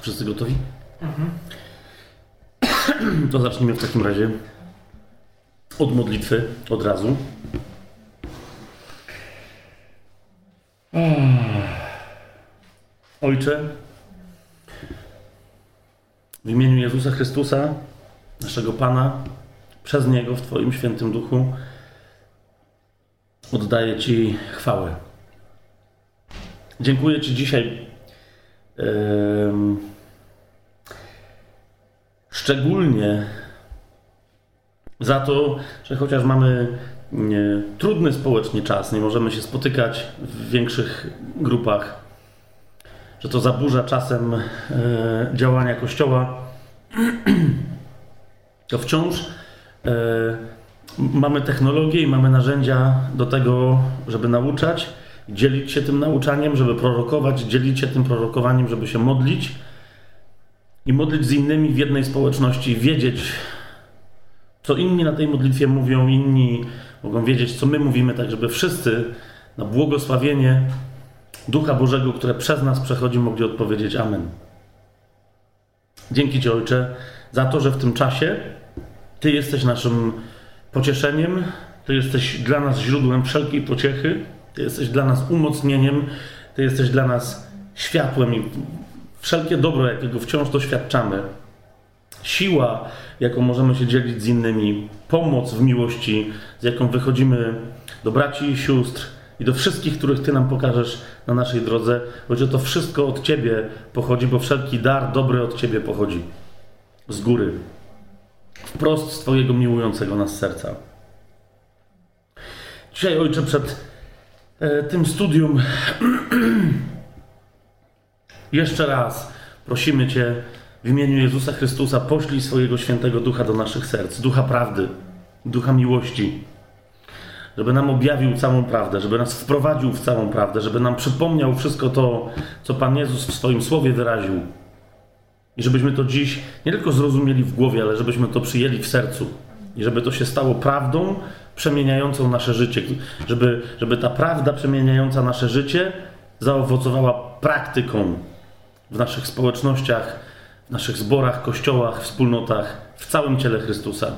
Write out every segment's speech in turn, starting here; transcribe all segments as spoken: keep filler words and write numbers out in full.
Wszyscy gotowi? Mhm. To zacznijmy w takim razie od modlitwy, od razu. Ojcze, w imieniu Jezusa Chrystusa, naszego Pana, przez Niego w Twoim Świętym Duchu oddaję Ci chwałę. Dziękuję Ci dzisiaj yy, szczególnie za to, że chociaż mamy nie, trudny społecznie czas, nie możemy się spotykać w większych grupach, że to zaburza czasem e, działania Kościoła, to wciąż e, mamy technologię i mamy narzędzia do tego, żeby nauczać, dzielić się tym nauczaniem, żeby prorokować, dzielić się tym prorokowaniem, żeby się modlić i modlić z innymi w jednej społeczności, wiedzieć, co inni na tej modlitwie mówią, inni mogą wiedzieć, co my mówimy, tak żeby wszyscy na błogosławienie Ducha Bożego, które przez nas przechodzi, mogli odpowiedzieć amen. Dzięki Ci, Ojcze, za to, że w tym czasie Ty jesteś naszym pocieszeniem, Ty jesteś dla nas źródłem wszelkiej pociechy, Ty jesteś dla nas umocnieniem, Ty jesteś dla nas światłem i wszelkie dobro, jakiego wciąż doświadczamy, siła, jaką możemy się dzielić z innymi, pomoc w miłości, z jaką wychodzimy do braci i sióstr i do wszystkich, których Ty nam pokażesz na naszej drodze, bo że to wszystko od Ciebie pochodzi, bo wszelki dar dobry od Ciebie pochodzi. Z góry. Wprost z Twojego miłującego nas serca. Dzisiaj, Ojcze, przed e, tym studium jeszcze raz prosimy Cię w imieniu Jezusa Chrystusa, poślij swojego Świętego Ducha do naszych serc, Ducha prawdy, Ducha miłości, żeby nam objawił całą prawdę, żeby nas wprowadził w całą prawdę, żeby nam przypomniał wszystko to, co Pan Jezus w swoim Słowie wyraził. I żebyśmy to dziś nie tylko zrozumieli w głowie, ale żebyśmy to przyjęli w sercu. I żeby to się stało prawdą przemieniającą nasze życie. Żeby, żeby ta prawda przemieniająca nasze życie zaowocowała praktyką w naszych społecznościach, w naszych zborach, kościołach, wspólnotach, w całym ciele Chrystusa.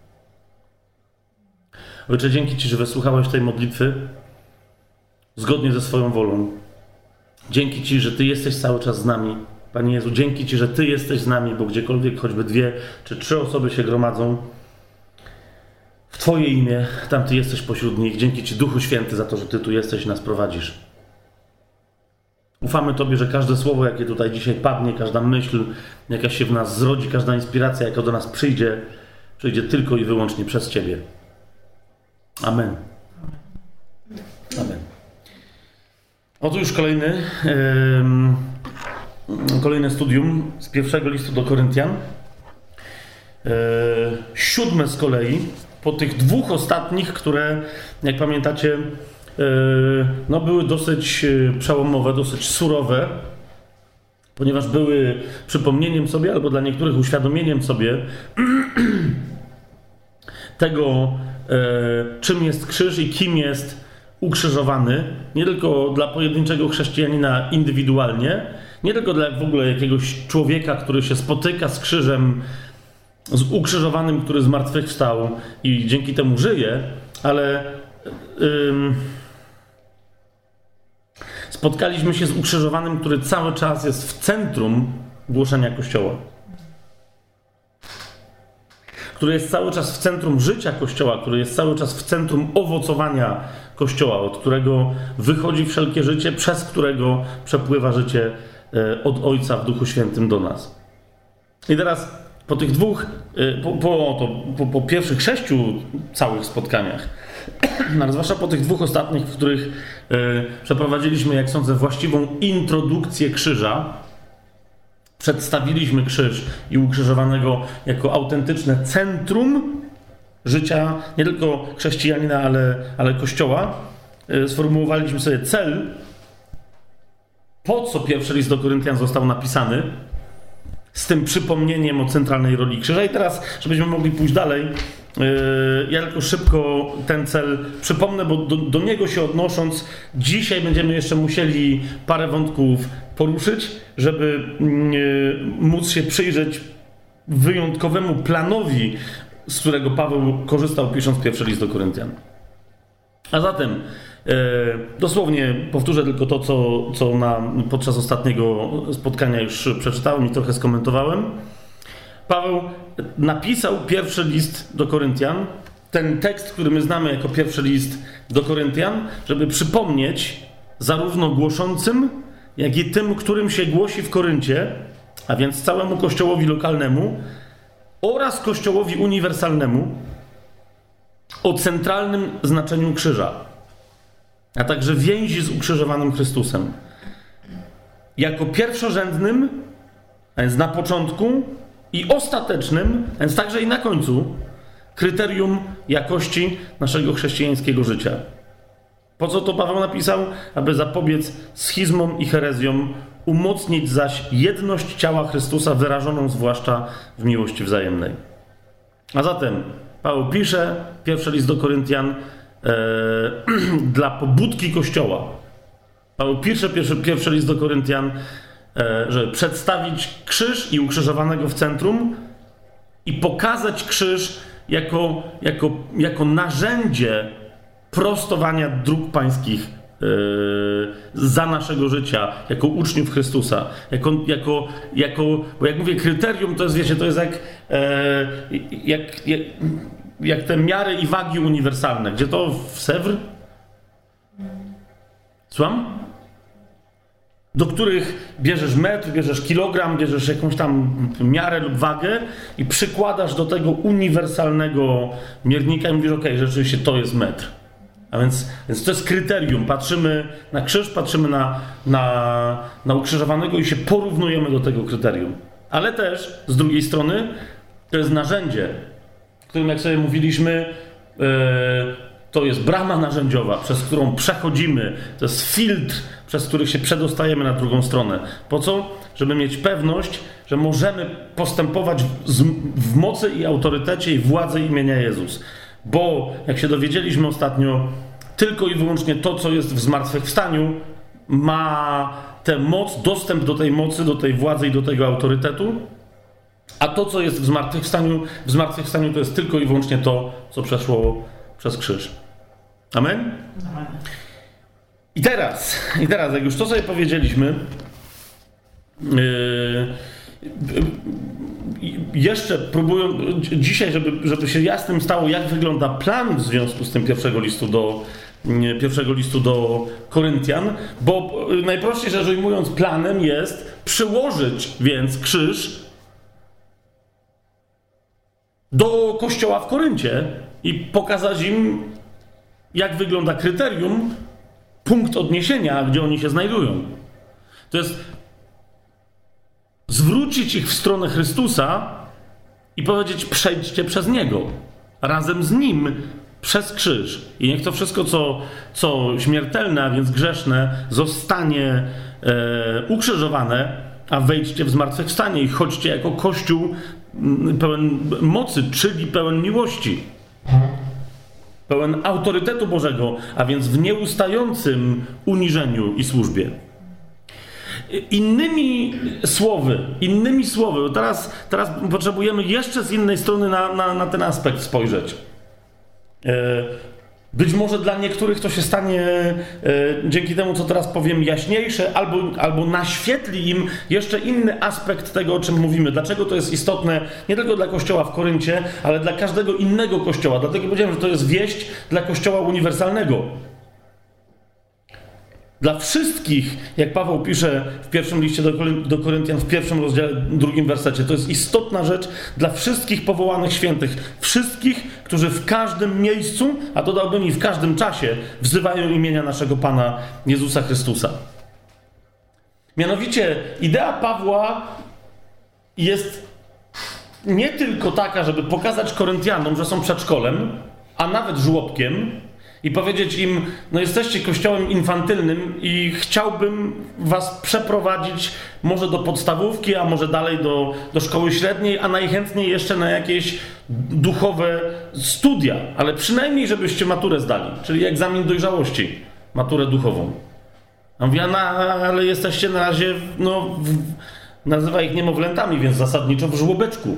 Ojcze, dzięki Ci, że wysłuchałeś tej modlitwy zgodnie ze swoją wolą. Dzięki Ci, że Ty jesteś cały czas z nami. Panie Jezu, dzięki Ci, że Ty jesteś z nami, bo gdziekolwiek choćby dwie czy trzy osoby się gromadzą w Twoje imię, tam Ty jesteś pośród nich. Dzięki Ci, Duchu Święty, za to, że Ty tu jesteś i nas prowadzisz. Ufamy Tobie, że każde słowo, jakie tutaj dzisiaj padnie, każda myśl, jaka się w nas zrodzi, każda inspiracja, jaka do nas przyjdzie, przyjdzie tylko i wyłącznie przez Ciebie. Amen. Amen. Oto już kolejny, yy, kolejne studium z pierwszego listu do Koryntian. Yy, siódme z kolei, po tych dwóch ostatnich, które, jak pamiętacie, no były dosyć przełomowe, dosyć surowe, ponieważ były przypomnieniem sobie, albo dla niektórych uświadomieniem sobie tego, czym jest krzyż i kim jest ukrzyżowany. Nie tylko dla pojedynczego chrześcijanina indywidualnie, nie tylko dla w ogóle jakiegoś człowieka, który się spotyka z krzyżem, z ukrzyżowanym, który zmartwychwstał i dzięki temu żyje, ale ym, spotkaliśmy się z ukrzyżowanym, który cały czas jest w centrum głoszenia Kościoła. Który jest cały czas w centrum życia Kościoła, który jest cały czas w centrum owocowania Kościoła, od którego wychodzi wszelkie życie, przez którego przepływa życie od Ojca w Duchu Świętym do nas. I teraz po tych dwóch, po, po, to, po, po pierwszych sześciu całych spotkaniach, ale zwłaszcza po tych dwóch ostatnich, w których e, przeprowadziliśmy, jak sądzę, właściwą introdukcję krzyża, przedstawiliśmy krzyż i ukrzyżowanego jako autentyczne centrum życia nie tylko chrześcijanina, ale, ale Kościoła. E, sformułowaliśmy sobie cel, po co pierwszy list do Koryntian został napisany, z tym przypomnieniem o centralnej roli krzyża. I teraz, żebyśmy mogli pójść dalej, yy, ja tylko szybko ten cel przypomnę, bo do, do niego się odnosząc, dzisiaj będziemy jeszcze musieli parę wątków poruszyć, żeby yy, móc się przyjrzeć wyjątkowemu planowi, z którego Paweł korzystał, pisząc pierwszy list do Koryntian. A zatem e, dosłownie powtórzę tylko to, co, co na, podczas ostatniego spotkania już przeczytałem i trochę skomentowałem. Paweł napisał pierwszy list do Koryntian, ten tekst, który my znamy jako pierwszy list do Koryntian, żeby przypomnieć zarówno głoszącym, jak i tym, którym się głosi w Koryncie, a więc całemu kościołowi lokalnemu oraz kościołowi uniwersalnemu, o centralnym znaczeniu krzyża, a także więzi z ukrzyżowanym Chrystusem. Jako pierwszorzędnym, a więc na początku, i ostatecznym, a więc także i na końcu, kryterium jakości naszego chrześcijańskiego życia. Po co to Paweł napisał? Aby zapobiec schizmom i herezjom, umocnić zaś jedność ciała Chrystusa, wyrażoną zwłaszcza w miłości wzajemnej. A zatem Paweł pisze, pierwszy list do Koryntian, e, dla pobudki Kościoła. Paweł pisze pierwszy, pierwszy list do Koryntian, e, żeby przedstawić krzyż i ukrzyżowanego w centrum i pokazać krzyż jako, jako, jako narzędzie prostowania dróg pańskich e, za naszego życia, jako uczniów Chrystusa. Jako, jako, jako, bo jak mówię, kryterium to jest, wiecie, to jest jak, e, jak, jak, jak te miary i wagi uniwersalne. Gdzie to? W Sewr? Słucham? Do których bierzesz metr, bierzesz kilogram, bierzesz jakąś tam miarę lub wagę i przykładasz do tego uniwersalnego miernika i mówisz, okej, okay, rzeczywiście to jest metr. A więc, więc to jest kryterium. Patrzymy na krzyż, patrzymy na, na, na ukrzyżowanego i się porównujemy do tego kryterium. Ale też, z drugiej strony, to jest narzędzie, którym, jak sobie mówiliśmy, yy, to jest brama narzędziowa, przez którą przechodzimy. To jest filtr, przez który się przedostajemy na drugą stronę. Po co? Żeby mieć pewność, że możemy postępować w, w mocy i autorytecie i władzy imienia Jezus. Bo, jak się dowiedzieliśmy ostatnio, tylko i wyłącznie to, co jest w zmartwychwstaniu, ma tę moc, dostęp do tej mocy, do tej władzy i do tego autorytetu, a to, co jest w zmartwychwstaniu, w zmartwychwstaniu to jest tylko i wyłącznie to, co przeszło przez krzyż. Amen? Amen. I teraz, i teraz, jak już to sobie powiedzieliśmy, yy, jeszcze próbują dzisiaj, żeby, żeby się jasnym stało, jak wygląda plan w związku z tym pierwszego listu do, pierwszego listu do Koryntian, bo najprościej rzecz ujmując, planem jest przyłożyć więc krzyż do kościoła w Koryncie i pokazać im, jak wygląda kryterium, punkt odniesienia, gdzie oni się znajdują. To jest zwrócić ich w stronę Chrystusa i powiedzieć, przejdźcie przez Niego. Razem z Nim przez krzyż. I niech to wszystko, co, co śmiertelne, a więc grzeszne, zostanie e, ukrzyżowane, a wejdźcie w zmartwychwstanie i chodźcie jako Kościół pełen mocy, czyli pełen miłości. Pełen autorytetu Bożego, a więc w nieustającym uniżeniu i służbie. Innymi słowy, innymi słowy, bo teraz, teraz potrzebujemy jeszcze z innej strony na, na, na ten aspekt spojrzeć. Być może dla niektórych to się stanie e, dzięki temu, co teraz powiem, jaśniejsze, albo, albo naświetli im jeszcze inny aspekt tego, o czym mówimy. Dlaczego to jest istotne nie tylko dla Kościoła w Koryncie, ale dla każdego innego Kościoła. Dlatego powiedziałem, że to jest wieść dla Kościoła uniwersalnego. Dla wszystkich, jak Paweł pisze w pierwszym liście do, do Koryntian, w pierwszym rozdziale, drugim wersecie, to jest istotna rzecz dla wszystkich powołanych świętych. Wszystkich, którzy w każdym miejscu, a dodałbym i w każdym czasie, wzywają imienia naszego Pana Jezusa Chrystusa. Mianowicie idea Pawła jest nie tylko taka, żeby pokazać Koryntianom, że są przedszkolem, a nawet żłobkiem, i powiedzieć im, no jesteście kościołem infantylnym i chciałbym was przeprowadzić może do podstawówki, a może dalej do, do szkoły średniej, a najchętniej jeszcze na jakieś duchowe studia, ale przynajmniej żebyście maturę zdali, czyli egzamin dojrzałości, maturę duchową. A mówię, no, ale jesteście na razie, no, w, nazywa ich niemowlętami, więc zasadniczo w żłobeczku.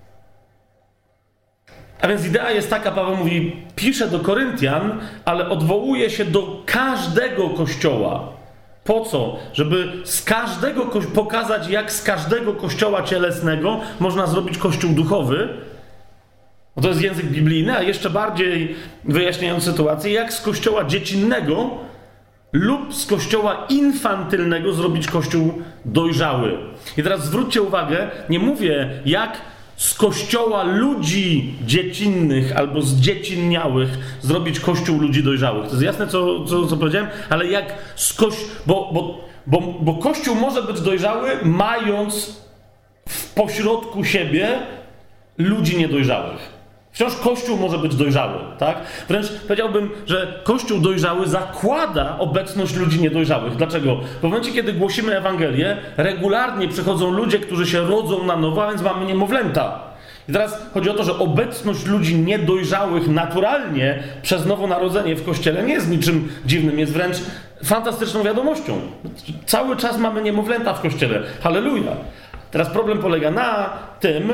A więc idea jest taka, Paweł mówi, pisze do Koryntian, ale odwołuje się do każdego kościoła. Po co? Żeby z każdego ko- pokazać, jak z każdego kościoła cielesnego można zrobić kościół duchowy. No to jest język biblijny, a jeszcze bardziej wyjaśniając sytuację, jak z kościoła dziecinnego lub z kościoła infantylnego zrobić kościół dojrzały. I teraz zwróćcie uwagę, nie mówię, jak z kościoła ludzi dziecinnych albo zdziecinniałych zrobić kościół ludzi dojrzałych. To jest jasne, co, co, co powiedziałem? Ale jak z kościoła... Bo, bo, bo, bo kościół może być dojrzały, mając w pośrodku siebie ludzi niedojrzałych. Wciąż Kościół może być dojrzały, tak? Wręcz powiedziałbym, że Kościół dojrzały zakłada obecność ludzi niedojrzałych. Dlaczego? Bo w momencie, kiedy głosimy Ewangelię, regularnie przychodzą ludzie, którzy się rodzą na nowo, a więc mamy niemowlęta. I teraz chodzi o to, że obecność ludzi niedojrzałych naturalnie przez nowonarodzenie w Kościele nie jest niczym dziwnym, jest wręcz fantastyczną wiadomością. Cały czas mamy niemowlęta w Kościele. Halleluja! Teraz problem polega na tym,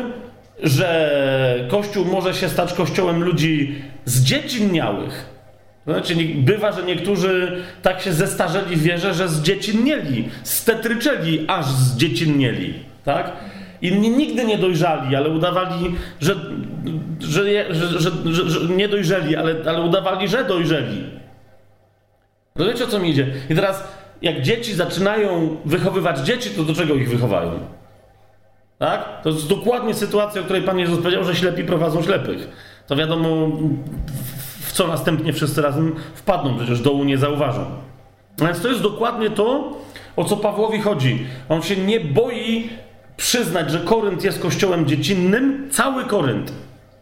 że Kościół może się stać kościołem ludzi zdziecinniałych. To znaczy, bywa, że niektórzy tak się zestarzeli w wierze, że zdziecinnieli, stetryczeli, aż zdziecinnieli, tak? Inni nigdy nie dojrzali, ale udawali, że, że, że, że, że, że nie dojrzeli, ale, ale udawali, że dojrzeli. Rozumiecie, o co mi idzie? I teraz, jak dzieci zaczynają wychowywać dzieci, to do czego ich wychowają? Tak? To jest dokładnie sytuacja, o której Pan Jezus powiedział, że ślepi prowadzą ślepych. To wiadomo, w co następnie wszyscy razem wpadną, przecież dołu nie zauważą. A więc to jest dokładnie to, o co Pawłowi chodzi. On się nie boi przyznać, że Korynt jest kościołem dziecinnym, cały Korynt.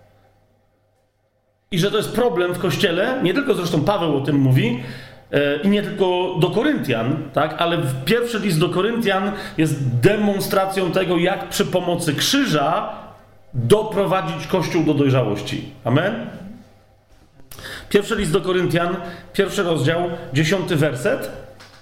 I że to jest problem w Kościele, nie tylko zresztą Paweł o tym mówi, i nie tylko do Koryntian, tak? Ale pierwszy list do Koryntian jest demonstracją tego, jak przy pomocy krzyża doprowadzić Kościół do dojrzałości. Amen? Pierwszy list do Koryntian, pierwszy rozdział, dziesiąty werset.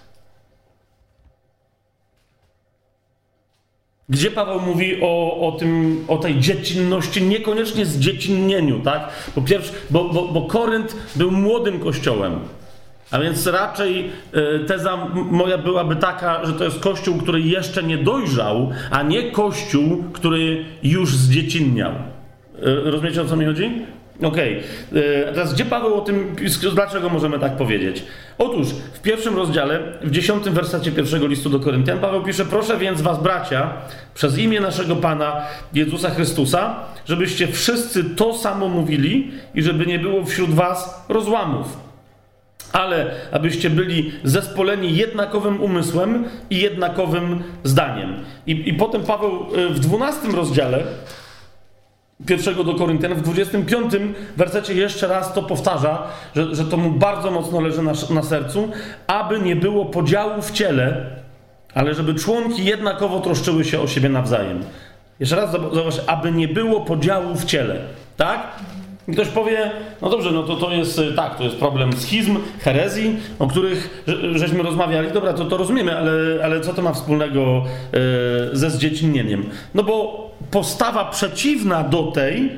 Gdzie Paweł mówi o, o, tym, o tej dziecinności, niekoniecznie zdziecinnieniu, tak? Bo, pierwszy, bo, bo, bo Korynt był młodym kościołem. A więc raczej y, teza moja byłaby taka, że to jest kościół, który jeszcze nie dojrzał, a nie kościół, który już zdziecinniał. Y, rozumiecie, o co mi chodzi? Okej. Okay. Teraz gdzie Paweł o tym, dlaczego możemy tak powiedzieć? Otóż w pierwszym rozdziale, w dziesiątym wersecie pierwszego listu do Koryntian, Paweł pisze: proszę więc was, bracia, przez imię naszego Pana Jezusa Chrystusa, żebyście wszyscy to samo mówili i żeby nie było wśród was rozłamów. Ale abyście byli zespoleni jednakowym umysłem i jednakowym zdaniem. I, i potem Paweł w dwunastym rozdziale pierwszego do Koryntian, w dwudziestym piątym wersecie jeszcze raz to powtarza, że, że to mu bardzo mocno leży na, na sercu, aby nie było podziału w ciele, ale żeby członki jednakowo troszczyły się o siebie nawzajem. Jeszcze raz zauważ, aby nie było podziału w ciele. Tak? I ktoś powie, no dobrze, no to to jest tak, to jest problem schizm, herezji, o których żeśmy rozmawiali. Dobra, to, to rozumiemy, ale, ale co to ma wspólnego yy, ze zdziecinnieniem? No bo postawa przeciwna do tej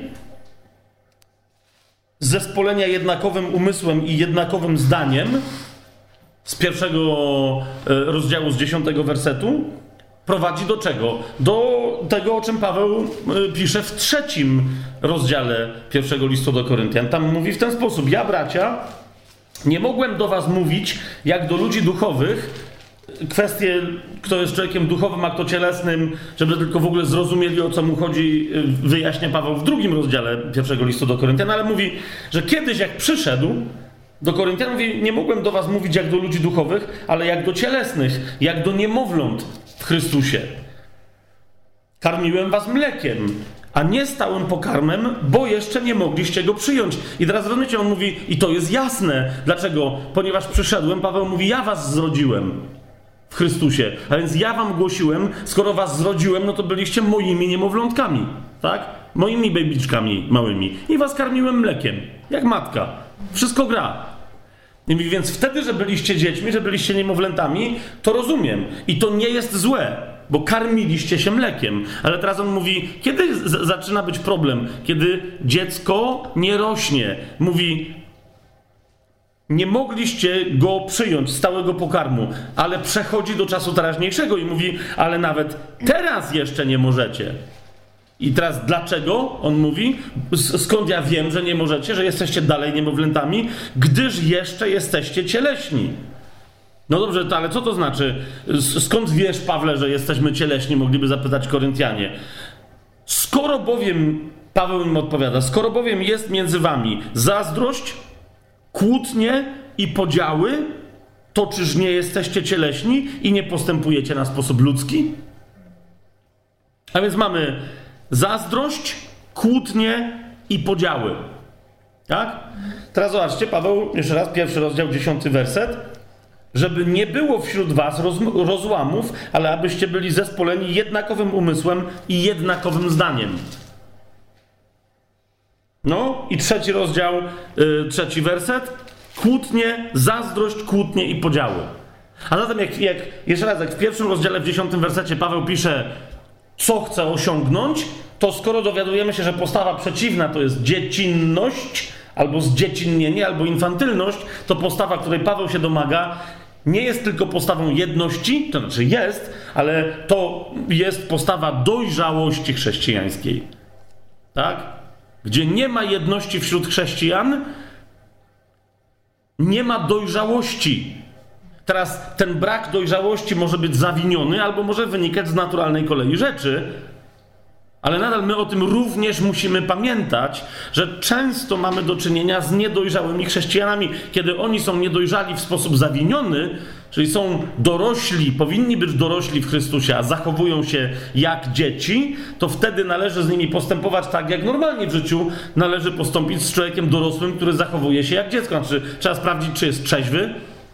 zespolenia jednakowym umysłem i jednakowym zdaniem z pierwszego yy, rozdziału, z dziesiątego wersetu, prowadzi do czego? Do tego, o czym Paweł y, pisze w trzecim rozdziale pierwszego listu do Koryntian. Tam mówi w ten sposób: ja, bracia, nie mogłem do was mówić jak do ludzi duchowych, kwestie, kto jest człowiekiem duchowym, a kto cielesnym, żeby tylko w ogóle zrozumieli, o co mu chodzi, wyjaśnia Paweł w drugim rozdziale pierwszego listu do Koryntian, ale mówi, że kiedyś jak przyszedł do Koryntian, mówi: nie mogłem do was mówić jak do ludzi duchowych, ale jak do cielesnych, jak do niemowląt w Chrystusie. Karmiłem was mlekiem, a nie stałym pokarmem, bo jeszcze nie mogliście go przyjąć. I teraz rozumiecie, on mówi, i to jest jasne. Dlaczego? Ponieważ przyszedłem, Paweł mówi, ja was zrodziłem w Chrystusie. A więc ja wam głosiłem, skoro was zrodziłem, no to byliście moimi niemowlątkami, tak? Moimi babiczkami małymi. I was karmiłem mlekiem, jak matka. Wszystko gra. I mówi, więc wtedy, że byliście dziećmi, że byliście niemowlętami, to rozumiem. I to nie jest złe, bo karmiliście się mlekiem. Ale teraz on mówi, kiedy z- zaczyna być problem? Kiedy dziecko nie rośnie. Mówi, nie mogliście go przyjąć, stałego pokarmu, ale przechodzi do czasu teraźniejszego i mówi, ale nawet teraz jeszcze nie możecie. I teraz dlaczego? On mówi, skąd ja wiem, że nie możecie, że jesteście dalej niemowlętami, gdyż jeszcze jesteście cieleśni. No dobrze, to, ale co to znaczy? Skąd wiesz, Pawle, że jesteśmy cieleśni? Mogliby zapytać Koryntianie. Skoro bowiem, Paweł im odpowiada, skoro bowiem jest między wami zazdrość, kłótnie i podziały, to czyż nie jesteście cieleśni i nie postępujecie na sposób ludzki? A więc mamy zazdrość, kłótnie i podziały. Tak? Teraz zobaczcie, Paweł, jeszcze raz, pierwszy rozdział, dziesiąty werset. Żeby nie było wśród was roz, rozłamów, ale abyście byli zespoleni jednakowym umysłem i jednakowym zdaniem. No i trzeci rozdział, yy, trzeci werset. Kłótnie, zazdrość, kłótnie i podziały. A zatem jak, jak jeszcze raz, jak w pierwszym rozdziale, w dziesiątym wersecie Paweł pisze, co chce osiągnąć, to skoro dowiadujemy się, że postawa przeciwna to jest dziecinność, albo zdziecinnienie, albo infantylność, to postawa, której Paweł się domaga, nie jest tylko postawą jedności, to znaczy jest, ale to jest postawa dojrzałości chrześcijańskiej. Tak? Gdzie nie ma jedności wśród chrześcijan, nie ma dojrzałości. Teraz ten brak dojrzałości może być zawiniony, albo może wynikać z naturalnej kolei rzeczy, ale nadal my o tym również musimy pamiętać, że często mamy do czynienia z niedojrzałymi chrześcijanami. Kiedy oni są niedojrzali w sposób zawiniony, czyli są dorośli, powinni być dorośli w Chrystusie, a zachowują się jak dzieci, to wtedy należy z nimi postępować tak, jak normalnie w życiu należy postąpić z człowiekiem dorosłym, który zachowuje się jak dziecko. Znaczy, trzeba sprawdzić, czy jest trzeźwy.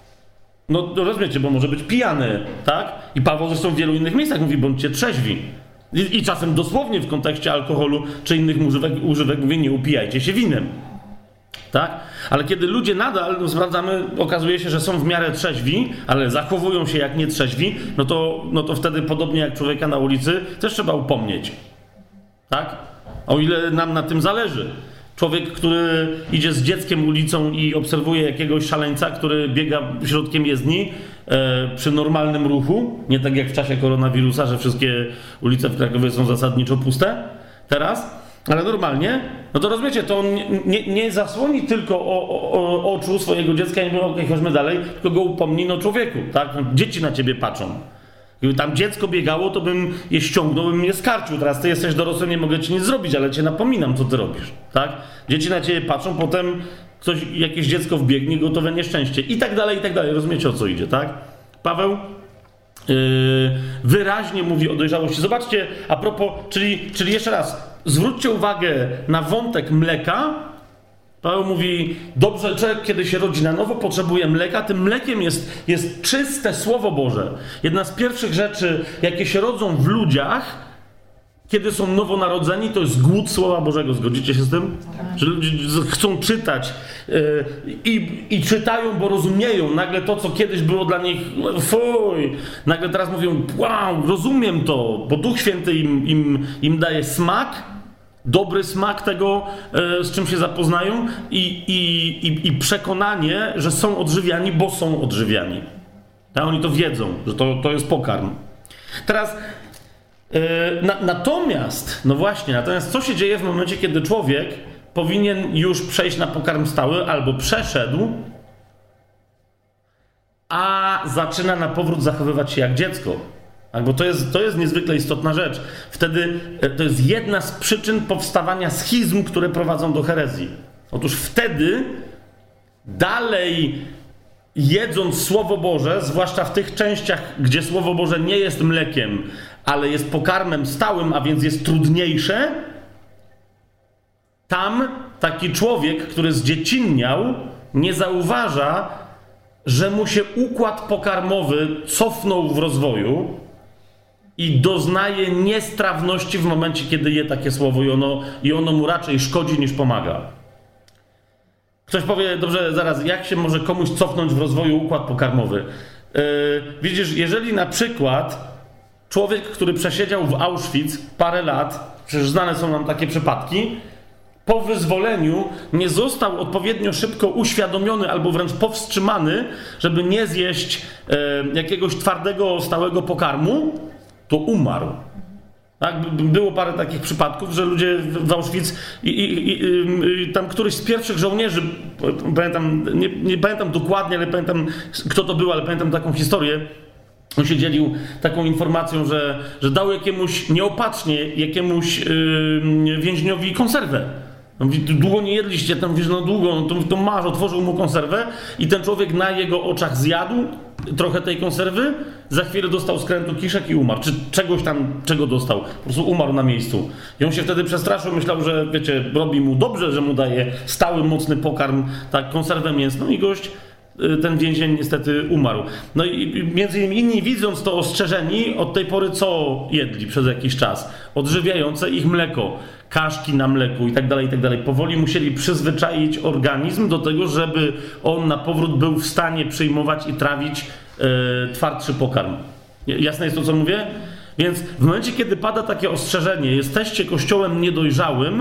No, no rozumiecie, bo może być pijany, tak? I Paweł zresztą w wielu innych miejscach mówi, bądźcie trzeźwi. I, I czasem dosłownie w kontekście alkoholu czy innych używek, używek mówi, nie upijajcie się winem. Tak? Ale kiedy ludzie nadal, no sprawdzamy, okazuje się, że są w miarę trzeźwi, ale zachowują się jak nietrzeźwi, no to, no to wtedy podobnie jak człowieka na ulicy też trzeba upomnieć. Tak? O ile nam na tym zależy. Człowiek, który idzie z dzieckiem ulicą i obserwuje jakiegoś szaleńca, który biega środkiem jezdni e, przy normalnym ruchu, nie tak jak w czasie koronawirusa, że wszystkie ulice w Krakowie są zasadniczo puste teraz, ale normalnie, no to rozumiecie, to on nie, nie, nie zasłoni tylko o, o, o oczu swojego dziecka i nie mówi, okej, okay, chodźmy dalej, tylko go upomni, no człowieku, tak? Dzieci na ciebie patrzą. Gdyby tam dziecko biegało, to bym je ściągnął, bym je skarcił. Teraz ty jesteś dorosły, nie mogę ci nic zrobić, ale cię napominam, co ty robisz, tak? Dzieci na ciebie patrzą, potem ktoś, jakieś dziecko wbiegnie, gotowe nieszczęście. I tak dalej, i tak dalej. Rozumiecie, o co idzie, tak? Paweł yy, wyraźnie mówi o dojrzałości. Zobaczcie, a propos, czyli, czyli jeszcze raz, zwróćcie uwagę na wątek mleka. Paweł mówi, dobrze, człowiek, kiedy się rodzi na nowo, potrzebuje mleka. Tym mlekiem jest, jest czyste Słowo Boże. Jedna z pierwszych rzeczy, jakie się rodzą w ludziach, kiedy są nowonarodzeni, to jest głód Słowa Bożego. Zgodzicie się z tym? Tak. Że ludzie chcą czytać yy, i, i czytają, bo rozumieją. Nagle to, co kiedyś było dla nich fuj, nagle teraz mówią, wow, rozumiem to, bo Duch Święty im, im, im daje smak, dobry smak tego, z czym się zapoznają i, i, i, i przekonanie, że są odżywiani, bo są odżywiani. A oni to wiedzą, że to, to jest pokarm. Teraz yy, na, natomiast, no właśnie, natomiast co się dzieje w momencie, kiedy człowiek powinien już przejść na pokarm stały albo przeszedł, a zaczyna na powrót zachowywać się jak dziecko? Bo to jest, to jest niezwykle istotna rzecz. Wtedy to jest jedna z przyczyn powstawania schizm, które prowadzą do herezji. Otóż wtedy dalej jedząc Słowo Boże, zwłaszcza w tych częściach, gdzie Słowo Boże nie jest mlekiem, ale jest pokarmem stałym, a więc jest trudniejsze, Tam taki człowiek, który zdziecinniał, nie zauważa, że mu się układ pokarmowy cofnął w rozwoju i doznaje niestrawności w momencie, kiedy je takie słowo i ono, i ono mu raczej szkodzi niż pomaga. Ktoś powie, dobrze, zaraz, jak się może komuś cofnąć w rozwoju układ pokarmowy? Yy, widzisz, jeżeli na przykład człowiek, który przesiedział w Auschwitz parę lat, przecież znane są nam takie przypadki, po wyzwoleniu nie został odpowiednio szybko uświadomiony albo wręcz powstrzymany, żeby nie zjeść e, jakiegoś twardego, stałego pokarmu, to umarł. Tak? Było parę takich przypadków, że ludzie w Auschwitz i, i, i, i tam któryś z pierwszych żołnierzy, pamiętam, nie, nie pamiętam dokładnie, ale pamiętam kto to był, ale pamiętam taką historię. On się dzielił taką informacją, że, że dał jakiemuś nieopatrznie, jakiemuś yy, więźniowi konserwę. On mówi, długo nie jedliście, tam wiesz, no długo, no to, to masz, otworzył mu konserwę i ten człowiek na jego oczach zjadł trochę tej konserwy, za chwilę dostał skrętu kiszek i umarł. Czy czegoś tam, czego dostał. Po prostu umarł na miejscu. I on się wtedy przestraszył, myślał, że wiecie, robi mu dobrze, że mu daje stały, mocny pokarm, tak, konserwę mięsną i gość, ten więzień niestety umarł. No i między innymi inni, widząc to ostrzeżeni, od tej pory co jedli przez jakiś czas? Odżywiające ich mleko, kaszki na mleku i tak dalej, i tak dalej. Powoli musieli przyzwyczaić organizm do tego, żeby on na powrót był w stanie przyjmować i trawić e, twardszy pokarm. Jasne jest to, co mówię? Więc w momencie, kiedy pada takie ostrzeżenie, jesteście kościołem niedojrzałym,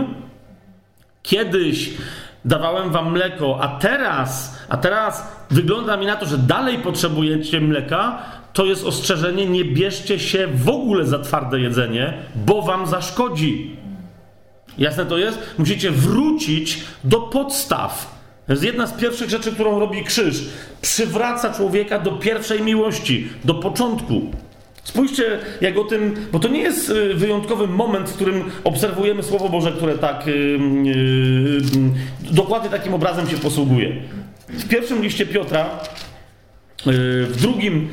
kiedyś dawałem wam mleko, a teraz, a teraz wygląda mi na to, że dalej potrzebujecie mleka, to jest ostrzeżenie, nie bierzcie się w ogóle za twarde jedzenie, bo wam zaszkodzi. Jasne to jest? Musicie wrócić do podstaw. To jest jedna z pierwszych rzeczy, którą robi krzyż. Przywraca człowieka do pierwszej miłości, do początku. Spójrzcie, jak o tym, bo to nie jest wyjątkowy moment, w którym obserwujemy Słowo Boże, które tak yy, yy, dokładnie takim obrazem się posługuje. W pierwszym liście Piotra, yy, w drugim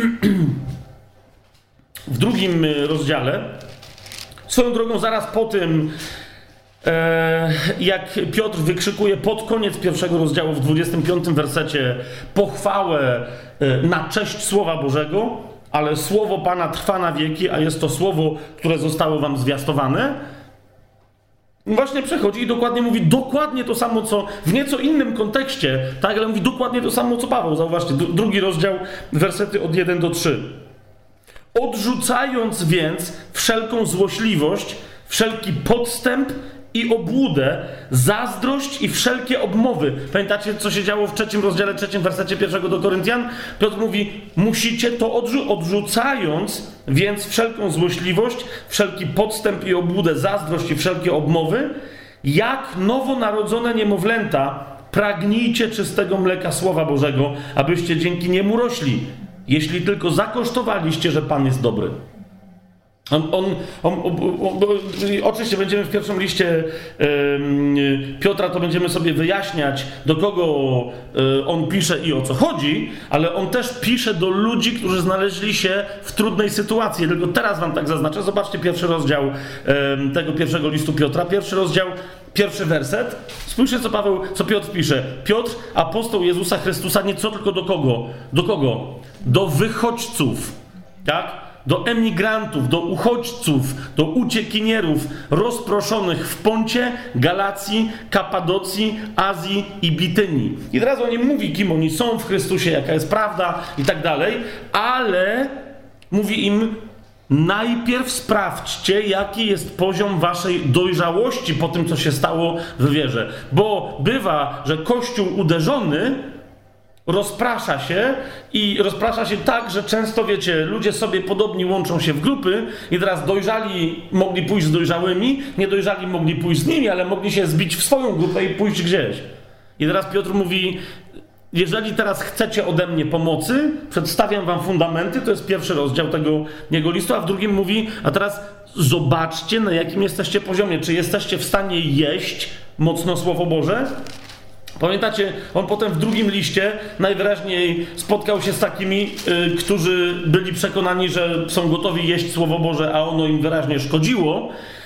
w drugim rozdziale, swoją drogą zaraz po tym, e, jak Piotr wykrzykuje pod koniec pierwszego rozdziału w dwudziestym piątym wersecie pochwałę e, na cześć Słowa Bożego, ale Słowo Pana trwa na wieki, a jest to Słowo, które zostało wam zwiastowane. Właśnie przechodzi i dokładnie mówi dokładnie to samo, co w nieco innym kontekście, tak, ale mówi dokładnie to samo, co Paweł. Zauważcie, drugi rozdział, wersety od jeden do trzech. Odrzucając więc wszelką złośliwość, wszelki podstęp i obłudę, zazdrość i wszelkie obmowy. Pamiętacie, co się działo w trzecim rozdziale, trzecim wersecie pierwszego do Koryntian? Piotr mówi, musicie to odrzu- odrzucając więc wszelką złośliwość, wszelki podstęp i obłudę, zazdrość i wszelkie obmowy, jak nowonarodzone niemowlęta, pragnijcie czystego mleka Słowa Bożego, abyście dzięki niemu rośli, jeśli tylko zakosztowaliście, że Pan jest dobry. On, on, on, on, on, oczywiście będziemy w pierwszym liście yy, Piotra, to będziemy sobie wyjaśniać, do kogo yy, on pisze i o co chodzi, ale on też pisze do ludzi, którzy znaleźli się w trudnej sytuacji. Tylko teraz wam tak zaznaczę. Zobaczcie pierwszy rozdział yy, tego pierwszego listu Piotra. Pierwszy rozdział, pierwszy werset. Spójrzcie, co Paweł, co Piotr pisze. Piotr, apostoł Jezusa Chrystusa, nie co tylko do kogo? Do kogo? Do wychodźców. Tak? Do emigrantów, do uchodźców, do uciekinierów rozproszonych w Poncie, Galacji, Kapadocji, Azji i Bitynii. I teraz on nie mówi, kim oni są w Chrystusie, jaka jest prawda i tak dalej, ale mówi im, najpierw sprawdźcie, jaki jest poziom waszej dojrzałości po tym, co się stało w wierze. Bo bywa, że Kościół uderzony rozprasza się i rozprasza się tak, że często, wiecie, ludzie sobie podobni łączą się w grupy i teraz dojrzali mogli pójść z dojrzałymi, niedojrzali mogli pójść z nimi, ale mogli się zbić w swoją grupę i pójść gdzieś. I teraz Piotr mówi, jeżeli teraz chcecie ode mnie pomocy, przedstawiam wam fundamenty, to jest pierwszy rozdział tego jego listu, a w drugim mówi, a teraz zobaczcie, na jakim jesteście poziomie, czy jesteście w stanie jeść mocno Słowo Boże? Pamiętacie, on potem w drugim liście najwyraźniej spotkał się z takimi, y, którzy byli przekonani, że są gotowi jeść Słowo Boże, a ono im wyraźnie szkodziło.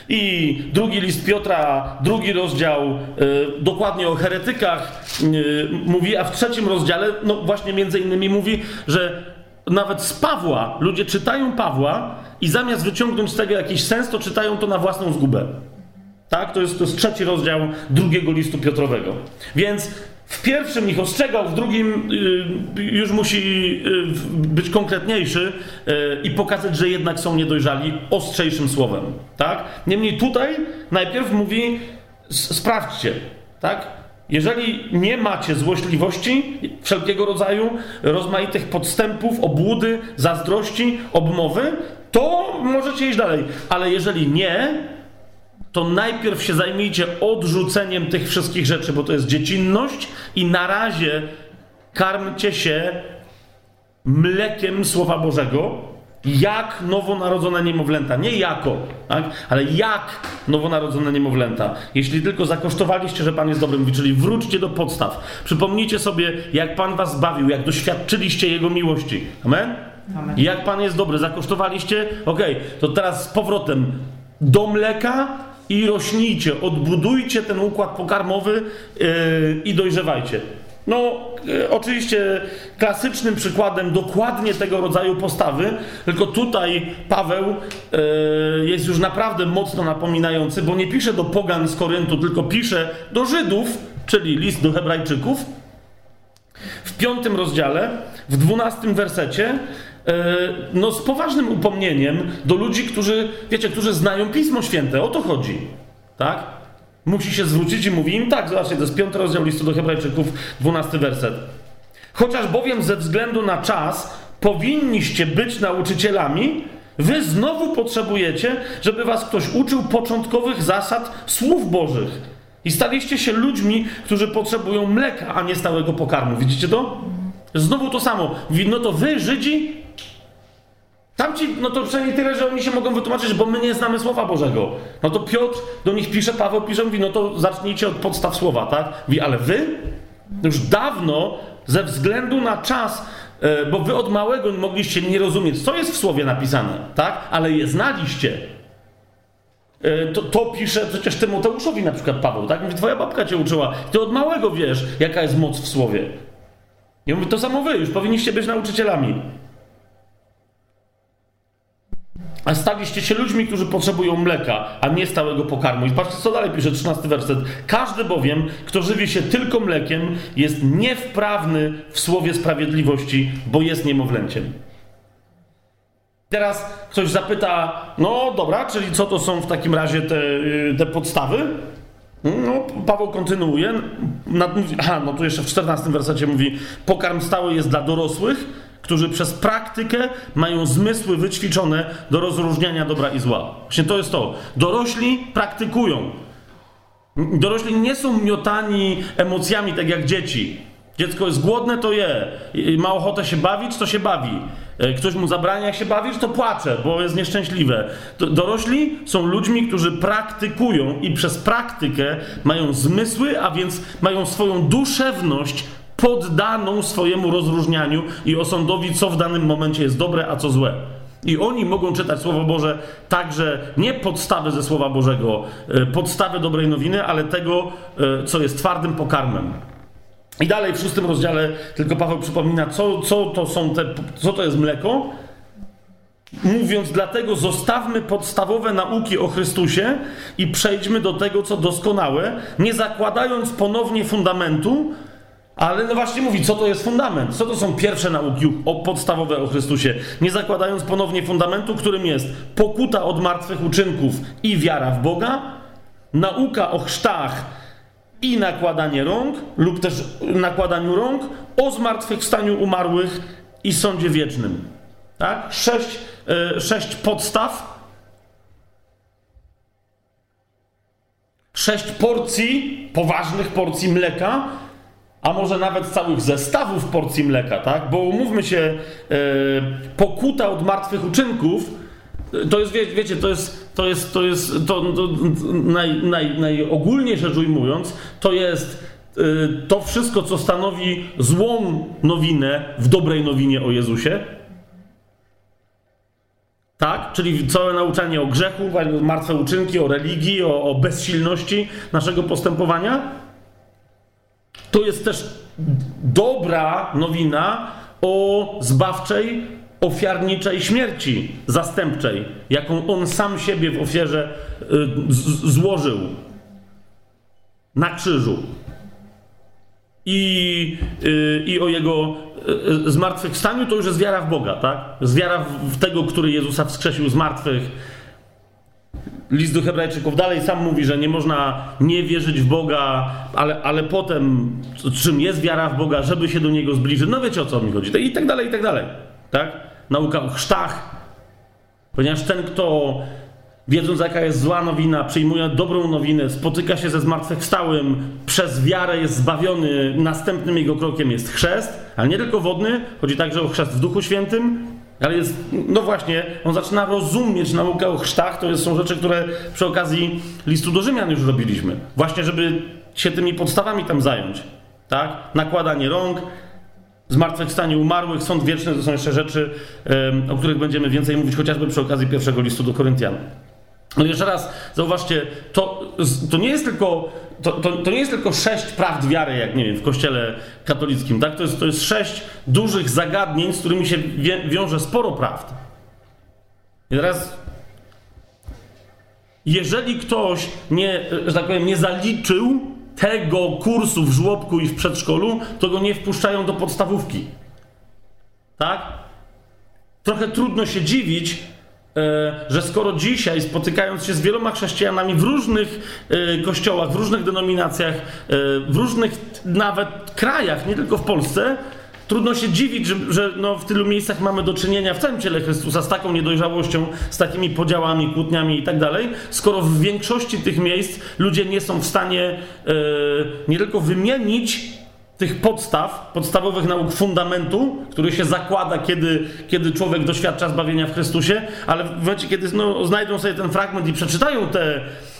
I drugi list Piotra, drugi rozdział, y, dokładnie o heretykach y, mówi, a w trzecim rozdziale, no właśnie między innymi mówi, że nawet z Pawła, ludzie czytają Pawła i zamiast wyciągnąć z tego jakiś sens, to czytają to na własną zgubę. Tak? To jest, to jest trzeci rozdział drugiego listu Piotrowego. Więc w pierwszym ich ostrzegał, w drugim y, już musi y, być konkretniejszy y, i pokazać, że jednak są niedojrzali ostrzejszym słowem. Tak? Niemniej tutaj najpierw mówi, sprawdźcie, tak? Jeżeli nie macie złośliwości wszelkiego rodzaju, rozmaitych podstępów, obłudy, zazdrości, obmowy, to możecie iść dalej. Ale jeżeli nie, to najpierw się zajmijcie odrzuceniem tych wszystkich rzeczy, bo to jest dziecinność i na razie karmcie się mlekiem Słowa Bożego, jak nowonarodzone niemowlęta. Nie jako, tak? Ale jak nowonarodzone niemowlęta. Jeśli tylko zakosztowaliście, że Pan jest dobry, mówi, czyli wróćcie do podstaw. Przypomnijcie sobie, jak Pan was zbawił, jak doświadczyliście Jego miłości. Amen? Amen. Jak Pan jest dobry, zakosztowaliście? Okej, okay. To teraz z powrotem do mleka i rośnijcie, odbudujcie ten układ pokarmowy yy, i dojrzewajcie. No, y, oczywiście klasycznym przykładem dokładnie tego rodzaju postawy, tylko tutaj Paweł y, jest już naprawdę mocno napominający, bo nie pisze do pogan z Koryntu, tylko pisze do Żydów, czyli list do Hebrajczyków. W piątym rozdziale, w dwunastym wersecie, y, no z poważnym upomnieniem do ludzi, którzy, wiecie, którzy znają Pismo Święte, o to chodzi, tak? Musi się zwrócić i mówi im tak, zobaczcie, to jest piąty rozdział listu do Hebrajczyków, dwunasty werset. Chociaż bowiem ze względu na czas powinniście być nauczycielami, wy znowu potrzebujecie, żeby was ktoś uczył początkowych zasad słów Bożych. I staliście się ludźmi, którzy potrzebują mleka, a nie stałego pokarmu. Widzicie to? Znowu to samo. Mówi, no to wy, Żydzi, tamci, no to przynajmniej tyle, że oni się mogą wytłumaczyć, bo my nie znamy Słowa Bożego. No to Piotr do nich pisze, Paweł pisze, mówi, no to zacznijcie od podstaw Słowa, tak? Mówi, ale wy już dawno ze względu na czas, yy, bo wy od małego mogliście nie rozumieć, co jest w Słowie napisane, tak? Ale je znaliście. Yy, to, to pisze przecież Tymoteuszowi na przykład Paweł, tak? Mówi, twoja babka cię uczyła, ty od małego wiesz, jaka jest moc w Słowie. I mówi, to samo wy, już powinniście być nauczycielami. A staliście się ludźmi, którzy potrzebują mleka, a nie stałego pokarmu. I patrzcie, co dalej pisze, trzynasty werset. Każdy bowiem, kto żywi się tylko mlekiem, jest niewprawny w słowie sprawiedliwości, bo jest niemowlęciem. Teraz ktoś zapyta, no dobra, czyli co to są w takim razie te, te podstawy? No, Paweł kontynuuje. Aha, no tu jeszcze w czternastym wersecie mówi, pokarm stały jest dla dorosłych, którzy przez praktykę mają zmysły wyćwiczone do rozróżniania dobra i zła. Właśnie to jest to. Dorośli praktykują. Dorośli nie są miotani emocjami tak jak dzieci. Dziecko jest głodne, to je. Ma ochotę się bawić, to się bawi. Ktoś mu zabrania się bawić, to płacze, bo jest nieszczęśliwe. Dorośli są ludźmi, którzy praktykują i przez praktykę mają zmysły, a więc mają swoją duszewność poddaną swojemu rozróżnianiu i osądowi, co w danym momencie jest dobre, a co złe. I oni mogą czytać Słowo Boże także nie podstawy ze Słowa Bożego, podstawy dobrej nowiny, ale tego, co jest twardym pokarmem. I dalej w szóstym rozdziale tylko Paweł przypomina, co, co to są te, co to jest mleko. Mówiąc, dlatego zostawmy podstawowe nauki o Chrystusie i przejdźmy do tego, co doskonałe, nie zakładając ponownie fundamentu. Ale no właśnie mówi, co to jest fundament? Co to są pierwsze nauki o podstawowe o Chrystusie? Nie zakładając ponownie fundamentu, którym jest pokuta od martwych uczynków i wiara w Boga, nauka o chrztach i nakładanie rąk, lub też nakładaniu rąk, o zmartwychwstaniu umarłych i sądzie wiecznym. Tak? Sześć, yy, sześć podstaw, sześć porcji, poważnych porcji mleka, a może nawet całych zestawów porcji mleka, tak? Bo umówmy się, yy, pokuta od martwych uczynków, to jest, wie, wiecie, to jest, to jest, to jest, to, to naj, naj, najogólniej rzecz ujmując, to jest yy, to wszystko, co stanowi złą nowinę w dobrej nowinie o Jezusie. Tak? Czyli całe nauczanie o grzechu, martwe uczynki, o religii, o, o bezsilności naszego postępowania. To jest też dobra nowina o zbawczej, ofiarniczej śmierci zastępczej, jaką on sam siebie w ofierze y, z, złożył na krzyżu. I, y, i o jego y, zmartwychwstaniu to już jest wiara w Boga, tak? Jest wiara w, w tego, który Jezusa wskrzesił z martwych. List do Hebrajczyków dalej sam mówi, że nie można nie wierzyć w Boga, ale, ale potem czym jest wiara w Boga, żeby się do Niego zbliżyć. No wiecie, o co mi chodzi. I tak dalej, i tak dalej. Tak? Nauka o chrztach. Ponieważ ten, kto wiedząc, jaka jest zła nowina, przyjmuje dobrą nowinę, spotyka się ze zmartwychwstałym, przez wiarę jest zbawiony, następnym jego krokiem jest chrzest, ale nie tylko wodny, chodzi także o chrzest w Duchu Świętym, ale jest, no właśnie, on zaczyna rozumieć naukę o chrztach, to są rzeczy, które przy okazji listu do Rzymian już robiliśmy, właśnie żeby się tymi podstawami tam zająć, tak? Nakładanie rąk, zmartwychwstanie umarłych, sąd wieczny, to są jeszcze rzeczy, um, o których będziemy więcej mówić, chociażby przy okazji pierwszego listu do Koryntian. Ale jeszcze raz, zauważcie, to, to, nie jest tylko, to, to, to nie jest tylko sześć prawd wiary, jak nie wiem, w kościele katolickim, tak? To jest, to jest sześć dużych zagadnień, z którymi się wie, wiąże sporo prawd. I teraz, jeżeli ktoś nie, że tak powiem, nie zaliczył tego kursu w żłobku i w przedszkolu, to go nie wpuszczają do podstawówki. Tak? Trochę trudno się dziwić, że skoro dzisiaj, spotykając się z wieloma chrześcijanami w różnych kościołach, w różnych denominacjach, w różnych nawet krajach, nie tylko w Polsce, trudno się dziwić, że, że no w tylu miejscach mamy do czynienia w całym ciele Chrystusa z taką niedojrzałością, z takimi podziałami, kłótniami i tak dalej, skoro w większości tych miejsc ludzie nie są w stanie nie tylko wymienić tych podstaw, podstawowych nauk fundamentu, który się zakłada, kiedy, kiedy człowiek doświadcza zbawienia w Chrystusie, ale w momencie, kiedy no, znajdą sobie ten fragment i przeczytają te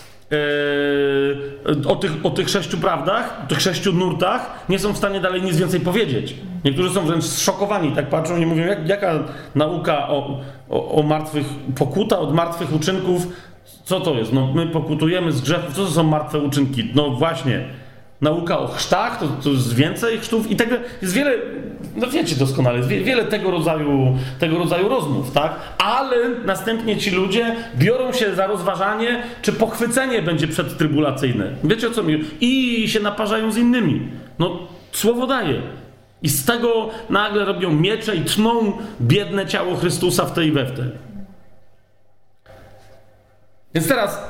Yy, o, tych, o tych sześciu prawdach, o tych sześciu nurtach, nie są w stanie dalej nic więcej powiedzieć. Niektórzy są wręcz zszokowani, tak patrzą i mówią, jak, jaka nauka o, o, o martwych, pokuta od martwych uczynków, co to jest? No, my pokutujemy z grzechów, co to są martwe uczynki? No właśnie, nauka o chrztach, to, to jest więcej chrztów i tego jest wiele, no wiecie doskonale, jest wiele tego rodzaju, tego rodzaju rozmów, tak? Ale następnie ci ludzie biorą się za rozważanie, czy pochwycenie będzie przedtrybulacyjne. Wiecie o co mi? I się naparzają z innymi. No, słowo daje. I z tego nagle robią miecze i tną biedne ciało Chrystusa w te i we w te. Więc teraz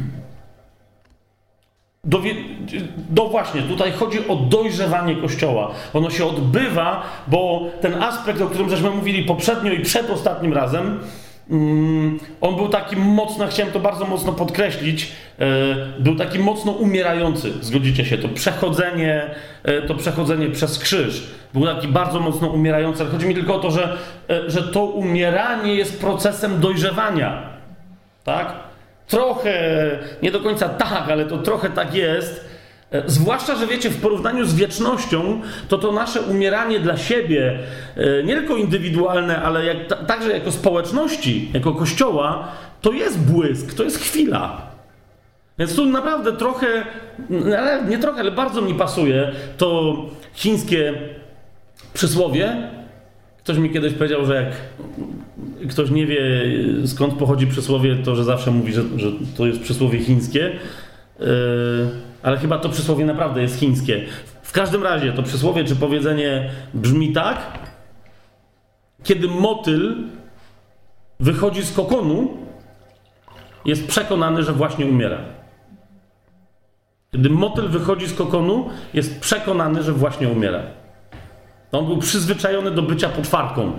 Do, do właśnie, tutaj chodzi o dojrzewanie Kościoła. Ono się odbywa, bo ten aspekt, o którym żeśmy mówili poprzednio i przedostatnim razem, um, on był taki mocno, chciałem to bardzo mocno podkreślić, e, był taki mocno umierający, zgodzicie się, to przechodzenie, e, to przechodzenie przez krzyż był taki bardzo mocno umierający, ale chodzi mi tylko o to, że, e, że to umieranie jest procesem dojrzewania, tak? Trochę, nie do końca tak, ale to trochę tak jest. Zwłaszcza, że wiecie, w porównaniu z wiecznością, to to nasze umieranie dla siebie, nie tylko indywidualne, ale jak, t- także jako społeczności, jako Kościoła, to jest błysk, to jest chwila. Więc tu naprawdę trochę, ale nie trochę, ale bardzo mi pasuje to chińskie przysłowie. Ktoś mi kiedyś powiedział, że jak ktoś nie wie, skąd pochodzi przysłowie, to że zawsze mówi, że, że to jest przysłowie chińskie. Yy, ale chyba to przysłowie naprawdę jest chińskie. W każdym razie to przysłowie czy powiedzenie brzmi tak: kiedy motyl wychodzi z kokonu, jest przekonany, że właśnie umiera. Kiedy motyl wychodzi z kokonu, jest przekonany, że właśnie umiera. On był przyzwyczajony do bycia poczwarką.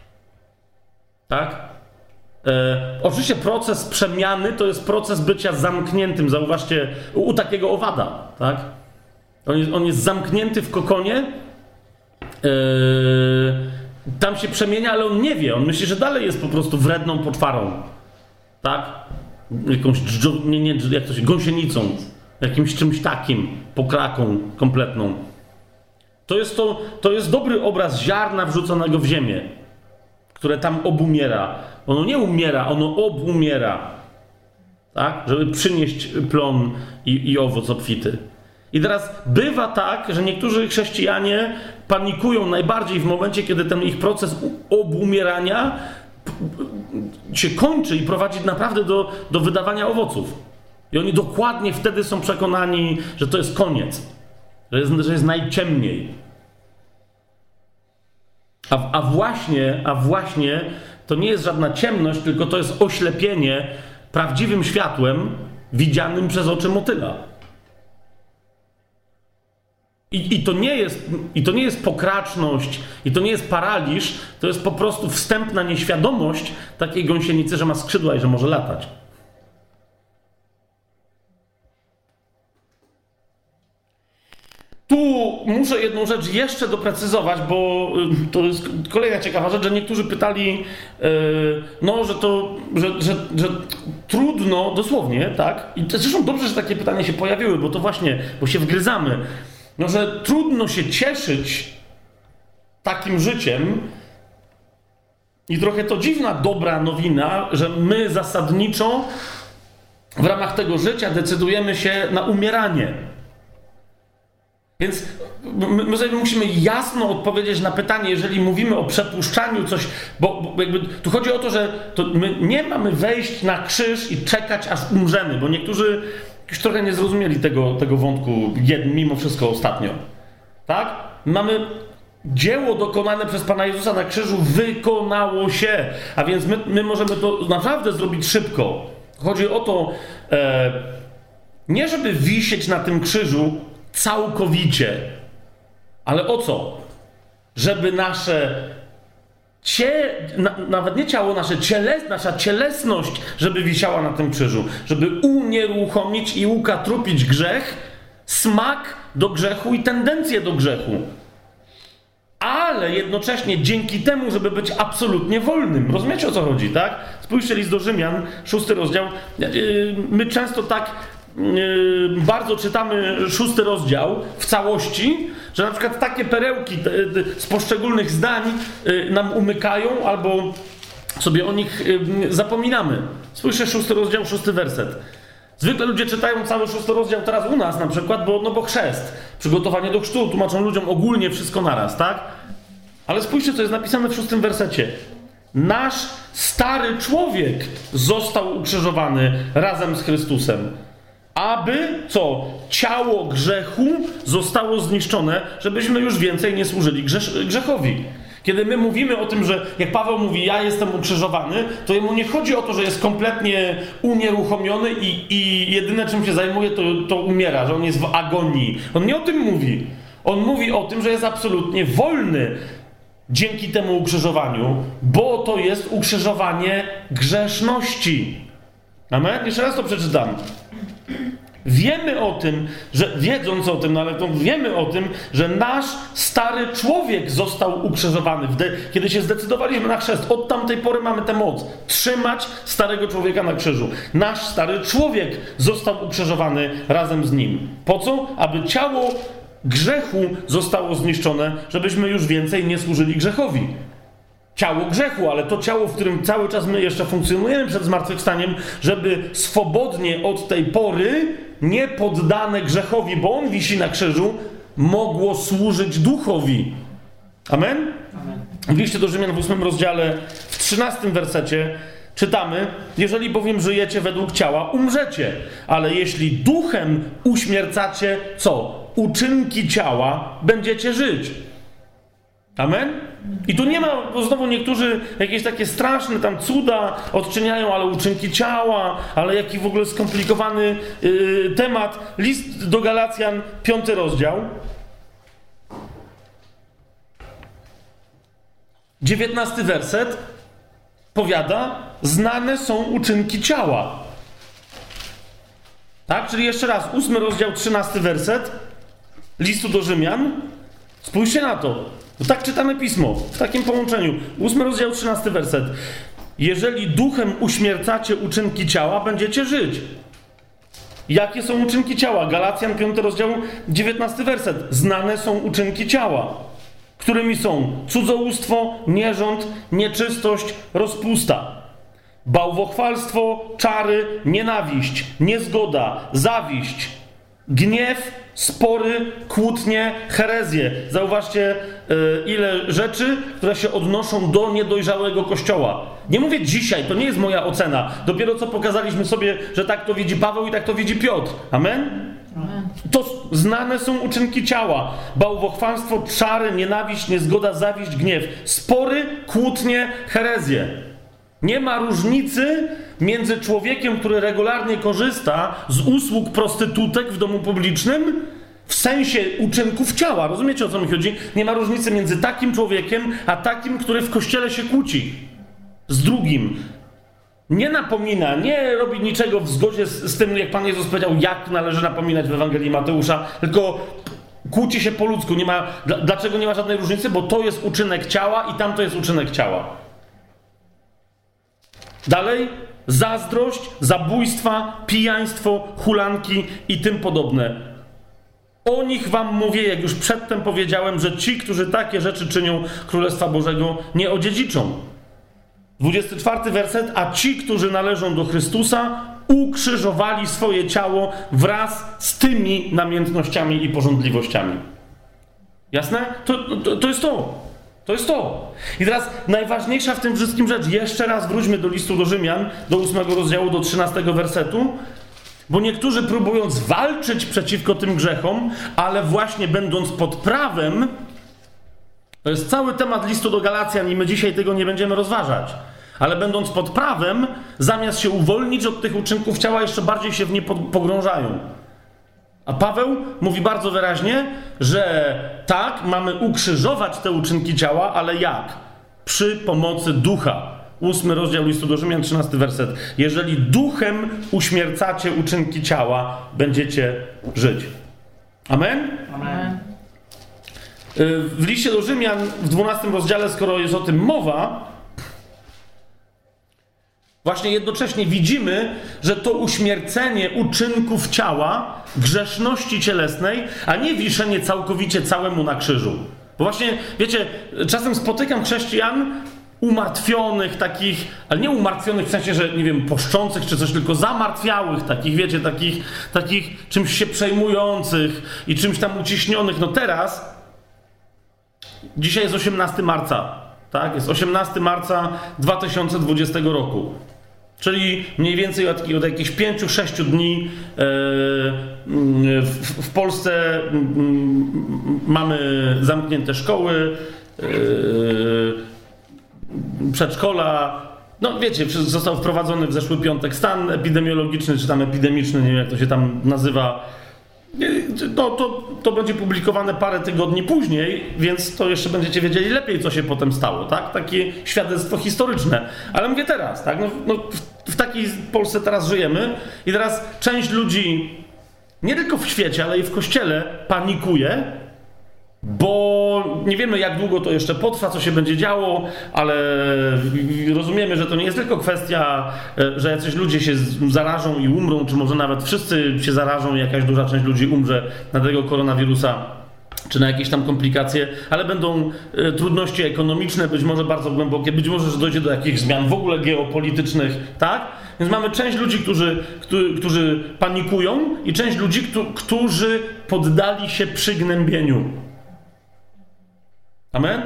Tak? E, oczywiście proces przemiany to jest proces bycia zamkniętym. Zauważcie, u, u takiego owada. Tak? On, jest, on jest zamknięty w kokonie. E, tam się przemienia, ale on nie wie. On myśli, że dalej jest po prostu wredną poczwarą. Tak? Jakąś, nie, nie, jak to się, gąsienicą. Jakimś czymś takim. Pokraką kompletną. To jest, to, to jest dobry obraz ziarna wrzuconego w ziemię, które tam obumiera. Ono nie umiera, ono obumiera. Tak? Żeby przynieść plon i, i owoc obfity. I teraz bywa tak, że niektórzy chrześcijanie panikują najbardziej w momencie, kiedy ten ich proces obumierania się kończy i prowadzi naprawdę do, do wydawania owoców. I oni dokładnie wtedy są przekonani, że to jest koniec. Że jest, że jest najciemniej. A, a, właśnie, a właśnie to nie jest żadna ciemność, tylko to jest oślepienie prawdziwym światłem widzianym przez oczy motyla. I, i, to nie jest, I to nie jest pokraczność, i to nie jest paraliż, to jest po prostu wstępna nieświadomość takiej gąsienicy, że ma skrzydła i że może latać. Tu muszę jedną rzecz jeszcze doprecyzować, bo to jest kolejna ciekawa rzecz, że niektórzy pytali, yy, no, że to, że, że, że trudno, dosłownie, tak? I zresztą dobrze, że takie pytania się pojawiły, bo to właśnie, bo się wgryzamy. No, że trudno się cieszyć takim życiem i trochę to dziwna, dobra nowina, że my zasadniczo w ramach tego życia decydujemy się na umieranie. Więc my, my sobie musimy jasno odpowiedzieć na pytanie, jeżeli mówimy o przepuszczaniu coś, bo, bo jakby tu chodzi o to, że to my nie mamy wejść na krzyż i czekać, aż umrzemy, bo niektórzy już trochę nie zrozumieli tego, tego wątku mimo wszystko ostatnio. Tak? Mamy dzieło dokonane przez Pana Jezusa na krzyżu, wykonało się. A więc my, my możemy to naprawdę zrobić szybko. Chodzi o to, e, nie żeby wisieć na tym krzyżu całkowicie, ale o co? Żeby nasze Cie, na, nawet nie ciało, nasze ciele, nasza cielesność, żeby wisiała na tym krzyżu, żeby unieruchomić i ukatrupić grzech, smak do grzechu i tendencję do grzechu. Ale jednocześnie dzięki temu, żeby być absolutnie wolnym. Rozumiecie, o co chodzi, tak? Spójrzcie list do Rzymian, szósty rozdział. My często tak Yy, bardzo czytamy szósty rozdział w całości, że na przykład takie perełki te, te, z poszczególnych zdań yy, nam umykają albo sobie o nich yy, zapominamy. Spójrzcie, szósty rozdział, szósty werset. Zwykle ludzie czytają cały szósty rozdział teraz u nas na przykład, bo, no bo chrzest, przygotowanie do chrztu, tłumaczą ludziom ogólnie wszystko naraz, tak? Ale spójrzcie, co jest napisane w szóstym wersecie. Nasz stary człowiek został ukrzyżowany razem z Chrystusem. Aby, co? Ciało grzechu zostało zniszczone, żebyśmy już więcej nie służyli grzesz- grzechowi. Kiedy my mówimy o tym, że jak Paweł mówi, ja jestem ukrzyżowany, to jemu nie chodzi o to, że jest kompletnie unieruchomiony i, i jedyne czym się zajmuje, to, to umiera, że on jest w agonii. On nie o tym mówi. On mówi o tym, że jest absolutnie wolny dzięki temu ukrzyżowaniu, bo to jest ukrzyżowanie grzeszności. Amen? Jeszcze raz to przeczytam. Wiemy o tym, że wiedząc o tym, no ale to wiemy o tym, że nasz stary człowiek został ukrzyżowany. Kiedy się zdecydowaliśmy na chrzest, od tamtej pory mamy tę moc trzymać starego człowieka na krzyżu. Nasz stary człowiek został ukrzyżowany razem z nim. Po co? Aby ciało grzechu zostało zniszczone, żebyśmy już więcej nie służyli grzechowi. Ciało grzechu, ale to ciało, w którym cały czas my jeszcze funkcjonujemy przed zmartwychwstaniem, żeby swobodnie od tej pory, nie poddane grzechowi, bo on wisi na krzyżu, mogło służyć duchowi. Amen? Amen. W liście do Rzymian w ósmym rozdziale, w trzynastym wersecie czytamy: jeżeli bowiem żyjecie według ciała, umrzecie, ale jeśli duchem uśmiercacie, co? Uczynki ciała, będziecie żyć. Amen? I tu nie ma, bo znowu niektórzy jakieś takie straszne tam cuda odczyniają, ale uczynki ciała, ale jaki w ogóle skomplikowany yy, temat. List do Galacjan, piąty rozdział. Dziewiętnasty werset powiada, znane są uczynki ciała. Tak? Czyli jeszcze raz, ósmy rozdział, trzynasty werset listu do Rzymian. Spójrzcie na to. No tak czytamy pismo, w takim połączeniu. Ósmy rozdział, trzynasty werset. Jeżeli duchem uśmiercacie uczynki ciała, będziecie żyć. Jakie są uczynki ciała? Galacjan, piąty rozdział, dziewiętnasty werset. Znane są uczynki ciała. którymi są cudzołóstwo, nierząd, nieczystość, rozpusta, bałwochwalstwo, czary, nienawiść, niezgoda, zawiść, gniew, spory, kłótnie, herezje. Zauważcie, yy, ile rzeczy, które się odnoszą do niedojrzałego Kościoła. Nie mówię dzisiaj, to nie jest moja ocena. Dopiero co pokazaliśmy sobie, że tak to widzi Paweł i tak to widzi Piotr. Amen? Amen. To znane są uczynki ciała. Bałwochwalstwo, czary, nienawiść, niezgoda, zawiść, gniew. Spory, kłótnie, herezje. Nie ma różnicy między człowiekiem, który regularnie korzysta z usług prostytutek w domu publicznym, w sensie uczynków ciała. Rozumiecie, o co mi chodzi? Nie ma różnicy między takim człowiekiem, a takim, który w kościele się kłóci z drugim. Nie napomina, nie robi niczego w zgodzie z, z tym, jak Pan Jezus powiedział, jak należy napominać w Ewangelii Mateusza, tylko kłóci się po ludzku. Nie ma, dlaczego nie ma żadnej różnicy? Bo to jest uczynek ciała i tamto jest uczynek ciała. Dalej, zazdrość, zabójstwa, pijaństwo, hulanki i tym podobne. O nich wam mówię, jak już przedtem powiedziałem, że ci, którzy takie rzeczy czynią, Królestwa Bożego nie odziedziczą. dwudziesty czwarty werset. A ci, którzy należą do Chrystusa, ukrzyżowali swoje ciało wraz z tymi namiętnościami i pożądliwościami. Jasne? To, to, to jest to. To jest to. I teraz najważniejsza w tym wszystkim rzecz. Jeszcze raz wróćmy do listu do Rzymian, do ósmego rozdziału, do trzynastego wersetu. Bo niektórzy, próbując walczyć przeciwko tym grzechom, ale właśnie będąc pod prawem, to jest cały temat listu do Galacjan i my dzisiaj tego nie będziemy rozważać, ale będąc pod prawem, zamiast się uwolnić od tych uczynków ciała, jeszcze bardziej się w nie pogrążają. A Paweł mówi bardzo wyraźnie, że tak, mamy ukrzyżować te uczynki ciała, ale jak? Przy pomocy ducha. Ósmy rozdział listu do Rzymian, trzynasty werset. Jeżeli duchem uśmiercacie uczynki ciała, będziecie żyć. Amen? Amen. W liście do Rzymian, w dwunastym rozdziale, skoro jest o tym mowa, właśnie jednocześnie widzimy, że to uśmiercenie uczynków ciała, grzeszności cielesnej, a nie wiszenie całkowicie całemu na krzyżu. Bo właśnie, wiecie, czasem spotykam chrześcijan umartwionych takich, ale nie umartwionych w sensie, że nie wiem, poszczących czy coś, tylko zamartwiałych takich, wiecie, takich, takich czymś się przejmujących i czymś tam uciśnionych. No teraz, dzisiaj jest osiemnastego marca, tak? Jest osiemnastego marca dwa tysiące dwudziestego roku. Czyli mniej więcej od, od jakichś pięciu, sześciu dni yy, w, w Polsce yy, mamy zamknięte szkoły, yy, przedszkola. No wiecie, został wprowadzony w zeszły piątek stan epidemiologiczny, czy tam epidemiczny, nie wiem jak to się tam nazywa. No to, to będzie publikowane parę tygodni później, więc to jeszcze będziecie wiedzieli lepiej, co się potem stało, tak? Takie świadectwo historyczne. Ale mówię teraz, tak? No, no w, w takiej Polsce teraz żyjemy i teraz część ludzi, nie tylko w świecie, ale i w Kościele panikuje, bo nie wiemy, jak długo to jeszcze potrwa, co się będzie działo, ale rozumiemy, że to nie jest tylko kwestia, że jacyś ludzie się zarażą i umrą, czy może nawet wszyscy się zarażą i jakaś duża część ludzi umrze na tego koronawirusa, czy na jakieś tam komplikacje, ale będą trudności ekonomiczne, być może bardzo głębokie, być może, że dojdzie do jakichś zmian w ogóle geopolitycznych, tak? Więc mamy część ludzi, którzy, którzy, którzy panikują i część ludzi, którzy poddali się przygnębieniu. Amen?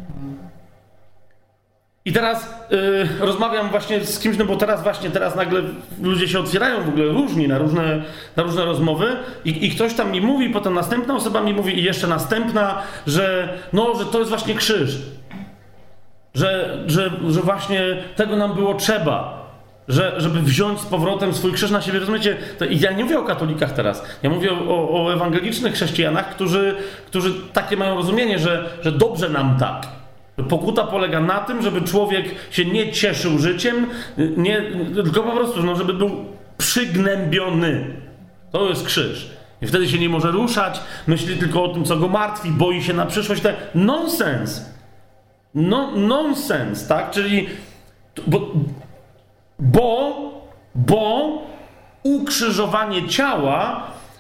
I teraz yy, rozmawiam właśnie z kimś, no bo teraz właśnie, teraz nagle ludzie się otwierają w ogóle różni na różne, na różne rozmowy i, i ktoś tam mi mówi, potem następna osoba mi mówi i jeszcze następna, że no, że to jest właśnie krzyż. Że, że, że właśnie tego nam było trzeba. Że, żeby wziąć z powrotem swój krzyż na siebie, rozumiecie? To, ja nie mówię o katolikach teraz. Ja mówię o, o ewangelicznych chrześcijanach, którzy, którzy takie mają rozumienie, że, że dobrze nam tak. Pokuta polega na tym, żeby człowiek się nie cieszył życiem, nie, tylko po prostu, no, żeby był przygnębiony. To jest krzyż. I wtedy się nie może ruszać, myśli tylko o tym, co go martwi, boi się na przyszłość. To nonsens. No, nonsens, tak? Czyli... Bo, Bo, bo ukrzyżowanie ciała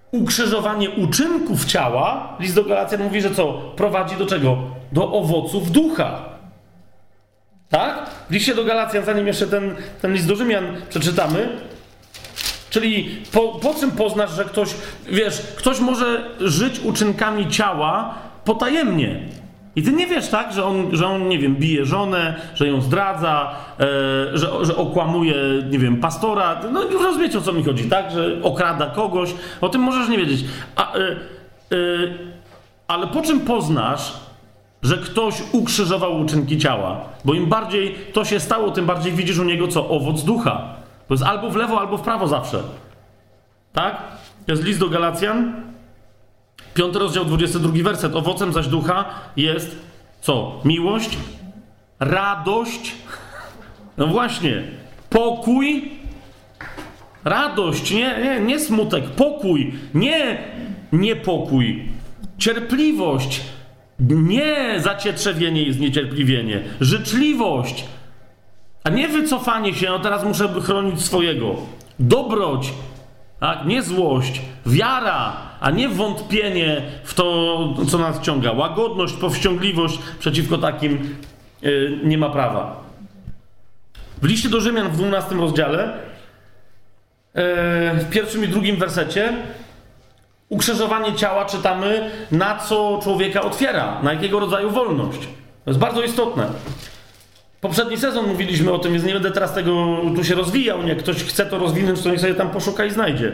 ukrzyżowanie uczynków ciała, list do Galacjan mówi, że co? Prowadzi do czego? Do owoców ducha. Tak? W liście do Galacjan, zanim jeszcze ten, ten list do Rzymian przeczytamy, czyli po, po czym poznasz, że ktoś, wiesz, ktoś może żyć uczynkami ciała potajemnie. I ty nie wiesz, tak, że on, że on nie wiem, bije żonę, że ją zdradza, e, że, że okłamuje, nie wiem, pastora. No rozumiecie, o co mi chodzi, tak? Że okrada kogoś. O tym możesz nie wiedzieć. A, e, e, ale po czym poznasz, że ktoś ukrzyżował uczynki ciała? Bo im bardziej to się stało, tym bardziej widzisz u niego co? Owoc ducha. To jest albo w lewo, albo w prawo zawsze. Tak? To jest list do Galacjan. Piąty rozdział, dwudziesty drugi werset. Owocem zaś ducha jest co? Miłość, radość, no właśnie, pokój, radość, nie, nie, nie smutek, pokój, nie niepokój, cierpliwość, nie zacietrzewienie i zniecierpliwienie, życzliwość, a nie wycofanie się, no teraz muszę chronić swojego, dobroć, tak? Nie złość, wiara, a nie wątpienie w to, co nas ciąga. Łagodność, powściągliwość, przeciwko takim yy, nie ma prawa. W liście do Rzymian w dwunastym rozdziale, yy, w pierwszym i drugim wersecie, ukrzyżowanie ciała czytamy, na co człowieka otwiera, na jakiego rodzaju wolność. To jest bardzo istotne. Poprzedni sezon mówiliśmy o tym, więc nie będę teraz tego tu się rozwijał. Jak ktoś chce to rozwinąć, to niech sobie tam poszuka i znajdzie.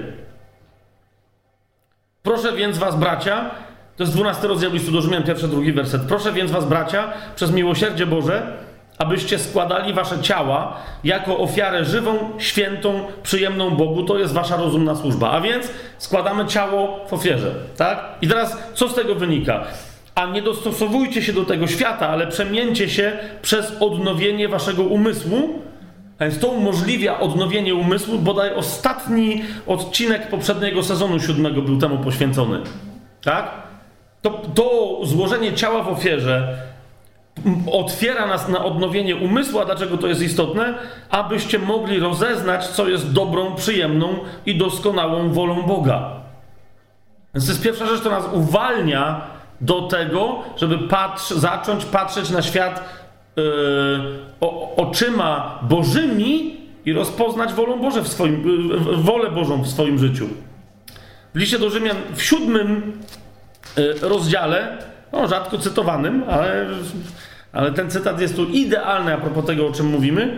Proszę więc was, bracia, to jest dwunasty rozdział listu do Rzymian, pierwszy, drugi werset. Proszę więc was, bracia, przez miłosierdzie Boże, abyście składali wasze ciała jako ofiarę żywą, świętą, przyjemną Bogu. To jest wasza rozumna służba. A więc składamy ciało w ofierze, tak? I teraz co z tego wynika? A nie dostosowujcie się do tego świata, ale przemieńcie się przez odnowienie waszego umysłu. A więc to umożliwia odnowienie umysłu. Bodaj ostatni odcinek poprzedniego sezonu siódmego był temu poświęcony. Tak? To, to złożenie ciała w ofierze otwiera nas na odnowienie umysłu. A dlaczego to jest istotne? Abyście mogli rozeznać, co jest dobrą, przyjemną i doskonałą wolą Boga. Więc to jest pierwsza rzecz, która nas uwalnia do tego, żeby patrz, zacząć patrzeć na świat yy, o, oczyma Bożymi i rozpoznać wolę Boże w swoim, yy, wolę Bożą w swoim życiu. W liście do Rzymian w siódmym yy, rozdziale, no, rzadko cytowanym, ale, ale ten cytat jest tu idealny a propos tego, o czym mówimy.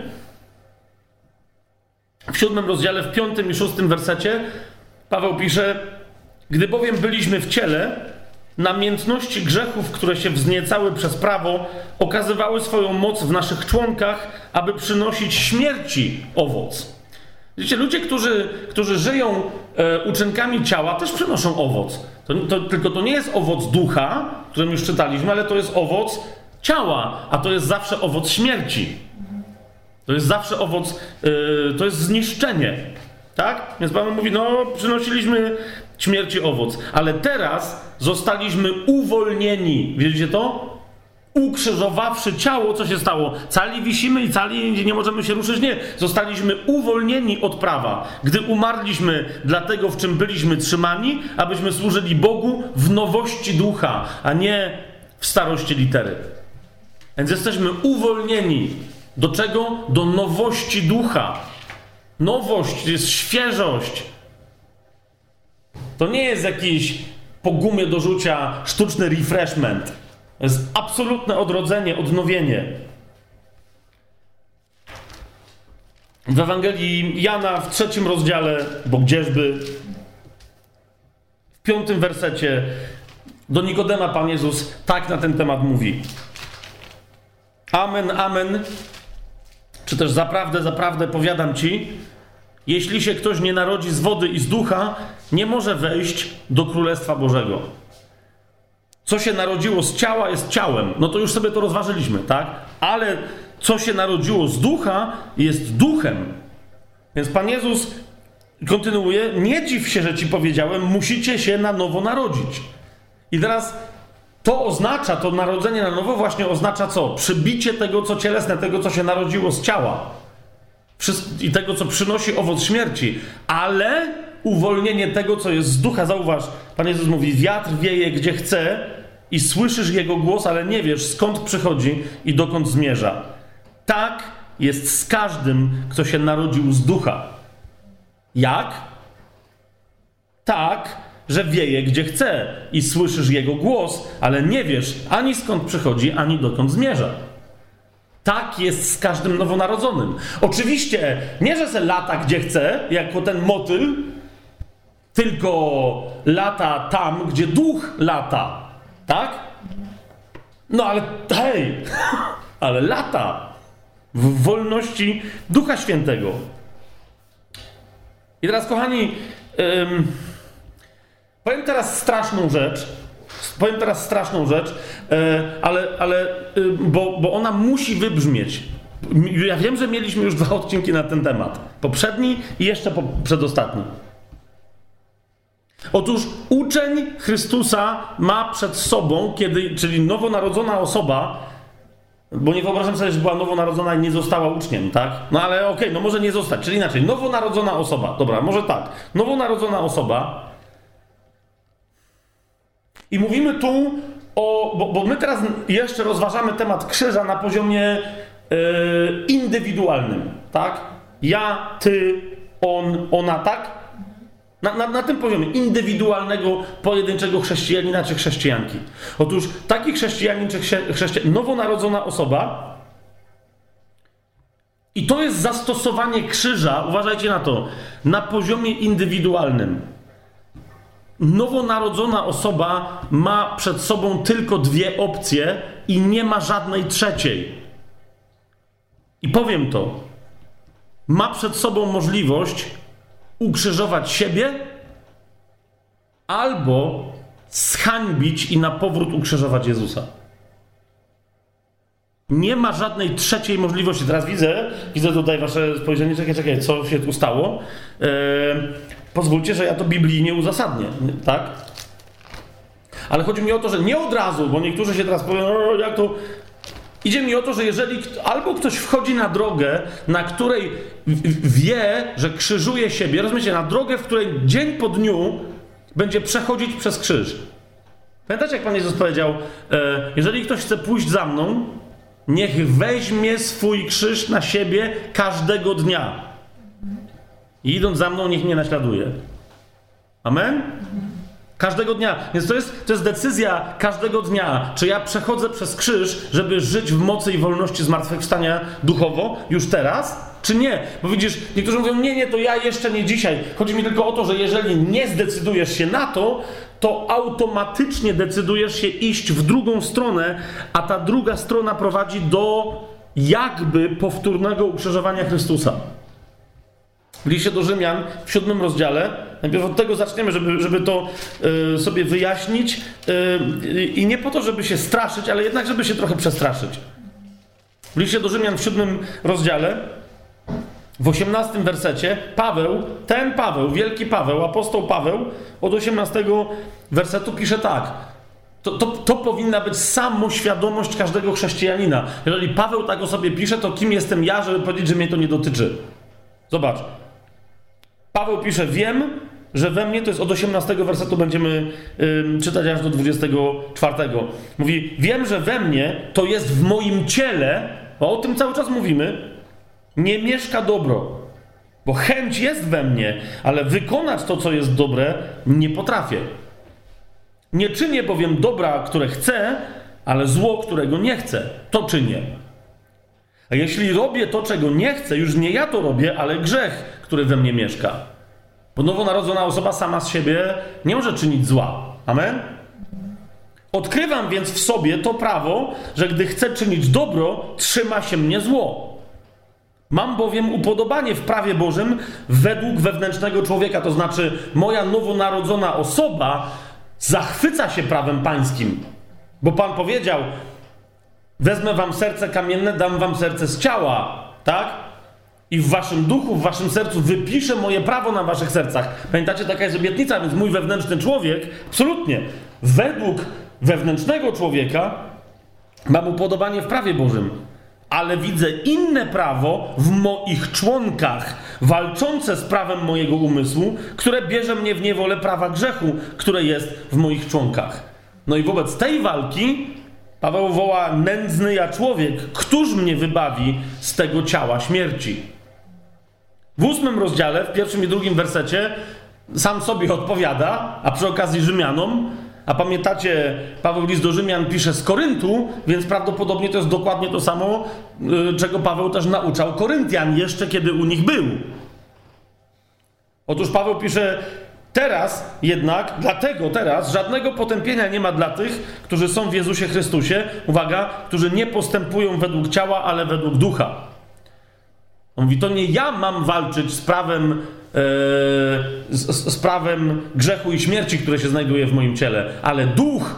W siódmym rozdziale, w piątym i szóstym wersecie Paweł pisze: gdy bowiem byliśmy w ciele, namiętności grzechów, które się wzniecały przez prawo, okazywały swoją moc w naszych członkach, aby przynosić śmierci owoc. Widzicie, ludzie, którzy, którzy żyją e, uczynkami ciała, też przynoszą owoc. To, to, tylko to nie jest owoc ducha, o którym już czytaliśmy, ale to jest owoc ciała, a to jest zawsze owoc śmierci. To jest zawsze owoc, e, to jest zniszczenie. Tak? Więc Paweł mówi, no przynosiliśmy śmierci owoc, ale teraz zostaliśmy uwolnieni. Widzicie to? Ukrzyżowawszy ciało, co się stało? Cali wisimy i cali nie możemy się ruszyć? Nie. Zostaliśmy uwolnieni od prawa, gdy umarliśmy dla tego, w czym byliśmy trzymani, abyśmy służyli Bogu w nowości ducha, a nie w starości litery. Więc jesteśmy uwolnieni. Do czego? Do nowości ducha. Nowość to jest świeżość. To nie jest jakiś po gumie do rzucia sztuczny refreshment. To jest absolutne odrodzenie, odnowienie. W Ewangelii Jana w trzecim rozdziale, bo gdzieżby, w piątym wersecie do Nikodema Pan Jezus tak na ten temat mówi. Amen, amen. Czy też zaprawdę, zaprawdę powiadam ci, jeśli się ktoś nie narodzi z wody i z ducha, nie może wejść do Królestwa Bożego. Co się narodziło z ciała, jest ciałem. No to już sobie to rozważyliśmy, tak? Ale co się narodziło z ducha, jest duchem. Więc Pan Jezus kontynuuje, nie dziw się, że ci powiedziałem, musicie się na nowo narodzić. I teraz to oznacza, to narodzenie na nowo właśnie oznacza co? Przybicie tego, co cielesne, tego, co się narodziło z ciała. I tego, co przynosi owoc śmierci. Ale uwolnienie tego, co jest z ducha. Zauważ, Pan Jezus mówi, wiatr wieje gdzie chce i słyszysz jego głos, ale nie wiesz, skąd przychodzi i dokąd zmierza. Tak jest z każdym, kto się narodził z ducha. Jak? Tak, że wieje gdzie chce i słyszysz jego głos, ale nie wiesz ani skąd przychodzi, ani dokąd zmierza. Tak jest z każdym nowonarodzonym. Oczywiście nie, że se lata gdzie chce, jako ten motyl, tylko lata tam, gdzie duch lata. Tak? No ale hej, ale lata w wolności Ducha Świętego. I teraz, kochani, ym, powiem teraz straszną rzecz. Powiem teraz straszną rzecz, yy, ale, ale yy, bo, bo ona musi wybrzmieć. Ja wiem, że mieliśmy już dwa odcinki na ten temat. Poprzedni i jeszcze po, przedostatni. Otóż uczeń Chrystusa ma przed sobą, kiedy, czyli nowonarodzona osoba, bo nie wyobrażam sobie, że była nowonarodzona i nie została uczniem, tak? No ale okej, okay, no może nie zostać, czyli inaczej, nowonarodzona osoba, dobra, może tak, nowonarodzona osoba i mówimy tu o, bo, bo my teraz jeszcze rozważamy temat krzyża na poziomie yy, indywidualnym, tak? Ja, ty, on, ona, tak? Na, na, na tym poziomie indywidualnego, pojedynczego chrześcijanina czy chrześcijanki. Otóż taki chrześcijanin czy chrześcijanin, nowonarodzona osoba, i to jest zastosowanie krzyża, uważajcie na to, na poziomie indywidualnym. Nowonarodzona osoba ma przed sobą tylko dwie opcje i nie ma żadnej trzeciej. I powiem to. Ma przed sobą możliwość ukrzyżować siebie albo zhańbić i na powrót ukrzyżować Jezusa. Nie ma żadnej trzeciej możliwości. Teraz widzę, widzę tutaj wasze spojrzenie, czekaj, czekaj, co się tu stało. Eee, pozwólcie, że ja to biblijnie uzasadnię, tak? Ale chodzi mi o to, że nie od razu, bo niektórzy się teraz powiedzą, o, jak to... Idzie mi o to, że jeżeli albo ktoś wchodzi na drogę, na której wie, że krzyżuje siebie, rozumiecie, na drogę, w której dzień po dniu będzie przechodzić przez krzyż. Pamiętacie, jak Pan Jezus powiedział, e, jeżeli ktoś chce pójść za mną, niech weźmie swój krzyż na siebie każdego dnia. I idąc za mną, niech mnie naśladuje. Amen? Każdego dnia. Więc to jest, to jest decyzja każdego dnia, czy ja przechodzę przez krzyż, żeby żyć w mocy i wolności zmartwychwstania duchowo już teraz, czy nie. Bo widzisz, niektórzy mówią, nie, nie, to ja jeszcze nie dzisiaj. Chodzi mi tylko o to, że jeżeli nie zdecydujesz się na to, to automatycznie decydujesz się iść w drugą stronę, a ta druga strona prowadzi do jakby powtórnego ukrzyżowania Chrystusa. W liście do Rzymian w siódmym rozdziale, najpierw od tego zaczniemy, żeby, żeby to y, sobie wyjaśnić y, i nie po to, żeby się straszyć, ale jednak, żeby się trochę przestraszyć. W liście do Rzymian w siódmym rozdziale, w osiemnastym wersecie, Paweł, ten Paweł, wielki Paweł, apostoł Paweł, od osiemnastego wersetu pisze tak. To, to, to powinna być samoświadomość każdego chrześcijanina. Jeżeli Paweł tak o sobie pisze, to kim jestem ja, żeby powiedzieć, że mnie to nie dotyczy? Zobacz. Paweł pisze, wiem, że we mnie, to jest od osiemnastego wersetu, będziemy yy, czytać aż do dwudziestego czwartego. Mówi, wiem, że we mnie, to jest w moim ciele, bo o tym cały czas mówimy, nie mieszka dobro. Bo chęć jest we mnie, ale wykonać to, co jest dobre, nie potrafię. Nie czynię bowiem dobra, które chcę, ale zło, którego nie chcę, to czynię. A jeśli robię to, czego nie chcę, już nie ja to robię, ale grzech, który we mnie mieszka. Bo nowonarodzona osoba sama z siebie nie może czynić zła. Amen? Odkrywam więc w sobie to prawo, że gdy chcę czynić dobro, trzyma się mnie zło. Mam bowiem upodobanie w prawie Bożym według wewnętrznego człowieka, to znaczy moja nowonarodzona osoba zachwyca się prawem pańskim. Bo Pan powiedział, wezmę wam serce kamienne, dam wam serce z ciała, tak? I w waszym duchu, w waszym sercu wypiszę moje prawo na waszych sercach. Pamiętacie, taka jest obietnica, więc mój wewnętrzny człowiek, absolutnie, według wewnętrznego człowieka mam upodobanie w prawie Bożym. Ale widzę inne prawo w moich członkach, walczące z prawem mojego umysłu, które bierze mnie w niewolę prawa grzechu, które jest w moich członkach. No i wobec tej walki Paweł woła: nędzny ja człowiek, któż mnie wybawi z tego ciała śmierci? W ósmym rozdziale, w pierwszym i drugim wersecie sam sobie odpowiada, a przy okazji Rzymianom. A pamiętacie, Paweł list do Rzymian pisze z Koryntu, więc prawdopodobnie to jest dokładnie to samo, czego Paweł też nauczał Koryntian, jeszcze kiedy u nich był. Otóż Paweł pisze: teraz jednak, dlatego teraz żadnego potępienia nie ma dla tych, którzy są w Jezusie Chrystusie, uwaga, którzy nie postępują według ciała, ale według ducha. On mówi: to nie ja mam walczyć z prawem, yy, z, z prawem grzechu i śmierci, które się znajduje w moim ciele, ale duch.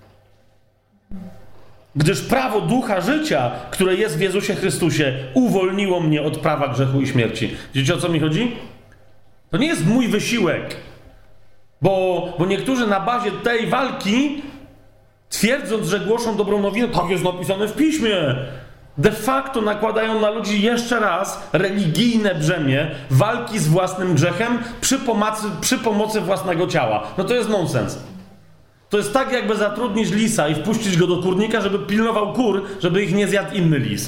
Gdyż prawo ducha życia, które jest w Jezusie Chrystusie, uwolniło mnie od prawa grzechu i śmierci. Wiecie, o co mi chodzi? To nie jest mój wysiłek, bo, bo niektórzy na bazie tej walki, twierdząc, że głoszą dobrą nowinę, tak jest napisane w Piśmie, de facto nakładają na ludzi jeszcze raz religijne brzemię walki z własnym grzechem przy pomocy, przy pomocy własnego ciała. No to jest nonsens. To jest tak, jakby zatrudnić lisa i wpuścić go do kurnika, żeby pilnował kur, żeby ich nie zjadł inny lis.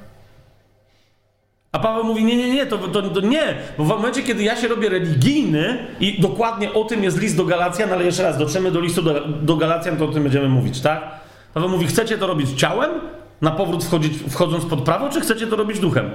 A Paweł mówi: nie, nie, nie, to, to, to nie, bo w momencie, kiedy ja się robię religijny, i dokładnie o tym jest list do Galacjan, ale jeszcze raz, dotrzemy do listu do, do Galacjan, to o tym będziemy mówić, tak? Paweł mówi: chcecie to robić ciałem, na powrót wchodzić, wchodząc pod prawo, czy chcecie to robić duchem?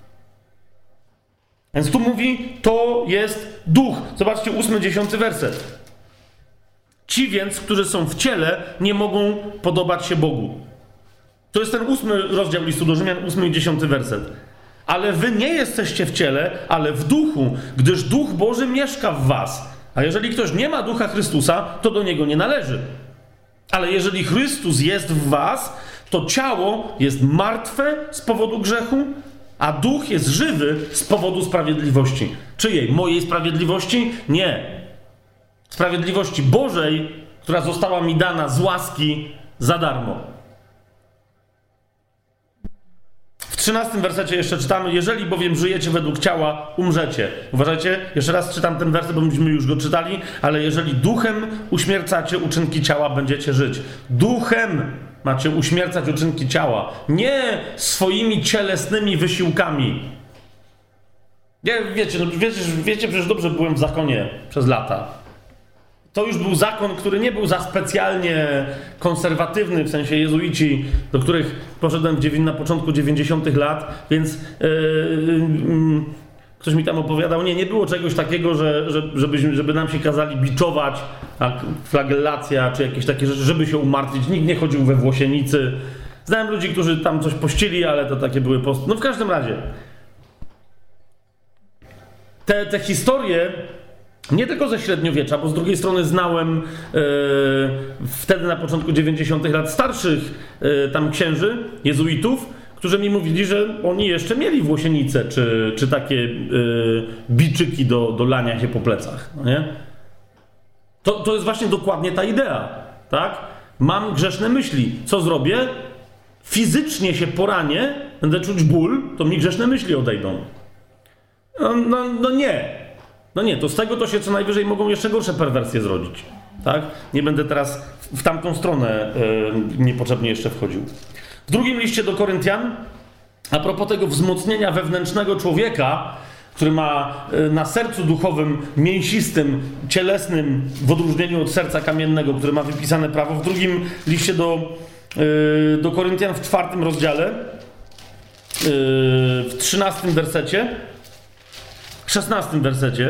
Więc tu mówi: to jest duch. Zobaczcie, ósmy, dziesiąty werset. Ci więc, którzy są w ciele, nie mogą podobać się Bogu. To jest ten ósmy rozdział listu do Rzymian, ósmy i dziesiąty werset. Ale wy nie jesteście w ciele, ale w duchu, gdyż Duch Boży mieszka w was. A jeżeli ktoś nie ma Ducha Chrystusa, to do niego nie należy. Ale jeżeli Chrystus jest w was, to ciało jest martwe z powodu grzechu, a duch jest żywy z powodu sprawiedliwości. Czyjej? Mojej sprawiedliwości? Nie. Sprawiedliwości Bożej, która została mi dana z łaski za darmo. W trzynastym wersecie jeszcze czytamy: jeżeli bowiem żyjecie według ciała, umrzecie. Uważajcie, jeszcze raz czytam ten werset, bo myśmy już go czytali, ale jeżeli duchem uśmiercacie uczynki ciała, będziecie żyć. Duchem macie uśmiercać uczynki ciała, nie swoimi cielesnymi wysiłkami. Nie, wiecie, no, wiecie, wiecie, przecież dobrze byłem w zakonie przez lata. To już był zakon, który nie był za specjalnie konserwatywny, w sensie jezuici, do których poszedłem w dziewię- na początku dziewięćdziesiątych lat, więc yy, yy, ktoś mi tam opowiadał, nie, nie było czegoś takiego, że, że, żeby, żeby nam się kazali biczować, tak, flagellacja czy jakieś takie rzeczy, żeby się umartwić. Nikt nie chodził we włosienicy. Znałem ludzi, którzy tam coś pościli, ale to takie były post... No w każdym razie. Te, te historie, nie tylko ze średniowiecza, bo z drugiej strony znałem yy, wtedy na początku dziewięćdziesiątych lat starszych yy, tam księży, jezuitów, którzy mi mówili, że oni jeszcze mieli włosienice, czy, czy takie yy, biczyki do, do lania się po plecach. No nie? To, to jest właśnie dokładnie ta idea. Tak? Mam grzeszne myśli. Co zrobię? Fizycznie się poranię, będę czuć ból, to mi grzeszne myśli odejdą. No, no, no nie. No nie, to z tego to się co najwyżej mogą jeszcze gorsze perwersje zrodzić. Tak? Nie będę teraz w tamtą stronę yy, niepotrzebnie jeszcze wchodził. W drugim liście do Koryntian, a propos tego wzmocnienia wewnętrznego człowieka, który ma yy, na sercu duchowym, mięsistym, cielesnym, w odróżnieniu od serca kamiennego, który ma wypisane prawo, w drugim liście do, yy, do Koryntian w czwartym rozdziale, yy, w trzynastym wersecie, w szesnastym wersecie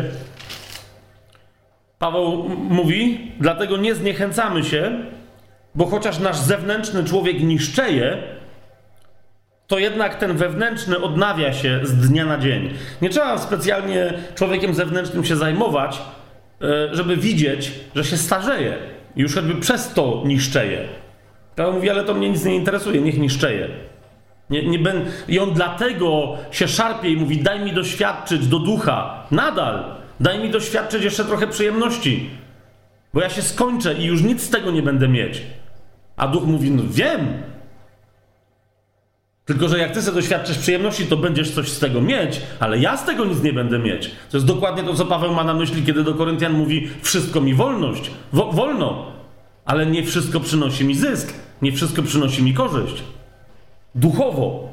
Paweł mówi: dlatego nie zniechęcamy się, bo chociaż nasz zewnętrzny człowiek niszczeje, to jednak ten wewnętrzny odnawia się z dnia na dzień. Nie trzeba specjalnie człowiekiem zewnętrznym się zajmować, żeby widzieć, że się starzeje. I już choćby przez to niszczeje. Paweł mówi: ale to mnie nic nie interesuje, niech niszczeje. Nie, nie ben... I on dlatego się szarpie i mówi: daj mi doświadczyć do ducha. Nadal. Daj mi doświadczyć jeszcze trochę przyjemności. Bo ja się skończę i już nic z tego nie będę mieć. A duch mówi: no wiem. Tylko że jak ty sobie doświadczysz przyjemności, to będziesz coś z tego mieć, ale ja z tego nic nie będę mieć. To jest dokładnie to, co Paweł ma na myśli, kiedy do Koryntian mówi: wszystko mi wolność, wo- wolno, ale nie wszystko przynosi mi zysk, nie wszystko przynosi mi korzyść. Duchowo.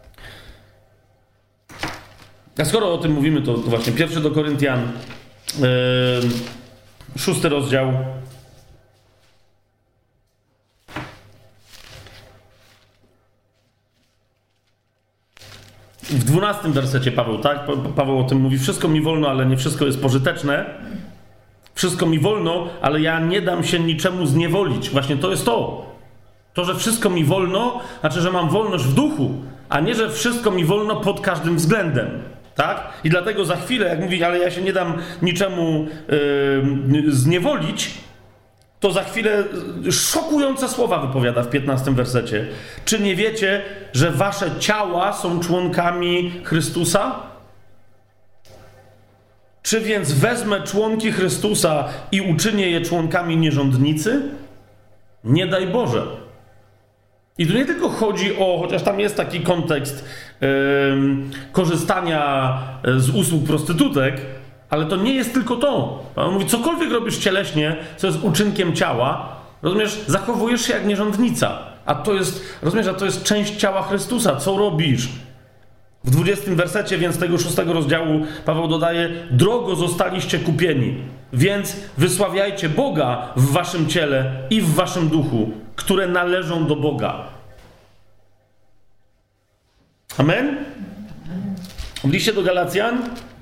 A skoro o tym mówimy, to, to właśnie pierwszy do Koryntian, yy, szósty rozdział. W dwunastym wersecie Paweł, tak? Pa- Paweł o tym mówi: wszystko mi wolno, ale nie wszystko jest pożyteczne. Wszystko mi wolno, ale ja nie dam się niczemu zniewolić. Właśnie to jest to. To, że wszystko mi wolno, znaczy, że mam wolność w duchu, a nie, że wszystko mi wolno pod każdym względem. Tak? I dlatego za chwilę, jak mówi: ale ja się nie dam niczemu yy, zniewolić, to za chwilę szokujące słowa wypowiada w piętnastym wersecie. Czy nie wiecie, że wasze ciała są członkami Chrystusa? Czy więc wezmę członki Chrystusa i uczynię je członkami nierządnicy? Nie daj Boże. I tu nie tylko chodzi o, chociaż tam jest taki kontekst yy, korzystania z usług prostytutek, ale to nie jest tylko to. Pan mówi: cokolwiek robisz cieleśnie, co jest uczynkiem ciała, rozumiesz, zachowujesz się jak nierządnica. A to jest, rozumiesz, a to jest część ciała Chrystusa. Co robisz? W dwudziestym wersecie więc tego szóstego rozdziału Paweł dodaje: drogo zostaliście kupieni, więc wysławiajcie Boga w waszym ciele i w waszym duchu, które należą do Boga. Amen? W liście do Galacjan,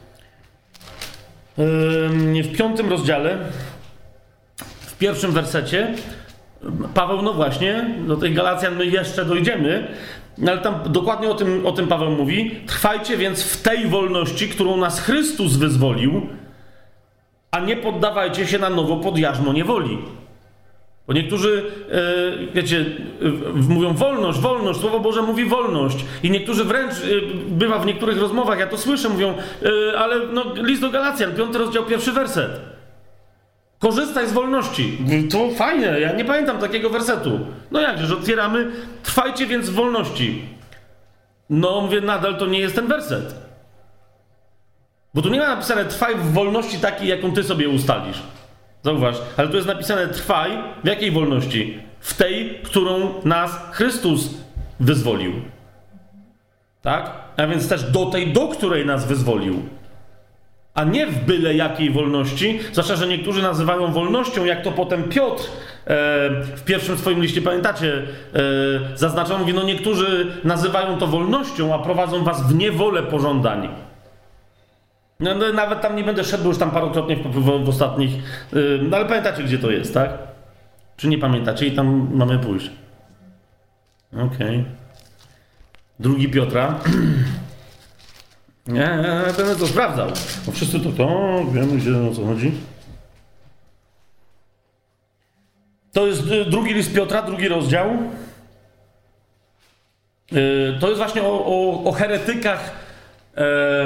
w piątym rozdziale, w pierwszym wersecie, Paweł, no właśnie, do tych Galacjan my jeszcze dojdziemy, ale tam dokładnie o tym, o tym Paweł mówi: trwajcie więc w tej wolności, którą nas Chrystus wyzwolił, a nie poddawajcie się na nowo pod jarzmo niewoli. Bo niektórzy, yy, wiecie, yy, mówią wolność, wolność, Słowo Boże mówi wolność. I niektórzy wręcz, yy, bywa w niektórych rozmowach, ja to słyszę, mówią: yy, ale no, list do Galacjan, piąty rozdział, pierwszy werset. Korzystaj z wolności. To fajne, ja nie pamiętam takiego wersetu. No jakże, że otwieramy: trwajcie więc w wolności. No mówię, nadal to nie jest ten werset. Bo tu nie ma napisane: trwaj w wolności takiej, jaką ty sobie ustalisz. Zauważ, ale tu jest napisane: trwaj w jakiej wolności? W tej, którą nas Chrystus wyzwolił. Tak? A więc też do tej, do której nas wyzwolił. A nie w byle jakiej wolności, zwłaszcza że niektórzy nazywają wolnością, jak to potem Piotr e, w pierwszym swoim liście, pamiętacie, e, zaznacza, mówi: no niektórzy nazywają to wolnością, a prowadzą was w niewolę pożądań. No, no, nawet tam nie będę szedł, bo już tam parokrotnie w, w, w ostatnich, yy, no ale pamiętacie, gdzie to jest, tak? Czy nie pamiętacie? I tam mamy pójść. Okej. Okay. Drugi Piotra. Nie, nie, będę to sprawdzał. Bo wszyscy to, to wiemy, gdzie, o co chodzi. To jest drugi list Piotra, drugi rozdział. Yy, to jest właśnie o, o, o heretykach yy,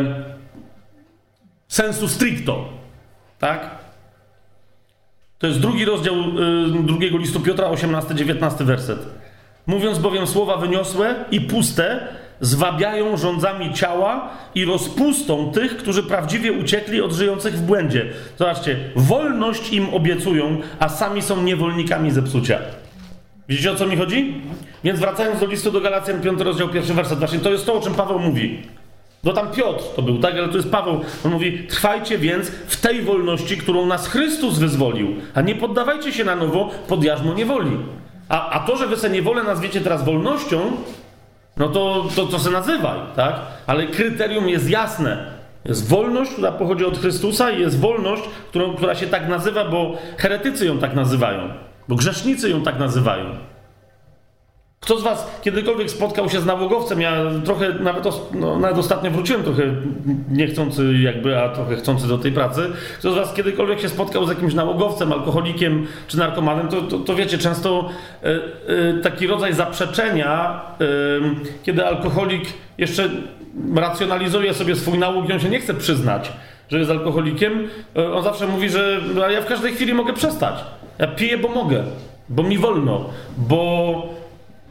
sensu stricto. Tak? To jest drugi rozdział yy, drugiego listu Piotra, osiemnasty dziewiętnasty werset. Mówiąc bowiem słowa wyniosłe i puste, zwabiają rządzami ciała i rozpustą tych, którzy prawdziwie uciekli od żyjących w błędzie. Zobaczcie, wolność im obiecują, a sami są niewolnikami zepsucia. Widzicie, o co mi chodzi? Więc wracając do listu do Galacjan, piąty rozdział, pierwszy werset. Właśnie to jest to, o czym Paweł mówi. Bo tam Piotr to był, tak? Ale to jest Paweł. On mówi: trwajcie więc w tej wolności, którą nas Chrystus wyzwolił, a nie poddawajcie się na nowo pod jarzmo niewoli. A, a to, że wy se niewolę nazwiecie teraz wolnością, no to, to, to se nazywaj, tak? Ale kryterium jest jasne. Jest wolność, która pochodzi od Chrystusa, i jest wolność, którą, która się tak nazywa, bo heretycy ją tak nazywają, bo grzesznicy ją tak nazywają. Kto z was kiedykolwiek spotkał się z nałogowcem? Ja trochę, nawet, os, no, nawet ostatnio wróciłem trochę niechcący jakby, a trochę chcący do tej pracy. Kto z was kiedykolwiek się spotkał z jakimś nałogowcem, alkoholikiem czy narkomanem, to, to, to wiecie, często y, y, taki rodzaj zaprzeczenia, y, kiedy alkoholik jeszcze racjonalizuje sobie swój nałóg i on się nie chce przyznać, że jest alkoholikiem, y, on zawsze mówi, że no, ja w każdej chwili mogę przestać. Ja piję, bo mogę, bo mi wolno, bo...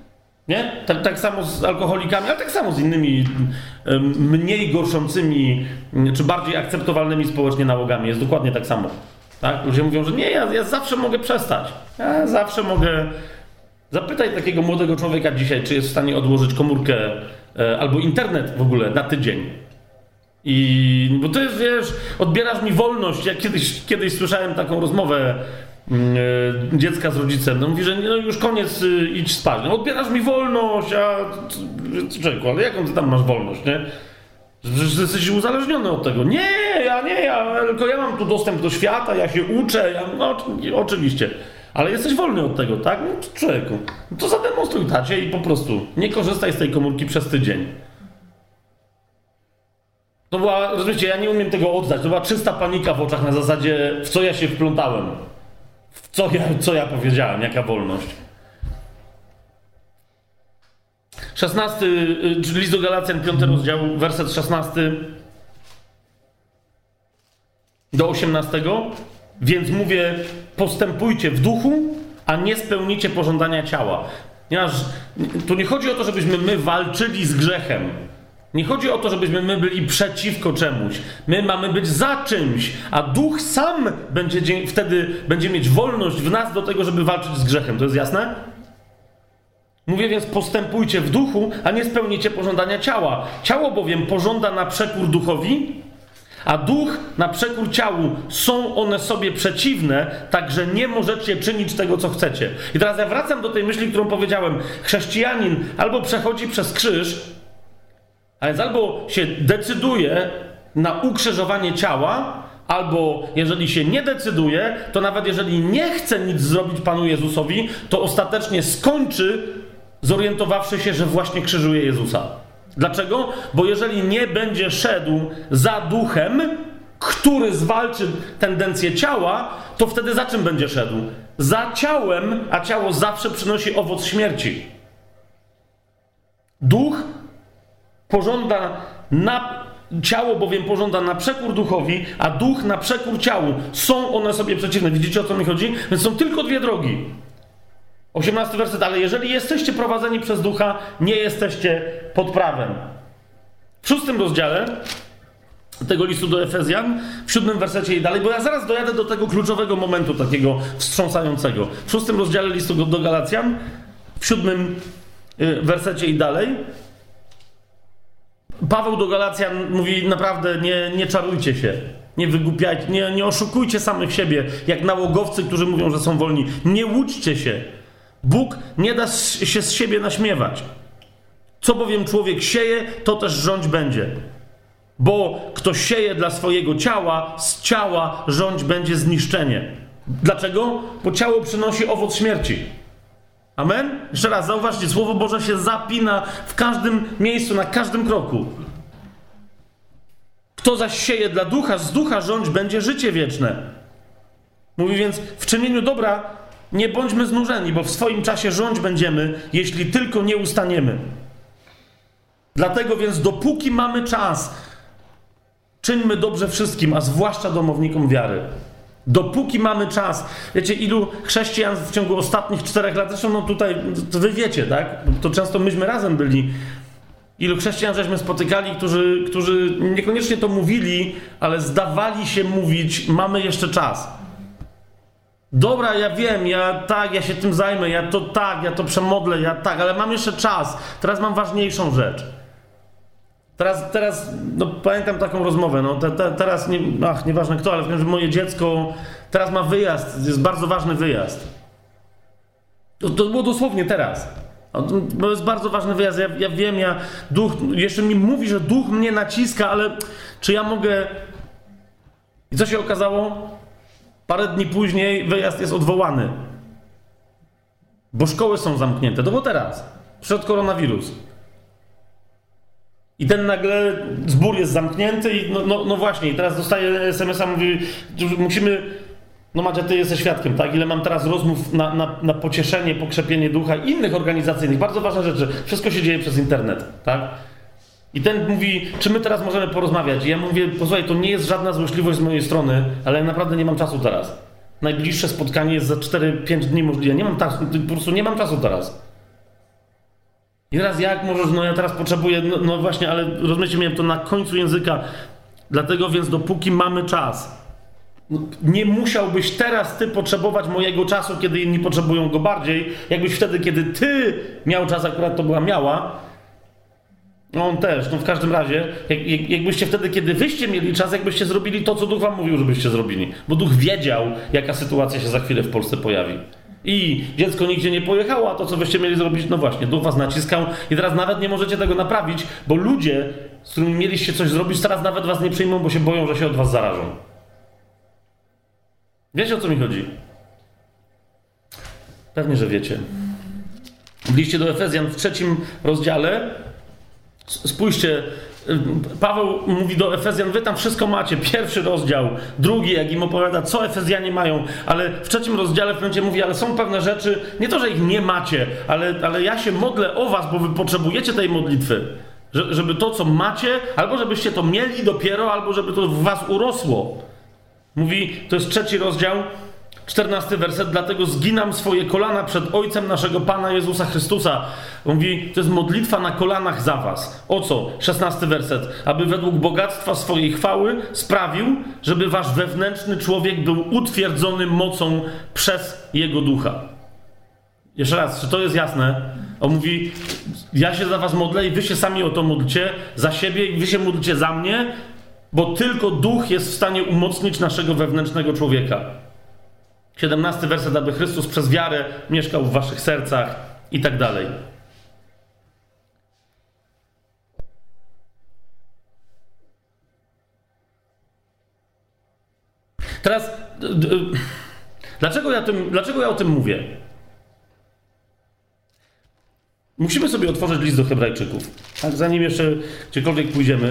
Nie? Tak, tak samo z alkoholikami, ale tak samo z innymi y, mniej gorszącymi, y, czy bardziej akceptowalnymi społecznie nałogami. Jest dokładnie tak samo. Tak? Ludzie mówią, że nie, ja, ja zawsze mogę przestać. Ja zawsze mogę... Zapytaj takiego młodego człowieka dzisiaj, czy jest w stanie odłożyć komórkę y, albo internet w ogóle na tydzień. I... Bo to jest, wiesz, odbierasz mi wolność. Ja kiedyś, kiedyś słyszałem taką rozmowę Yy, dziecka z rodzicem, no mówi, że no już koniec, yy, idź spać. No odbierasz mi wolność, a człowieku, ale jaką ty tam masz wolność, nie? Że jesteś uzależniony od tego. Nie, ja nie, ja, tylko ja mam tu dostęp do świata, ja się uczę, ja, no oczywiście. Ale jesteś wolny od tego, tak? No człowieku, no to zademonstruj tacie i po prostu nie korzystaj z tej komórki przez tydzień. To była, rozumiecie, ja nie umiem tego oddać, to była czysta panika w oczach na zasadzie, w co ja się wplątałem. Co ja, co ja powiedziałem? Jaka wolność? szesnasty, list do Galacjan, piąty rozdział, werset szesnasty do osiemnastego. Więc mówię, postępujcie w duchu, a nie spełnicie pożądania ciała. Ponieważ tu nie chodzi o to, żebyśmy my walczyli z grzechem. Nie chodzi o to, żebyśmy my byli przeciwko czemuś. My mamy być za czymś, a Duch sam będzie wtedy będzie mieć wolność w nas do tego, żeby walczyć z grzechem. To jest jasne? Mówię więc, postępujcie w duchu, a nie spełnicie pożądania ciała. Ciało bowiem pożąda na przekór duchowi, a duch na przekór ciału. Są one sobie przeciwne, także nie możecie czynić tego, co chcecie. I teraz ja wracam do tej myśli, którą powiedziałem. Chrześcijanin albo przechodzi przez krzyż, a więc albo się decyduje na ukrzyżowanie ciała, albo jeżeli się nie decyduje, to nawet jeżeli nie chce nic zrobić Panu Jezusowi, to ostatecznie skończy, zorientowawszy się, że właśnie krzyżuje Jezusa. Dlaczego? Bo jeżeli nie będzie szedł za duchem, który zwalczy tendencję ciała, to wtedy za czym będzie szedł? Za ciałem, a ciało zawsze przynosi owoc śmierci. Duch pożąda na... Ciało bowiem pożąda na przekór duchowi, a duch na przekór ciału. Są one sobie przeciwne. Widzicie, o co mi chodzi? Więc są tylko dwie drogi. osiemnasty werset. Ale jeżeli jesteście prowadzeni przez ducha, nie jesteście pod prawem. W szóstym rozdziale tego listu do Efezjan, w siódmym wersecie i dalej, bo ja zaraz dojadę do tego kluczowego momentu, takiego wstrząsającego. W szóstym rozdziale listu do Galacjan, w siódmym wersecie i dalej, Paweł do Galacjan mówi, naprawdę nie, nie czarujcie się, nie wygłupiajcie, nie, nie oszukujcie samych siebie, jak nałogowcy, którzy mówią, że są wolni. Nie łudźcie się. Bóg nie da się z siebie naśmiewać. Co bowiem człowiek sieje, to też rządź będzie. Bo kto sieje dla swojego ciała, z ciała rządź będzie zniszczenie. Dlaczego? Bo ciało przynosi owoc śmierci. Amen? Jeszcze raz, zauważcie, Słowo Boże się zapina w każdym miejscu, na każdym kroku. Kto zaś sieje dla ducha, z ducha rządź będzie życie wieczne. Mówi więc, w czynieniu dobra nie bądźmy znużeni, bo w swoim czasie rządź będziemy, jeśli tylko nie ustaniemy. Dlatego więc, dopóki mamy czas, czyńmy dobrze wszystkim, a zwłaszcza domownikom wiary. Dopóki mamy czas. Wiecie, ilu chrześcijan w ciągu ostatnich czterech lat, zresztą no tutaj, to wy wiecie, tak? To często myśmy razem byli. Ilu chrześcijan żeśmy spotykali, którzy, którzy niekoniecznie to mówili, ale zdawali się mówić, mamy jeszcze czas. Dobra, ja wiem, ja tak, ja się tym zajmę, ja to tak, ja to przemodlę, ja tak, ale mam jeszcze czas. Teraz mam ważniejszą rzecz. Teraz, teraz no, pamiętam taką rozmowę, no te, te, teraz, nie, ach, nieważne kto, ale w każdym razie moje dziecko teraz ma wyjazd, jest bardzo ważny wyjazd. To, to było dosłownie teraz. To jest bardzo ważny wyjazd, ja, ja wiem, ja, duch, jeszcze mi mówi, że duch mnie naciska, ale czy ja mogę... I co się okazało? Parę dni później wyjazd jest odwołany. Bo szkoły są zamknięte, to było teraz, przed koronawirus. I ten nagle zbór jest zamknięty i no, no, no właśnie, i teraz dostaję es em es a, mówi, musimy, no Madzia, ty jesteś świadkiem, tak? Ile mam teraz rozmów na, na, na pocieszenie, pokrzepienie ducha i innych organizacyjnych, bardzo ważne rzeczy. Wszystko się dzieje przez internet, tak? I ten mówi, czy my teraz możemy porozmawiać? I ja mówię, posłuchaj, to nie jest żadna złośliwość z mojej strony, ale naprawdę nie mam czasu teraz. Najbliższe spotkanie jest za cztery pięć dni możliwe. Nie mam czasu, po prostu nie mam czasu teraz. I teraz jak możesz, no ja teraz potrzebuję, no, no właśnie, ale rozumiecie, miałem to na końcu języka, dlatego więc dopóki mamy czas, no, nie musiałbyś teraz ty potrzebować mojego czasu, kiedy inni potrzebują go bardziej, jakbyś wtedy, kiedy ty miał czas, akurat to była miała, no on też, no w każdym razie, jak, jak, jakbyście wtedy, kiedy wyście mieli czas, jakbyście zrobili to, co Duch wam mówił, żebyście zrobili, bo Duch wiedział, jaka sytuacja się za chwilę w Polsce pojawi. I dziecko nigdzie nie pojechało, a to, co wyście mieli zrobić, no właśnie, Duch was naciskał i teraz nawet nie możecie tego naprawić, bo ludzie, z którymi mieliście coś zrobić, teraz nawet was nie przyjmą, bo się boją, że się od was zarażą. Wiecie, o co mi chodzi? Pewnie, że wiecie. W liście do Efezjan w trzecim rozdziale, spójrzcie, Paweł mówi do Efezjan, wy tam wszystko macie, pierwszy rozdział, drugi, jak im opowiada, co Efezjanie mają, ale w trzecim rozdziale w pewnym momencie mówi, ale są pewne rzeczy, nie to, że ich nie macie, ale, ale ja się modlę o was, bo wy potrzebujecie tej modlitwy, że, żeby to, co macie, albo żebyście to mieli dopiero, albo żeby to w was urosło. Mówi, to jest trzeci rozdział, czternasty werset, dlatego zginam swoje kolana przed Ojcem naszego Pana Jezusa Chrystusa. Mówi, to jest modlitwa na kolanach za was. O co? szesnasty werset. Aby według bogactwa swojej chwały sprawił, żeby wasz wewnętrzny człowiek był utwierdzony mocą przez Jego Ducha. Jeszcze raz, czy to jest jasne? On mówi, ja się za was modlę i wy się sami o to módlcie, za siebie i wy się módlcie za mnie, bo tylko Duch jest w stanie umocnić naszego wewnętrznego człowieka. siedemnasty werset, aby Chrystus przez wiarę mieszkał w waszych sercach i tak dalej. Teraz, dlaczego ja, tym, dlaczego ja o tym mówię? Musimy sobie otworzyć list do Hebrajczyków. Tak, zanim jeszcze gdziekolwiek pójdziemy.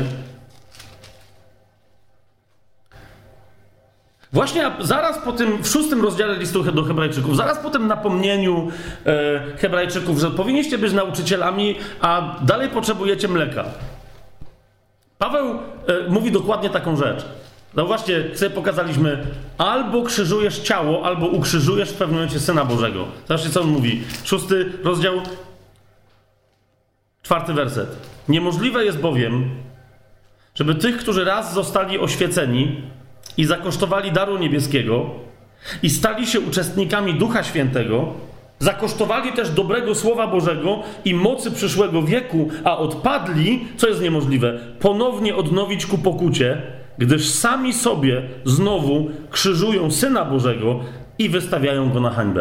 Właśnie zaraz po tym, w szóstym rozdziale listu do Hebrajczyków, zaraz po tym napomnieniu e, Hebrajczyków, że powinniście być nauczycielami, a dalej potrzebujecie mleka. Paweł e, mówi dokładnie taką rzecz. No właśnie, sobie pokazaliśmy, albo krzyżujesz ciało, albo ukrzyżujesz w pewnym momencie Syna Bożego. Zobaczcie, co on mówi. Szósty rozdział, czwarty werset. Niemożliwe jest bowiem, żeby tych, którzy raz zostali oświeceni i zakosztowali daru niebieskiego i stali się uczestnikami Ducha Świętego, zakosztowali też dobrego Słowa Bożego i mocy przyszłego wieku, a odpadli, co jest niemożliwe, ponownie odnowić ku pokucie, gdyż sami sobie znowu krzyżują Syna Bożego i wystawiają Go na hańbę.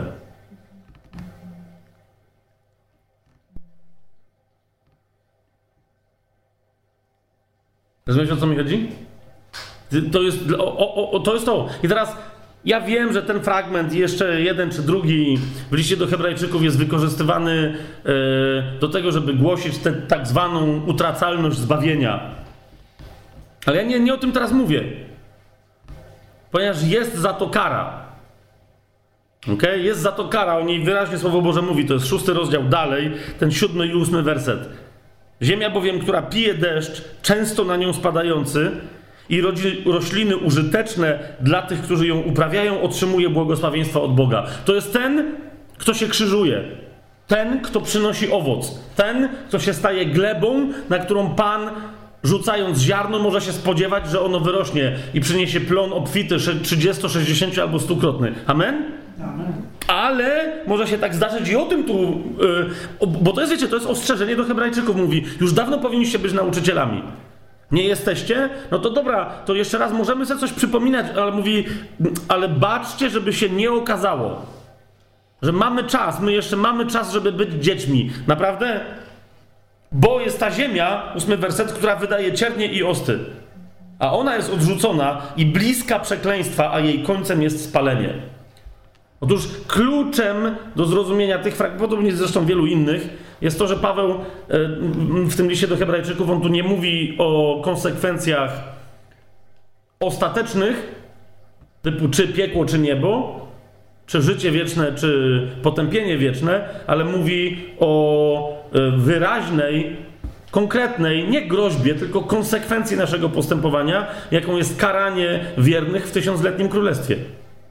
Rozumiecie, o co mi chodzi? To jest, o, o, to jest to. I teraz ja wiem, że ten fragment, jeszcze jeden czy drugi w liście do Hebrajczyków jest wykorzystywany e, do tego, żeby głosić tę tak zwaną utracalność zbawienia. Ale ja nie, nie o tym teraz mówię. Ponieważ jest za to kara. Okay? Jest za to kara, o niej wyraźnie Słowo Boże mówi. To jest szósty rozdział dalej, ten siódmy i ósmy werset. Ziemia bowiem, która pije deszcz, często na nią spadający, i rośliny użyteczne dla tych, którzy ją uprawiają, otrzymuje błogosławieństwa od Boga. To jest ten, kto się krzyżuje. Ten, kto przynosi owoc. Ten, kto się staje glebą, na którą Pan, rzucając ziarno, może się spodziewać, że ono wyrośnie i przyniesie plon obfity, trzydziesto, sześćdziesiąt albo stukrotny. Amen? Amen. Ale może się tak zdarzyć i o tym tu, yy, bo to jest, wiecie, to jest ostrzeżenie do Hebrajczyków. Mówi, już dawno powinniście być nauczycielami. Nie jesteście? No to dobra, to jeszcze raz możemy sobie coś przypominać, ale mówi, ale baczcie, żeby się nie okazało, że mamy czas, my jeszcze mamy czas, żeby być dziećmi. Naprawdę? Bo jest ta ziemia, ósmy werset, która wydaje ciernie i osty, a ona jest odrzucona i bliska przekleństwa, a jej końcem jest spalenie. Otóż kluczem do zrozumienia tych fragmentów, podobnie zresztą wielu innych, jest to, że Paweł w tym liście do Hebrajczyków, on tu nie mówi o konsekwencjach ostatecznych, typu czy piekło, czy niebo, czy życie wieczne, czy potępienie wieczne, ale mówi o wyraźnej, konkretnej, nie groźbie, tylko konsekwencji naszego postępowania, jaką jest karanie wiernych w tysiącletnim królestwie.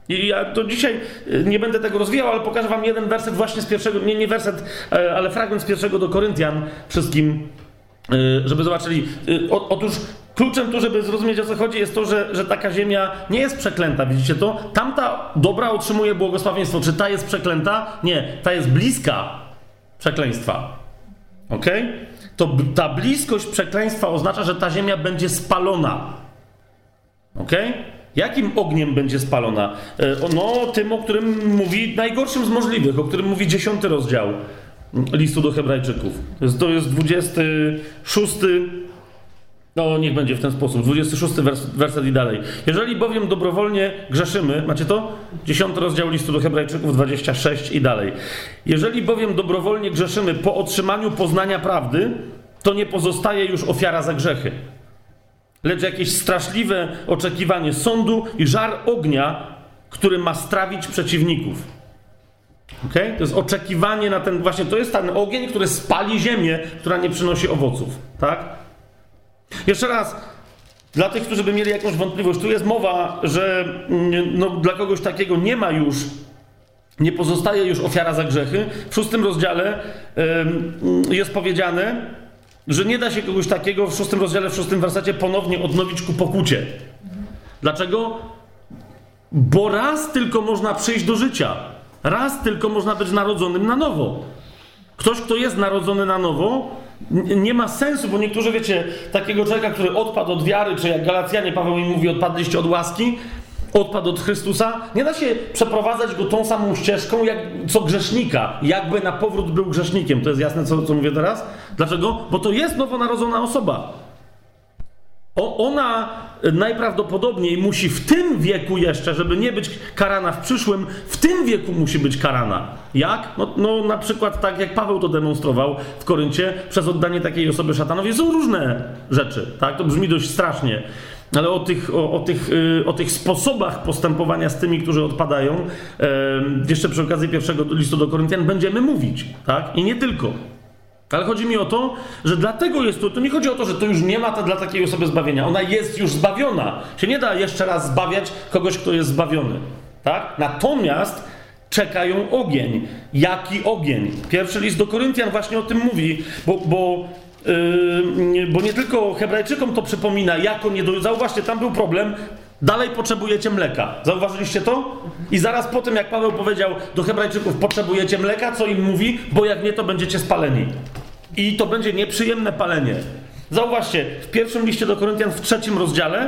I ja to dzisiaj nie będę tego rozwijał, ale pokażę wam jeden werset właśnie z pierwszego, nie, nie werset, ale fragment z pierwszego do Koryntian wszystkim, żeby zobaczyli. O, otóż kluczem tu, żeby zrozumieć, o co chodzi, jest to, że, że taka ziemia nie jest przeklęta, widzicie to? Tamta dobra otrzymuje błogosławieństwo. Czy ta jest przeklęta? Nie, ta jest bliska przekleństwa. Okej? Okay? To ta bliskość przekleństwa oznacza, że ta ziemia będzie spalona. Okej? Okay? Jakim ogniem będzie spalona? No, tym, o którym mówi, najgorszym z możliwych, o którym mówi dziesiąty rozdział listu do Hebrajczyków. To jest, to jest dwudziesty szósty, no niech będzie w ten sposób, dwudziesty szósty wers, werset i dalej. Jeżeli bowiem dobrowolnie grzeszymy, macie to? dziesiąty rozdział listu do Hebrajczyków, dwadzieścia sześć i dalej. Jeżeli bowiem dobrowolnie grzeszymy po otrzymaniu poznania prawdy, to nie pozostaje już ofiara za grzechy, lecz jakieś straszliwe oczekiwanie sądu i żar ognia, który ma strawić przeciwników. Okay? To jest oczekiwanie na ten, właśnie to jest ten ogień, który spali ziemię, która nie przynosi owoców. Tak? Jeszcze raz, dla tych, którzy by mieli jakąś wątpliwość, tu jest mowa, że no, dla kogoś takiego nie ma już, nie pozostaje już ofiara za grzechy. W szóstym rozdziale yy, jest powiedziane, że nie da się kogoś takiego w szóstym rozdziale, w szóstym wersecie ponownie odnowić ku pokucie. Dlaczego? Bo raz tylko można przyjść do życia. Raz tylko można być narodzonym na nowo. Ktoś, kto jest narodzony na nowo, nie ma sensu, bo niektórzy, wiecie, takiego człowieka, który odpadł od wiary, czy jak Galacjanie, Paweł im mówi, odpadliście od łaski, odpadł od Chrystusa, nie da się przeprowadzać go tą samą ścieżką, jak co grzesznika, jakby na powrót był grzesznikiem. To jest jasne, co, co mówię teraz? Dlaczego? Bo to jest nowonarodzona osoba. O, ona najprawdopodobniej musi w tym wieku jeszcze, żeby nie być karana w przyszłym, w tym wieku musi być karana. Jak? No, no na przykład tak, jak Paweł to demonstrował w Koryncie, przez oddanie takiej osoby szatanowi. Są różne rzeczy, tak? To brzmi dość strasznie. Ale o tych, o, o, tych, o tych sposobach postępowania z tymi, którzy odpadają, e, jeszcze przy okazji pierwszego listu do Koryntian będziemy mówić, tak? I nie tylko. Ale chodzi mi o to, że dlatego jest to, to nie chodzi o to, że to już nie ma ta, dla takiej osoby zbawienia. Ona jest już zbawiona. Się nie da jeszcze raz zbawiać kogoś, kto jest zbawiony, tak? Natomiast czeka ją ogień. Jaki ogień? Pierwszy list do Koryntian właśnie o tym mówi, bo... bo Yy, bo nie tylko Hebrajczykom to przypomina, jako nie do... Zauważcie, tam był problem, dalej potrzebujecie mleka. Zauważyliście to? I zaraz po tym, jak Paweł powiedział do Hebrajczyków, potrzebujecie mleka, co im mówi? Bo jak nie, to będziecie spaleni. I to będzie nieprzyjemne palenie. Zauważcie, w pierwszym liście do Koryntian, w trzecim rozdziale,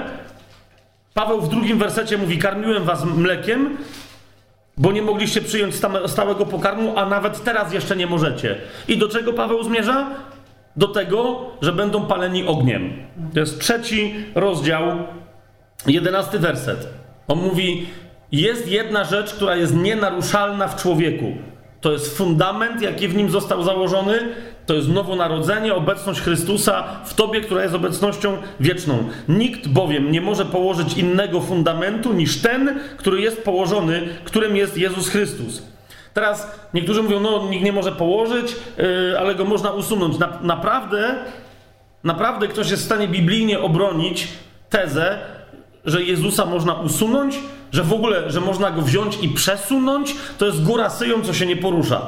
Paweł w drugim wersecie mówi, karmiłem was mlekiem, bo nie mogliście przyjąć stałego pokarmu, a nawet teraz jeszcze nie możecie. I do czego Paweł zmierza? Do tego, że będą paleni ogniem. To jest trzeci rozdział, jedenasty werset. On mówi, jest jedna rzecz, która jest nienaruszalna w człowieku. To jest fundament, jaki w nim został założony. To jest nowonarodzenie, obecność Chrystusa w tobie, która jest obecnością wieczną. Nikt bowiem nie może położyć innego fundamentu niż ten, który jest położony, którym jest Jezus Chrystus. Teraz niektórzy mówią, no nikt nie może położyć, yy, ale go można usunąć. Na, naprawdę, naprawdę ktoś jest w stanie biblijnie obronić tezę, że Jezusa można usunąć, że w ogóle, że można go wziąć i przesunąć, to jest góra syją, co się nie porusza.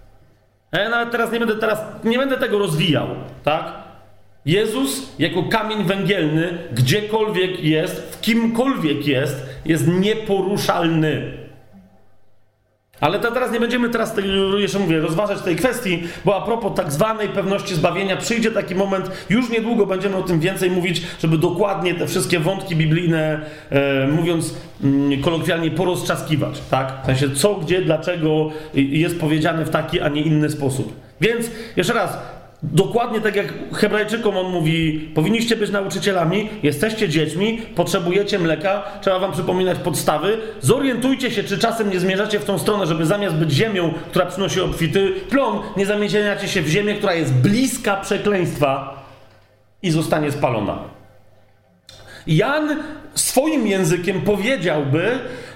Ja nawet teraz nie będę, teraz nie będę tego rozwijał, tak? Jezus jako kamień węgielny, gdziekolwiek jest, w kimkolwiek jest, jest nieporuszalny. Ale to teraz nie będziemy teraz, jeszcze mówię, rozważać tej kwestii, bo a propos tak zwanej pewności zbawienia przyjdzie taki moment, już niedługo będziemy o tym więcej mówić, żeby dokładnie te wszystkie wątki biblijne, e, mówiąc mm, kolokwialnie, poroztrzaskiwać, tak? W sensie co, gdzie, dlaczego jest powiedziane w taki, a nie inny sposób. Więc jeszcze raz, dokładnie tak jak Hebrajczykom on mówi, powinniście być nauczycielami, jesteście dziećmi, potrzebujecie mleka, trzeba wam przypominać podstawy, zorientujcie się, czy czasem nie zmierzacie w tą stronę, żeby zamiast być ziemią, która przynosi obfity plon, nie zamieniacie się w ziemię, która jest bliska przekleństwa i zostanie spalona. Jan swoim językiem powiedziałby,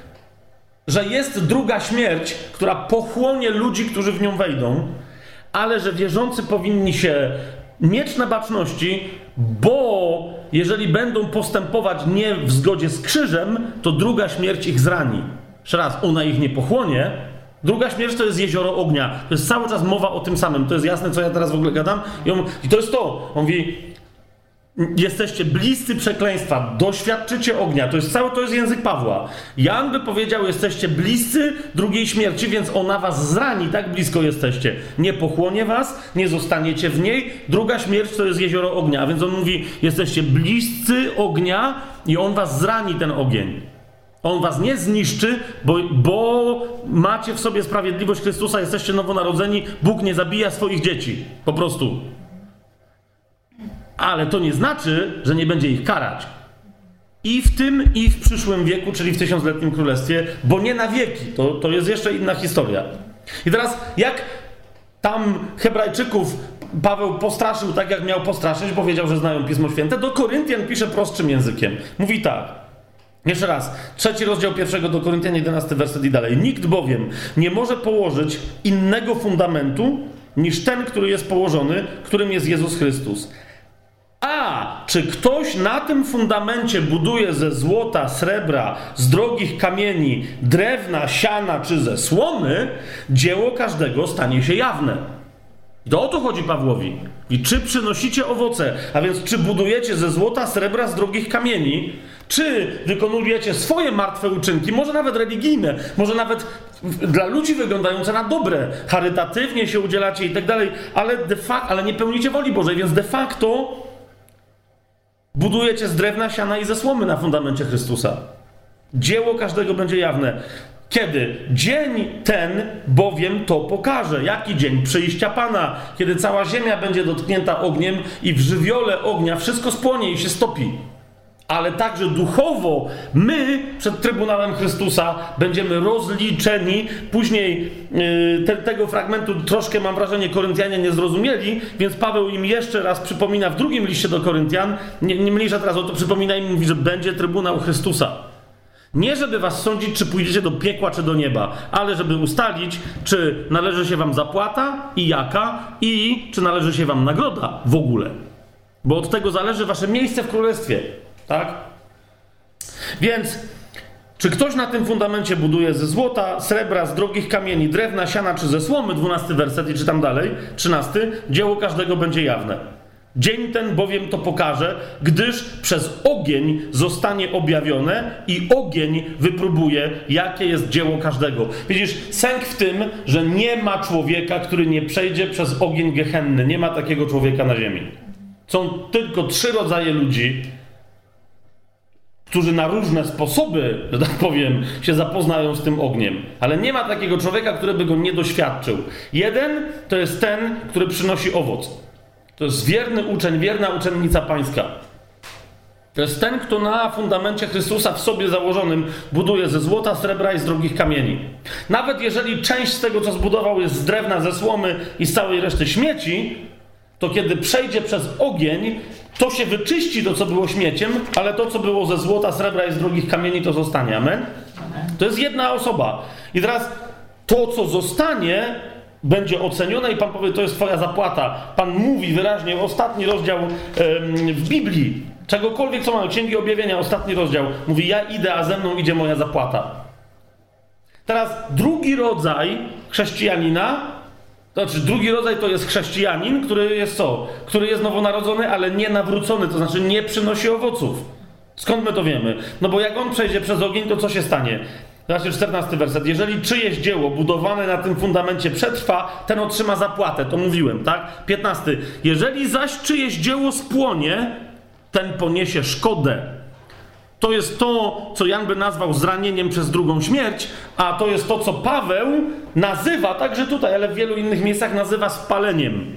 że jest druga śmierć, która pochłonie ludzi, którzy w nią wejdą, ale że wierzący powinni się mieć na baczności, bo jeżeli będą postępować nie w zgodzie z krzyżem, to druga śmierć ich zrani. Jeszcze raz, ona ich nie pochłonie. Druga śmierć to jest jezioro ognia. To jest cały czas mowa o tym samym. To jest jasne, co ja teraz w ogóle gadam? I, on, i to jest to. On mówi, jesteście bliscy przekleństwa, doświadczycie ognia. To jest cały, to jest język Pawła. Jan by powiedział, jesteście bliscy drugiej śmierci, więc ona was zrani, tak blisko jesteście. Nie pochłonie was, nie zostaniecie w niej. Druga śmierć to jest jezioro ognia. A więc on mówi, jesteście bliscy ognia i on was zrani, ten ogień. On was nie zniszczy, bo, bo macie w sobie sprawiedliwość Chrystusa, jesteście nowonarodzeni, Bóg nie zabija swoich dzieci. Po prostu. Ale to nie znaczy, że nie będzie ich karać. I w tym, i w przyszłym wieku, czyli w tysiącletnim królestwie, bo nie na wieki. To, to jest jeszcze inna historia. I teraz, jak tam Hebrajczyków Paweł postraszył tak, jak miał postraszyć, bo wiedział, że znają Pismo Święte, do Koryntian pisze prostszym językiem. Mówi tak. Jeszcze raz, trzeci rozdział pierwszego do Koryntian, jedenasty werset i dalej. Nikt bowiem nie może położyć innego fundamentu niż ten, który jest położony, którym jest Jezus Chrystus. A czy ktoś na tym fundamencie buduje ze złota, srebra, z drogich kamieni, drewna, siana czy ze słomy, dzieło każdego stanie się jawne. I to o to chodzi Pawłowi. I czy przynosicie owoce, a więc czy budujecie ze złota, srebra, z drogich kamieni, czy wykonujecie swoje martwe uczynki, może nawet religijne, może nawet dla ludzi wyglądające na dobre, charytatywnie się udzielacie i tak dalej, ale de facto, ale nie pełnicie woli Bożej, więc de facto budujecie z drewna, siana i ze słomy na fundamencie Chrystusa. Dzieło każdego będzie jawne. Kiedy? Dzień ten bowiem to pokaże. Jaki dzień? Przyjścia Pana. Kiedy cała ziemia będzie dotknięta ogniem i w żywiole ognia wszystko spłonie i się stopi. Ale także duchowo my przed Trybunałem Chrystusa będziemy rozliczeni. Później yy, te, tego fragmentu troszkę, mam wrażenie, Koryntianie nie zrozumieli, więc Paweł im jeszcze raz przypomina w drugim liście do Koryntian, nie, nie mniejsza teraz o to, przypomina im, mówi, że będzie Trybunał Chrystusa. Nie żeby was sądzić, czy pójdziecie do piekła, czy do nieba, ale żeby ustalić, czy należy się wam zapłata i jaka, i czy należy się wam nagroda w ogóle. Bo od tego zależy wasze miejsce w królestwie. Tak? Więc czy ktoś na tym fundamencie buduje ze złota, srebra, z drogich kamieni, drewna, siana czy ze słomy, dwunasty werset i czytam dalej, trzynasty, dzieło każdego będzie jawne. Dzień ten bowiem to pokaże, gdyż przez ogień zostanie objawione i ogień wypróbuje, jakie jest dzieło każdego. Widzisz, sęk w tym, że nie ma człowieka, który nie przejdzie przez ogień gehenny. Nie ma takiego człowieka na ziemi. Są tylko trzy rodzaje ludzi, którzy na różne sposoby, że tak powiem, się zapoznają z tym ogniem. Ale nie ma takiego człowieka, który by go nie doświadczył. Jeden to jest ten, który przynosi owoc. To jest wierny uczeń, wierna uczennica pańska. To jest ten, kto na fundamencie Chrystusa w sobie założonym buduje ze złota, srebra i z drogich kamieni. Nawet jeżeli część z tego, co zbudował, jest z drewna, ze słomy i z całej reszty śmieci, to kiedy przejdzie przez ogień, to się wyczyści to, co było śmieciem, ale to, co było ze złota, srebra i z drogich kamieni, to zostanie. Amen? To jest jedna osoba. I teraz to, co zostanie, będzie ocenione i Pan powie, to jest twoja zapłata. Pan mówi wyraźnie, ostatni rozdział ym, w Biblii, czegokolwiek, co mamy, Księgi Objawienia, ostatni rozdział, mówi, ja idę, a ze mną idzie moja zapłata. Teraz drugi rodzaj chrześcijanina, to znaczy drugi rodzaj to jest chrześcijanin, który jest co? Który jest nowonarodzony, ale nie nawrócony, to znaczy nie przynosi owoców. Skąd my to wiemy? No bo jak on przejdzie przez ogień, to co się stanie? Zobaczcie, czternasty werset. Jeżeli czyjeś dzieło budowane na tym fundamencie przetrwa, ten otrzyma zapłatę. To mówiłem, tak? piętnasty. Jeżeli zaś czyjeś dzieło spłonie, ten poniesie szkodę. To jest to, co Jan by nazwał zranieniem przez drugą śmierć, a to jest to, co Paweł nazywa, także tutaj, ale w wielu innych miejscach nazywa spaleniem.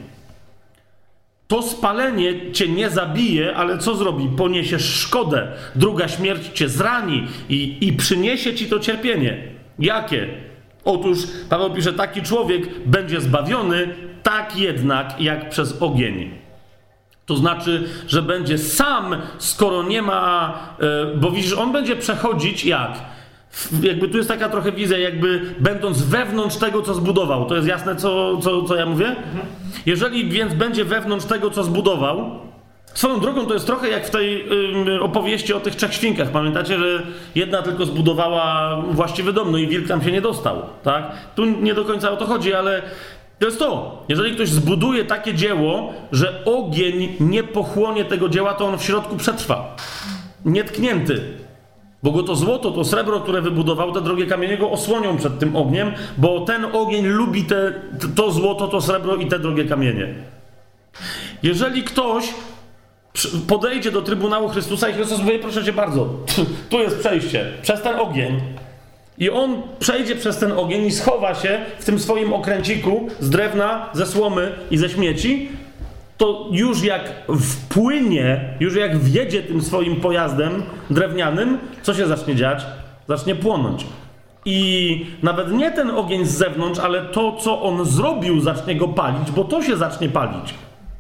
To spalenie cię nie zabije, ale co zrobi? Poniesiesz szkodę. Druga śmierć cię zrani i, i przyniesie ci to cierpienie. Jakie? Otóż Paweł pisze, taki człowiek będzie zbawiony, tak jednak jak przez ogień. To znaczy, że będzie sam, skoro nie ma... Yy, bo widzisz, on będzie przechodzić jak? Jakby tu jest taka trochę wizja, jakby będąc wewnątrz tego, co zbudował. To jest jasne, co, co, co ja mówię? Jeżeli więc będzie wewnątrz tego, co zbudował, Swoją drogą to jest trochę jak w tej y, opowieści o tych trzech świnkach. Pamiętacie, że jedna tylko zbudowała właściwy dom, no i wilk tam się nie dostał, tak? Tu nie do końca o to chodzi, ale to jest to. Jeżeli ktoś zbuduje takie dzieło, że ogień nie pochłonie tego dzieła, to on w środku przetrwa. Nietknięty. Bo go to złoto, to srebro, które wybudował, te drogie kamienie go osłonią przed tym ogniem, bo ten ogień lubi te, to złoto, to srebro i te drogie kamienie. Jeżeli ktoś podejdzie do Trybunału Chrystusa i Chrystus mówi, proszę cię bardzo, tu jest przejście, przez ten ogień, i on przejdzie przez ten ogień i schowa się w tym swoim okręciku z drewna, ze słomy i ze śmieci, to już jak wpłynie, już jak wjedzie tym swoim pojazdem drewnianym, co się zacznie dziać? Zacznie płonąć. I nawet nie ten ogień z zewnątrz, ale to, co on zrobił, zacznie go palić, bo to się zacznie palić.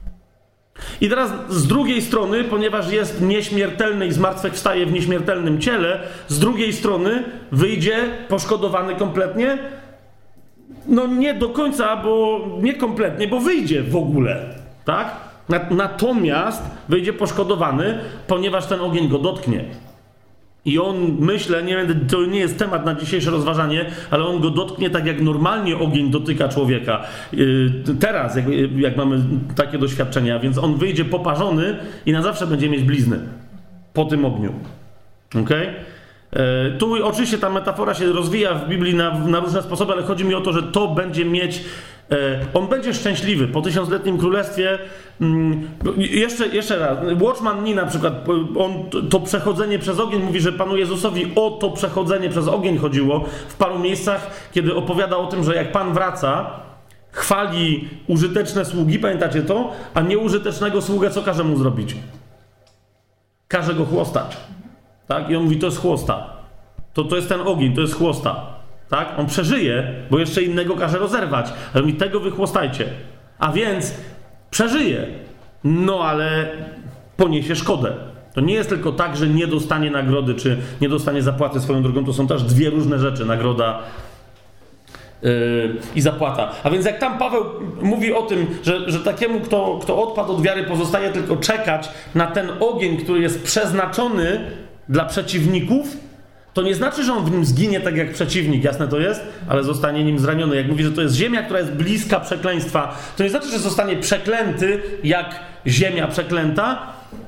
I teraz z drugiej strony, ponieważ jest nieśmiertelny i zmartwychwstaje w nieśmiertelnym ciele, z drugiej strony wyjdzie poszkodowany kompletnie? No nie do końca, bo nie kompletnie, bo wyjdzie w ogóle, tak? Natomiast wyjdzie poszkodowany, ponieważ ten ogień go dotknie. I on, myślę, nie wiem, to nie jest temat na dzisiejsze rozważanie, ale on go dotknie tak, jak normalnie ogień dotyka człowieka. Yy, teraz, jak, jak mamy takie doświadczenia, więc on wyjdzie poparzony i na zawsze będzie mieć blizny po tym ogniu. Okej? Yy, tu oczywiście ta metafora się rozwija w Biblii na, na różne sposoby, ale chodzi mi o to, że to będzie mieć... On będzie szczęśliwy po tysiącletnim królestwie. Jeszcze, jeszcze raz, Watchman Nee na przykład, on, to przechodzenie przez ogień mówi, że Panu Jezusowi o to przechodzenie przez ogień chodziło w paru miejscach, kiedy opowiada o tym, że jak Pan wraca, chwali użyteczne sługi, pamiętacie to? A nieużytecznego sługę co każe mu zrobić? Każe go chłostać. Tak? I on mówi, to jest chłosta. To, to jest ten ogień, to jest chłosta. Tak? On przeżyje, bo jeszcze innego każe rozerwać. Ale mi tego wychłostajcie. A więc przeżyje. No ale poniesie szkodę. To nie jest tylko tak, że nie dostanie nagrody, czy nie dostanie zapłaty swoją drogą. To są też dwie różne rzeczy. Nagroda yy, i zapłata. A więc jak tam Paweł mówi o tym, że, że takiemu, kto, kto odpadł od wiary, pozostaje tylko czekać na ten ogień, który jest przeznaczony dla przeciwników, to nie znaczy, że on w nim zginie tak jak przeciwnik, jasne to jest, ale zostanie nim zraniony. Jak mówi, że to jest ziemia, która jest bliska przekleństwa, to nie znaczy, że zostanie przeklęty jak ziemia przeklęta,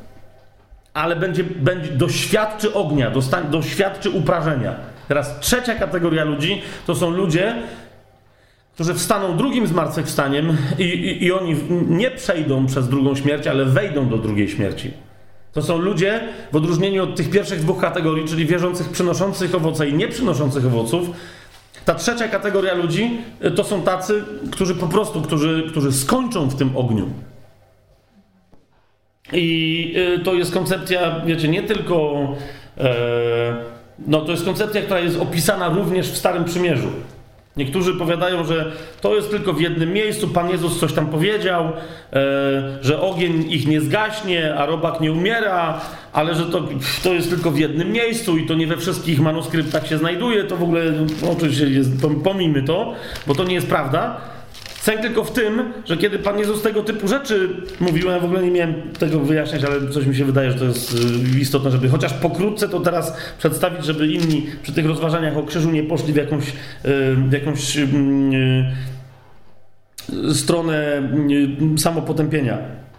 ale będzie, będzie doświadczy ognia, dostań, doświadczy uprażenia. Teraz trzecia kategoria ludzi to są ludzie, którzy wstaną drugim zmartwychwstaniem i, i, i oni nie przejdą przez drugą śmierć, ale wejdą do drugiej śmierci. To są ludzie, w odróżnieniu od tych pierwszych dwóch kategorii, czyli wierzących przynoszących owoce i nieprzynoszących owoców, ta trzecia kategoria ludzi to są tacy, którzy po prostu, którzy, którzy skończą w tym ogniu. I to jest koncepcja, wiecie, nie tylko... E, no to jest koncepcja, która jest opisana również w Starym Przymierzu. Niektórzy powiadają, że to jest tylko w jednym miejscu, Pan Jezus coś tam powiedział, e, że ogień ich nie zgaśnie, a robak nie umiera, ale że to, to jest tylko w jednym miejscu i to nie we wszystkich manuskryptach się znajduje, to w ogóle, no, oczywiście jest, pomijmy to, bo to nie jest prawda. Sęk tylko w tym, że kiedy Pan Jezus tego typu rzeczy mówił, ja w ogóle nie miałem tego wyjaśniać, ale coś mi się wydaje, że to jest istotne, żeby chociaż pokrótce to teraz przedstawić, żeby inni przy tych rozważaniach o krzyżu nie poszli w jakąś, w jakąś stronę samopotępienia.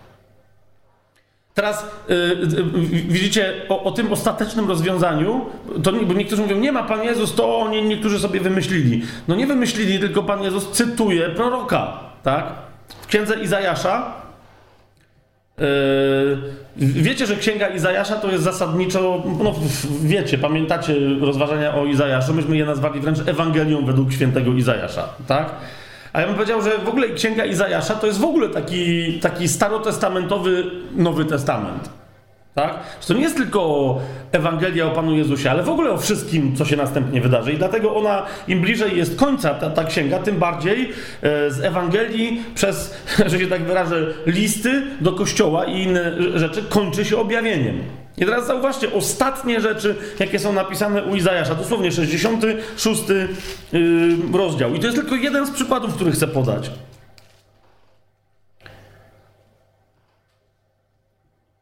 Teraz yy, widzicie, o, o tym ostatecznym rozwiązaniu, to, bo niektórzy mówią, nie ma Pan Jezus, to oni niektórzy sobie wymyślili. No nie wymyślili, tylko Pan Jezus cytuje proroka, tak? W księdze Izajasza. Yy, wiecie, że księga Izajasza to jest zasadniczo, no wiecie, pamiętacie rozważania o Izajaszu, myśmy je nazwali wręcz Ewangelią według świętego Izajasza, tak? A ja bym powiedział, że w ogóle księga Izajasza to jest w ogóle taki, taki starotestamentowy Nowy Testament. Tak? To nie jest tylko Ewangelia o Panu Jezusie, ale w ogóle o wszystkim, co się następnie wydarzy. I dlatego ona, im bliżej jest końca ta, ta księga, tym bardziej e, z Ewangelii przez, że się tak wyrażę, listy do Kościoła i inne rzeczy kończy się objawieniem. I teraz zauważcie, ostatnie rzeczy, jakie są napisane u Izajasza, dosłownie sześćdziesiąty szósty yy, rozdział. I to jest tylko jeden z przykładów, który chcę podać.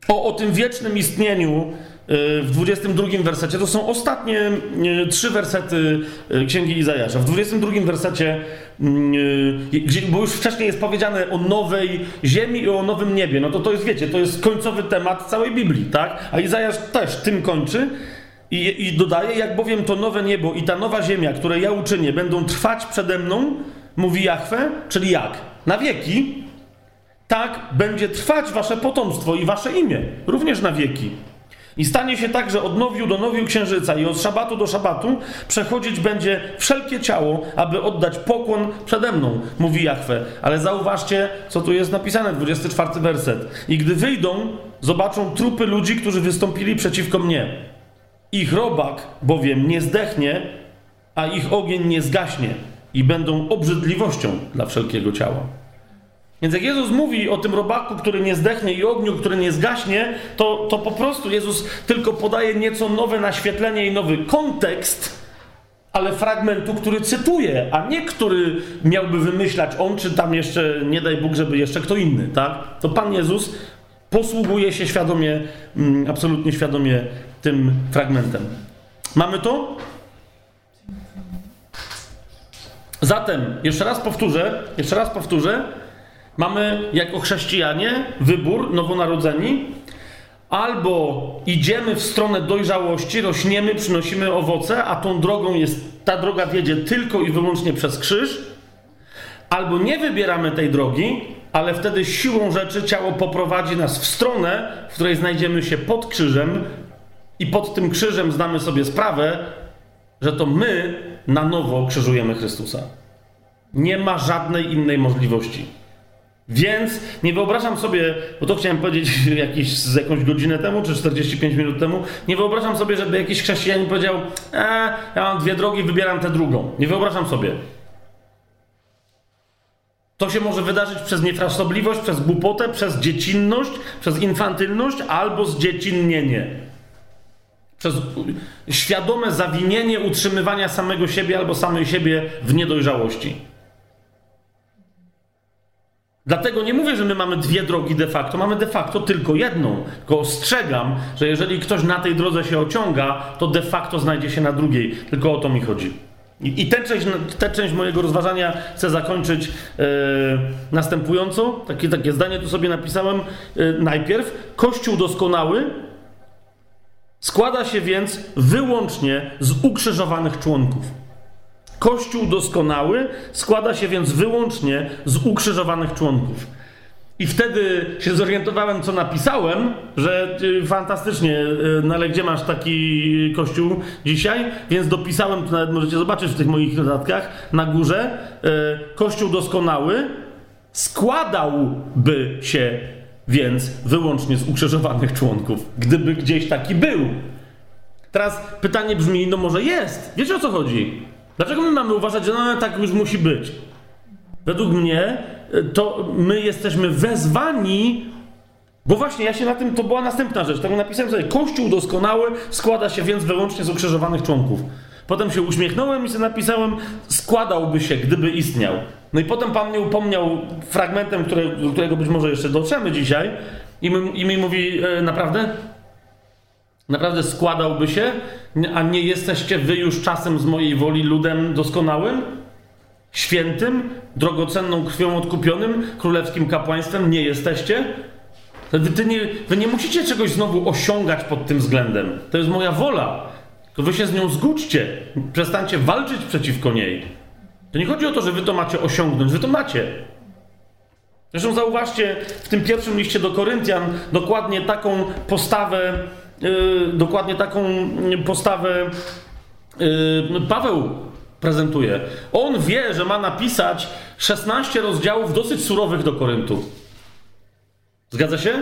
o, o tym wiecznym istnieniu w dwudziestym drugim wersecie, to są ostatnie trzy wersety Księgi Izajasza. W dwudziestym drugim wersecie, bo już wcześniej jest powiedziane o nowej ziemi i o nowym niebie, no to to jest, wiecie, to jest końcowy temat całej Biblii, tak? A Izajasz też tym kończy i, i dodaje, jak bowiem to nowe niebo i ta nowa ziemia, które ja uczynię, będą trwać przede mną, mówi Jahwe, czyli jak? Na wieki, tak będzie trwać wasze potomstwo i wasze imię, również na wieki. I stanie się tak, że od nowiu do nowiu księżyca i od szabatu do szabatu przechodzić będzie wszelkie ciało, aby oddać pokłon przede mną, mówi Jahwe. Ale zauważcie, co tu jest napisane, dwudziesty czwarty werset. I gdy wyjdą, zobaczą trupy ludzi, którzy wystąpili przeciwko mnie. Ich robak bowiem nie zdechnie, a ich ogień nie zgaśnie i będą obrzydliwością dla wszelkiego ciała. Więc jak Jezus mówi o tym robaku, który nie zdechnie i ogniu, który nie zgaśnie, to, to po prostu Jezus tylko podaje nieco nowe naświetlenie i nowy kontekst, ale fragmentu, który cytuje, a nie który miałby wymyślać on, czy tam jeszcze, nie daj Bóg, żeby jeszcze kto inny, tak? To Pan Jezus posługuje się świadomie, mm, absolutnie świadomie tym fragmentem. Mamy to? Zatem, jeszcze raz powtórzę, jeszcze raz powtórzę, mamy jako chrześcijanie wybór, nowonarodzeni, albo idziemy w stronę dojrzałości, rośniemy, przynosimy owoce, a tą drogą jest, ta droga wiedzie tylko i wyłącznie przez krzyż, albo nie wybieramy tej drogi, ale wtedy siłą rzeczy ciało poprowadzi nas w stronę, w której znajdziemy się pod krzyżem i pod tym krzyżem zdamy sobie sprawę, że to my na nowo krzyżujemy Chrystusa. Nie ma żadnej innej możliwości. Więc nie wyobrażam sobie, bo to chciałem powiedzieć jakiś, z jakąś godzinę temu, czy czterdzieści pięć minut temu, nie wyobrażam sobie, żeby jakiś chrześcijanin powiedział, e, ja mam dwie drogi, wybieram tę drugą. Nie wyobrażam sobie. To się może wydarzyć przez niefrasobliwość, przez głupotę, przez dziecinność, przez infantylność albo zdziecinnienie. Przez świadome zawinienie utrzymywania samego siebie albo samej siebie w niedojrzałości. Dlatego nie mówię, że my mamy dwie drogi de facto, mamy de facto tylko jedną. Tylko ostrzegam, że jeżeli ktoś na tej drodze się ociąga, to de facto znajdzie się na drugiej. Tylko o to mi chodzi. I, i tę, część, tę część mojego rozważania chcę zakończyć yy, następująco. Takie, takie zdanie tu sobie napisałem yy, najpierw. Kościół doskonały składa się więc wyłącznie z ukrzyżowanych członków. Kościół doskonały składa się więc wyłącznie z ukrzyżowanych członków. I wtedy się zorientowałem, co napisałem, że y, fantastycznie, y, no ale gdzie masz taki kościół dzisiaj? Więc dopisałem, to nawet możecie zobaczyć w tych moich notatkach, na górze, y, kościół doskonały składałby się więc wyłącznie z ukrzyżowanych członków, gdyby gdzieś taki był. Teraz pytanie brzmi, no może jest. Wiecie, o co chodzi? Dlaczego my mamy uważać, że no tak już musi być? Według mnie to my jesteśmy wezwani, bo właśnie ja się na tym, to była następna rzecz, tak napisałem sobie, Kościół doskonały składa się więc wyłącznie z ukrzyżowanych członków. Potem się uśmiechnąłem i sobie napisałem, składałby się, gdyby istniał. No i potem Pan mnie upomniał fragmentem, które, do którego być może jeszcze dotrzemy dzisiaj i mi, i mi mówi, e, naprawdę? Naprawdę składałby się, a nie jesteście wy już czasem z mojej woli ludem doskonałym, świętym, drogocenną krwią odkupionym, królewskim kapłaństwem? Nie jesteście? Wy, ty nie, wy nie musicie czegoś znowu osiągać pod tym względem. To jest moja wola. To wy się z nią zgódźcie. Przestańcie walczyć przeciwko niej. To nie chodzi o to, że wy to macie osiągnąć. Wy to macie. Zresztą zauważcie, w tym pierwszym liście do Koryntian dokładnie taką postawę Yy, dokładnie taką postawę yy, Paweł prezentuje. On wie, że ma napisać szesnaście rozdziałów dosyć surowych do Koryntu. Zgadza się?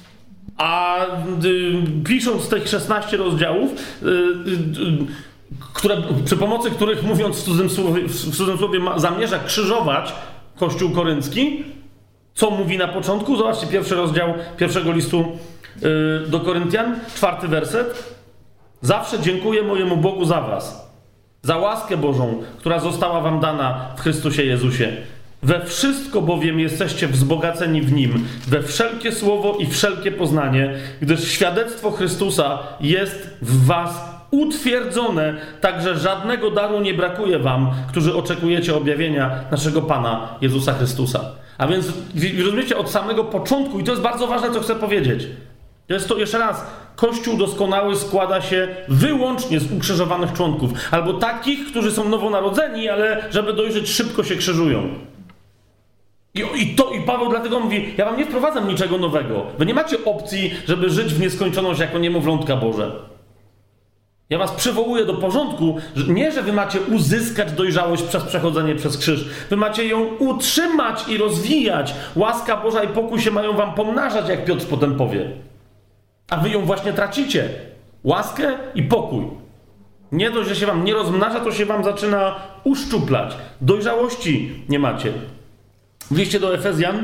A yy, pisząc tych szesnaście rozdziałów, yy, yy, które, przy pomocy których, mówiąc w cudzysłowie, w cudzysłowie ma, zamierza krzyżować Kościół koryncki, co mówi na początku? Zobaczcie pierwszy rozdział pierwszego listu do Koryntian, czwarty werset. Zawsze dziękuję mojemu Bogu za was, za łaskę Bożą, która została wam dana w Chrystusie Jezusie. We wszystko bowiem jesteście wzbogaceni w Nim, we wszelkie słowo i wszelkie poznanie, gdyż świadectwo Chrystusa jest w was utwierdzone, tak że żadnego daru nie brakuje wam, którzy oczekujecie objawienia naszego Pana Jezusa Chrystusa. A więc, rozumiecie, od samego początku, i to jest bardzo ważne, co chcę powiedzieć, to jest to, jeszcze raz, Kościół doskonały składa się wyłącznie z ukrzyżowanych członków, albo takich, którzy są nowonarodzeni, ale żeby dojrzeć, szybko się krzyżują. I, i, to, I Paweł dlatego mówi, ja wam nie wprowadzam niczego nowego. Wy nie macie opcji, żeby żyć w nieskończoność jako niemowlątka Boże. Ja was przywołuję do porządku, że nie, że wy macie uzyskać dojrzałość przez przechodzenie przez krzyż. Wy macie ją utrzymać i rozwijać. Łaska Boża i pokój się mają wam pomnażać, jak Piotr potem powie. A wy ją właśnie tracicie. Łaskę i pokój. Nie dość, że się wam nie rozmnaża, to się wam zaczyna uszczuplać. Dojrzałości nie macie. W liście do Efezjan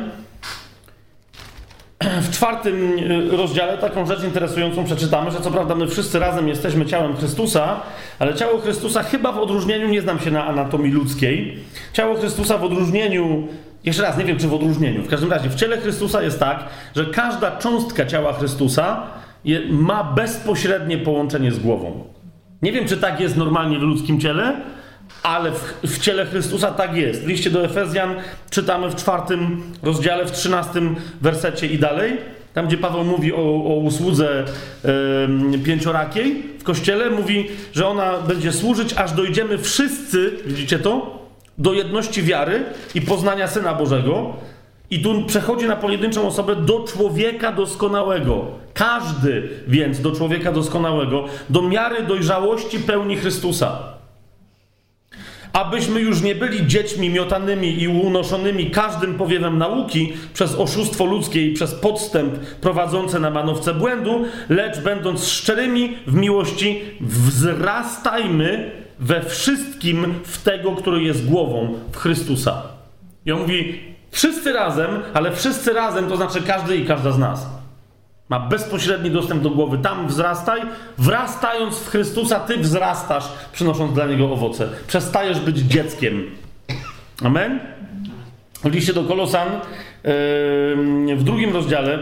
w czwartym rozdziale taką rzecz interesującą przeczytamy, że co prawda my wszyscy razem jesteśmy ciałem Chrystusa, ale ciało Chrystusa chyba w odróżnieniu, nie znam się na anatomii ludzkiej, ciało Chrystusa w odróżnieniu, jeszcze raz, nie wiem czy w odróżnieniu, w każdym razie w ciele Chrystusa jest tak, że każda cząstka ciała Chrystusa je, ma bezpośrednie połączenie z głową. Nie wiem, czy tak jest normalnie w ludzkim ciele, ale w, w ciele Chrystusa tak jest. W liście do Efezjan czytamy w czwartym rozdziale, w trzynastym wersecie i dalej, tam gdzie Paweł mówi o, o usłudze yy, pięciorakiej w Kościele, mówi, że ona będzie służyć, aż dojdziemy wszyscy, widzicie to? Do jedności wiary i poznania Syna Bożego. I tu przechodzi na pojedynczą osobę do człowieka doskonałego. Każdy więc do człowieka doskonałego, do miary dojrzałości pełni Chrystusa. Abyśmy już nie byli dziećmi miotanymi i unoszonymi każdym powiewem nauki przez oszustwo ludzkie i przez podstęp prowadzące na manowce błędu, lecz będąc szczerymi w miłości, wzrastajmy we wszystkim w tego, który jest głową, w Chrystusa. I on mówi, wszyscy razem, ale wszyscy razem to znaczy każdy i każda z nas. Ma bezpośredni dostęp do głowy. Tam wzrastaj. Wrastając w Chrystusa, ty wzrastasz, przynosząc dla Niego owoce. Przestajesz być dzieckiem. Amen? W liście do Kolosan yy, w drugim rozdziale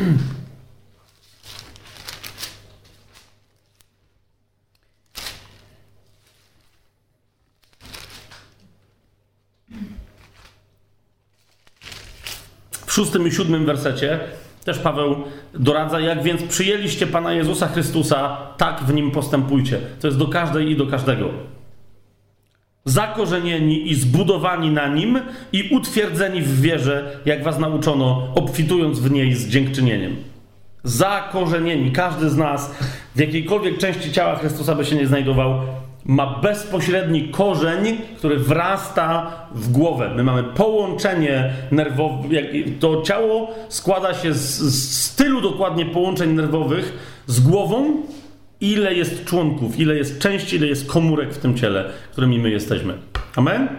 w szóstym i siódmym wersecie też Paweł doradza, jak więc przyjęliście Pana Jezusa Chrystusa, tak w Nim postępujcie. To jest do każdej i do każdego. Zakorzenieni i zbudowani na Nim i utwierdzeni w wierze, jak was nauczono, obfitując w niej z dziękczynieniem. Zakorzenieni. Każdy z nas w jakiejkolwiek części ciała Chrystusa by się nie znajdował, ma bezpośredni korzeń, który wrasta w głowę. My mamy połączenie nerwowe. To ciało składa się z, z tylu dokładnie połączeń nerwowych z głową, ile jest członków, ile jest części, ile jest komórek w tym ciele, którymi my jesteśmy. Amen?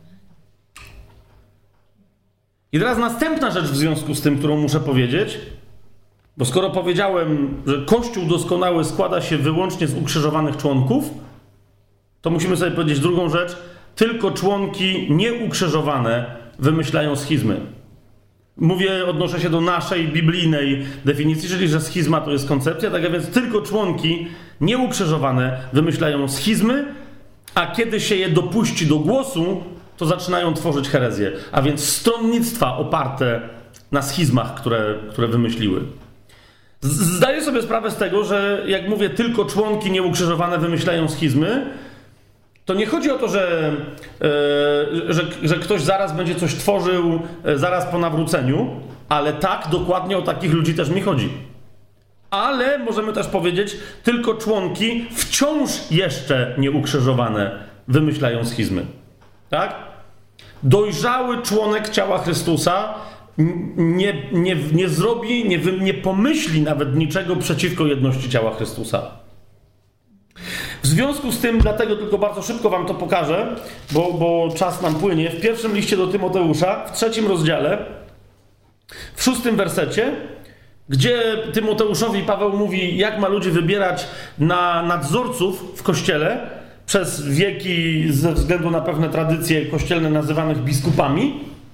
I teraz następna rzecz w związku z tym, którą muszę powiedzieć, bo skoro powiedziałem, że Kościół doskonały składa się wyłącznie z ukrzyżowanych członków, to musimy sobie powiedzieć drugą rzecz. Tylko członki nieukrzyżowane wymyślają schizmy. Mówię, odnoszę się do naszej biblijnej definicji, czyli że schizma to jest koncepcja, tak więc tylko członki nieukrzyżowane wymyślają schizmy, a kiedy się je dopuści do głosu, to zaczynają tworzyć herezję. A więc stronnictwa oparte na schizmach, które, które wymyśliły. Zdaję sobie sprawę z tego, że jak mówię, tylko członki nieukrzyżowane wymyślają schizmy, to nie chodzi o to, że, yy, że, że ktoś zaraz będzie coś tworzył yy, zaraz po nawróceniu, ale tak, dokładnie o takich ludzi też mi chodzi. Ale możemy też powiedzieć, tylko członki wciąż jeszcze nieukrzyżowane wymyślają schizmy. Tak? Dojrzały członek ciała Chrystusa nie, nie, nie zrobi, nie, nie pomyśli nawet niczego przeciwko jedności ciała Chrystusa. W związku z tym, dlatego tylko bardzo szybko wam to pokażę, bo, bo czas nam płynie. W pierwszym liście do Tymoteusza, w trzecim rozdziale, w szóstym wersecie, gdzie Tymoteuszowi Paweł mówi, jak ma ludzi wybierać na nadzorców w Kościele, przez wieki ze względu na pewne tradycje kościelne nazywanych biskupami,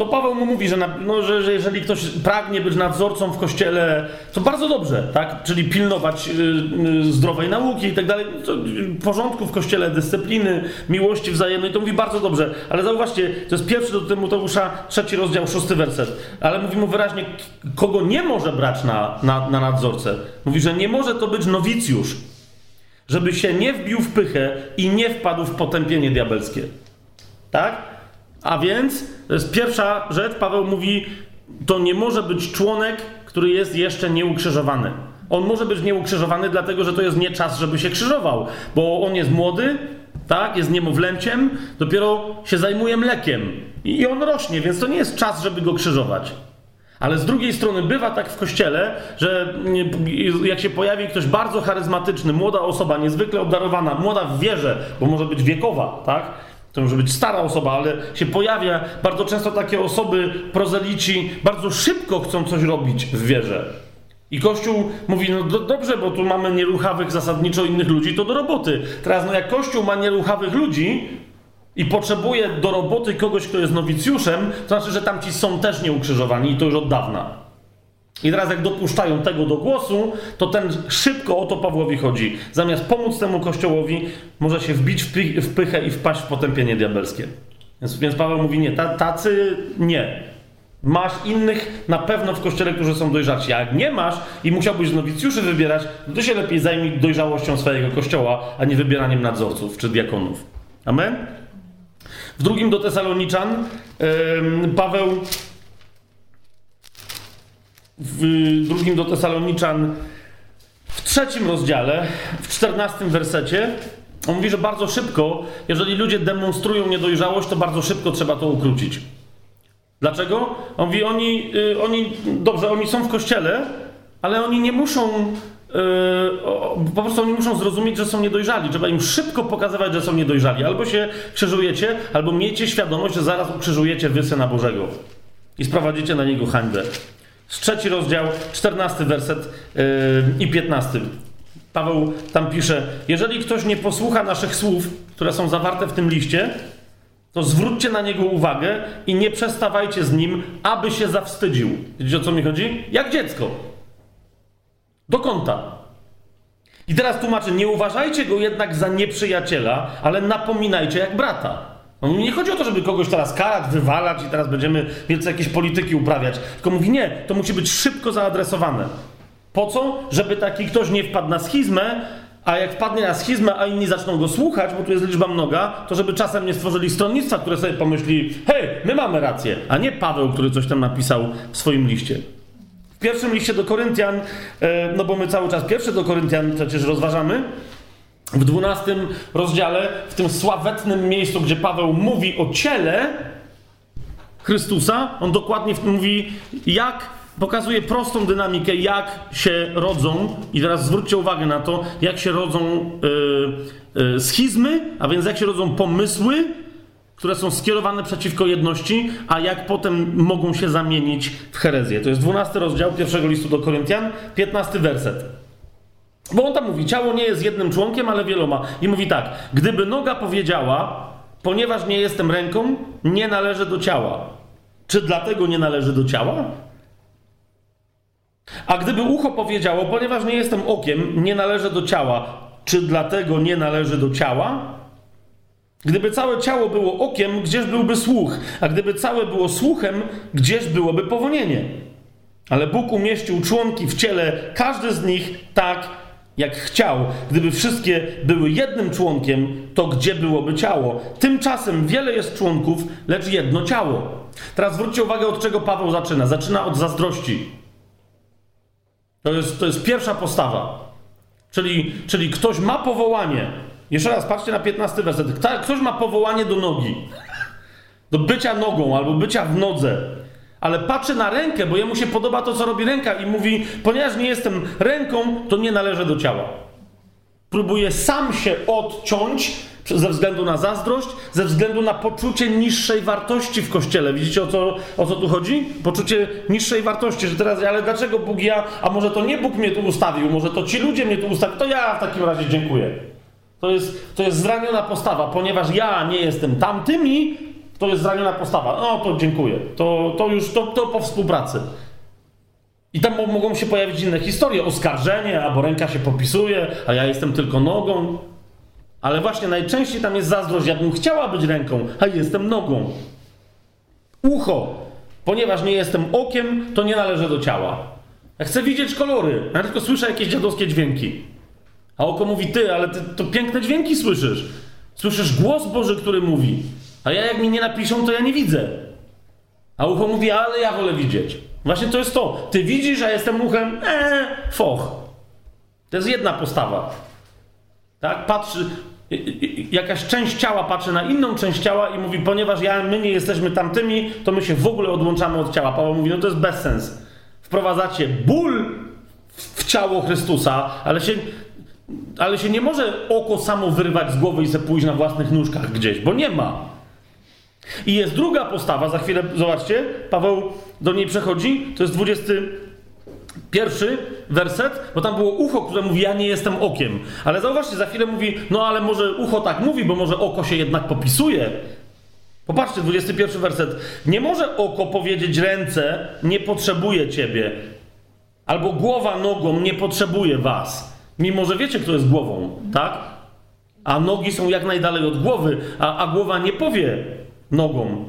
to Paweł mu mówi, że, na, no, że, że jeżeli ktoś pragnie być nadzorcą w kościele, to bardzo dobrze, tak? Czyli pilnować y, y, zdrowej nauki i tak dalej, to, y, porządku w kościele, dyscypliny, miłości wzajemnej, to mówi bardzo dobrze. Ale zauważcie, to jest pierwszy do Tymoteusza, trzeci rozdział, szósty werset. Ale mówi mu wyraźnie, kogo nie może brać na, na, na nadzorcę. Mówi, że nie może to być nowicjusz, żeby się nie wbił w pychę i nie wpadł w potępienie diabelskie. Tak? A więc, to jest pierwsza rzecz, Paweł mówi, to nie może być członek, który jest jeszcze nieukrzyżowany. On może być nieukrzyżowany dlatego, że to jest nie czas, żeby się krzyżował, bo on jest młody, tak, jest niemowlęciem, dopiero się zajmuje mlekiem i on rośnie, więc to nie jest czas, żeby go krzyżować. Ale z drugiej strony bywa tak w kościele, że jak się pojawi ktoś bardzo charyzmatyczny, młoda osoba, niezwykle obdarowana, młoda w wierze, bo może być wiekowa, tak? To może być stara osoba, ale się pojawia bardzo często takie osoby, prozelici, bardzo szybko chcą coś robić w wierze. I Kościół mówi, no do, dobrze, bo tu mamy nieruchawych zasadniczo innych ludzi, to do roboty. Teraz, no jak Kościół ma nieruchawych ludzi i potrzebuje do roboty kogoś, kto jest nowicjuszem, to znaczy, że tamci są też nieukrzyżowani i to już od dawna. I teraz jak dopuszczają tego do głosu, to ten szybko o to Pawłowi chodzi. Zamiast pomóc temu Kościołowi, może się wbić w, py- w pychę i wpaść w potępienie diabelskie. Więc, więc Paweł mówi, nie, tacy nie. Masz innych na pewno w Kościele, którzy są dojrzalsi. A jak nie masz i musiałbyś z nowicjuszy wybierać, to ty się lepiej zajmij dojrzałością swojego Kościoła, a nie wybieraniem nadzorców czy diakonów. Amen? W drugim do Tesaloniczan yy, Paweł w drugim do Tesaloniczan w trzecim rozdziale, w czternastym wersecie, on mówi, że bardzo szybko, jeżeli ludzie demonstrują niedojrzałość, to bardzo szybko trzeba to ukrócić. Dlaczego? On mówi, oni, yy, oni dobrze, oni są w kościele, ale oni nie muszą, yy, o, po prostu oni muszą zrozumieć, że są niedojrzali. Trzeba im szybko pokazywać, że są niedojrzali. Albo się krzyżujecie, albo miejcie świadomość, że zaraz ukrzyżujecie wy Syna Bożego i sprowadzicie na niego hańbę. Z trzeci rozdział, czternasty werset yy, i piętnasty. Paweł tam pisze, jeżeli ktoś nie posłucha naszych słów, które są zawarte w tym liście, to zwróćcie na niego uwagę i nie przestawajcie z nim, aby się zawstydził. Wiecie, o co mi chodzi? Jak dziecko. Do kąta. I teraz tłumaczę, nie uważajcie go jednak za nieprzyjaciela, ale napominajcie jak brata. No, nie chodzi o to, żeby kogoś teraz karać, wywalać i teraz będziemy wielce jakieś polityki uprawiać. Tylko mówi, nie, to musi być szybko zaadresowane. Po co? Żeby taki ktoś nie wpadł na schizmę, a jak wpadnie na schizmę, a inni zaczną go słuchać, bo tu jest liczba mnoga, to żeby czasem nie stworzyli stronnictwa, które sobie pomyśli, hej, my mamy rację, a nie Paweł, który coś tam napisał w swoim liście. W pierwszym liście do Koryntian, no bo my cały czas pierwszy do Koryntian przecież rozważamy, w dwunastym rozdziale, w tym sławetnym miejscu, gdzie Paweł mówi o ciele Chrystusa, on dokładnie w tym mówi, jak pokazuje prostą dynamikę, jak się rodzą, i teraz zwróćcie uwagę na to, jak się rodzą yy, yy, schizmy, a więc jak się rodzą pomysły, które są skierowane przeciwko jedności, a jak potem mogą się zamienić w herezję. To jest dwunasty rozdział pierwszego listu do Koryntian, piętnasty werset. Bo on tam mówi, ciało nie jest jednym członkiem, ale wieloma. I mówi tak, gdyby noga powiedziała, ponieważ nie jestem ręką, nie należy do ciała. Czy dlatego nie należy do ciała? A gdyby ucho powiedziało, ponieważ nie jestem okiem, nie należy do ciała. Czy dlatego nie należy do ciała? Gdyby całe ciało było okiem, gdzież byłby słuch? A gdyby całe było słuchem, gdzież byłoby powonienie? Ale Bóg umieścił członki w ciele, każdy z nich tak, jak chciał. Gdyby wszystkie były jednym członkiem, to gdzie byłoby ciało? Tymczasem wiele jest członków, lecz jedno ciało. Teraz zwróćcie uwagę, od czego Paweł zaczyna. Zaczyna od zazdrości. To jest, to jest pierwsza postawa. Czyli, czyli ktoś ma powołanie. Jeszcze raz, patrzcie na piętnasty werset. Ktoś ma powołanie do nogi. Do bycia nogą albo bycia w nodze. Ale patrzy na rękę, bo jemu się podoba to, co robi ręka i mówi, ponieważ nie jestem ręką, to nie należę do ciała. Próbuje sam się odciąć ze względu na zazdrość, ze względu na poczucie niższej wartości w Kościele. Widzicie, o co, o co tu chodzi? Poczucie niższej wartości, że teraz, ale dlaczego Bóg ja, a może to nie Bóg mnie tu ustawił, może to ci ludzie mnie tu ustawili, to ja w takim razie dziękuję. To jest, to jest zraniona postawa, ponieważ ja nie jestem tamtymi, To jest zraniona postawa. No to dziękuję. To, to już, to, to po współpracy. I tam mogą się pojawić inne historie. Oskarżenie, albo ręka się popisuje, a ja jestem tylko nogą. Ale właśnie najczęściej tam jest zazdrość. Ja bym chciała być ręką, a jestem nogą. Ucho. Ponieważ nie jestem okiem, to nie należę do ciała. Ja chcę widzieć kolory. Ja tylko słyszę jakieś dziadowskie dźwięki. A oko mówi, ty, ale ty to piękne dźwięki słyszysz. Słyszysz głos Boży, który mówi. A ja jak mi nie napiszą, to ja nie widzę. A ucho mówi, ale ja wolę widzieć. Właśnie to jest to. Ty widzisz, a jestem uchem, eee, foch. To jest jedna postawa. Tak? Patrzy, jakaś część ciała patrzy na inną część ciała i mówi, ponieważ ja, my nie jesteśmy tamtymi, to my się w ogóle odłączamy od ciała. Paweł mówi, no to jest bezsens. Wprowadzacie ból w ciało Chrystusa, ale się, ale się nie może oko samo wyrwać z głowy i se pójść na własnych nóżkach gdzieś, bo nie ma. I jest druga postawa, za chwilę, zobaczcie, Paweł do niej przechodzi, to jest dwudziesty pierwszy werset, bo tam było ucho, które mówi, ja nie jestem okiem. Ale zauważcie, za chwilę mówi, no ale może ucho tak mówi, bo może oko się jednak popisuje. Popatrzcie, dwudziesty pierwszy werset. Nie może oko powiedzieć ręce, nie potrzebuje ciebie. Albo głowa nogą, nie potrzebuje was. Mimo, że wiecie, kto jest głową, tak? A nogi są jak najdalej od głowy, a, a głowa nie powie nogą.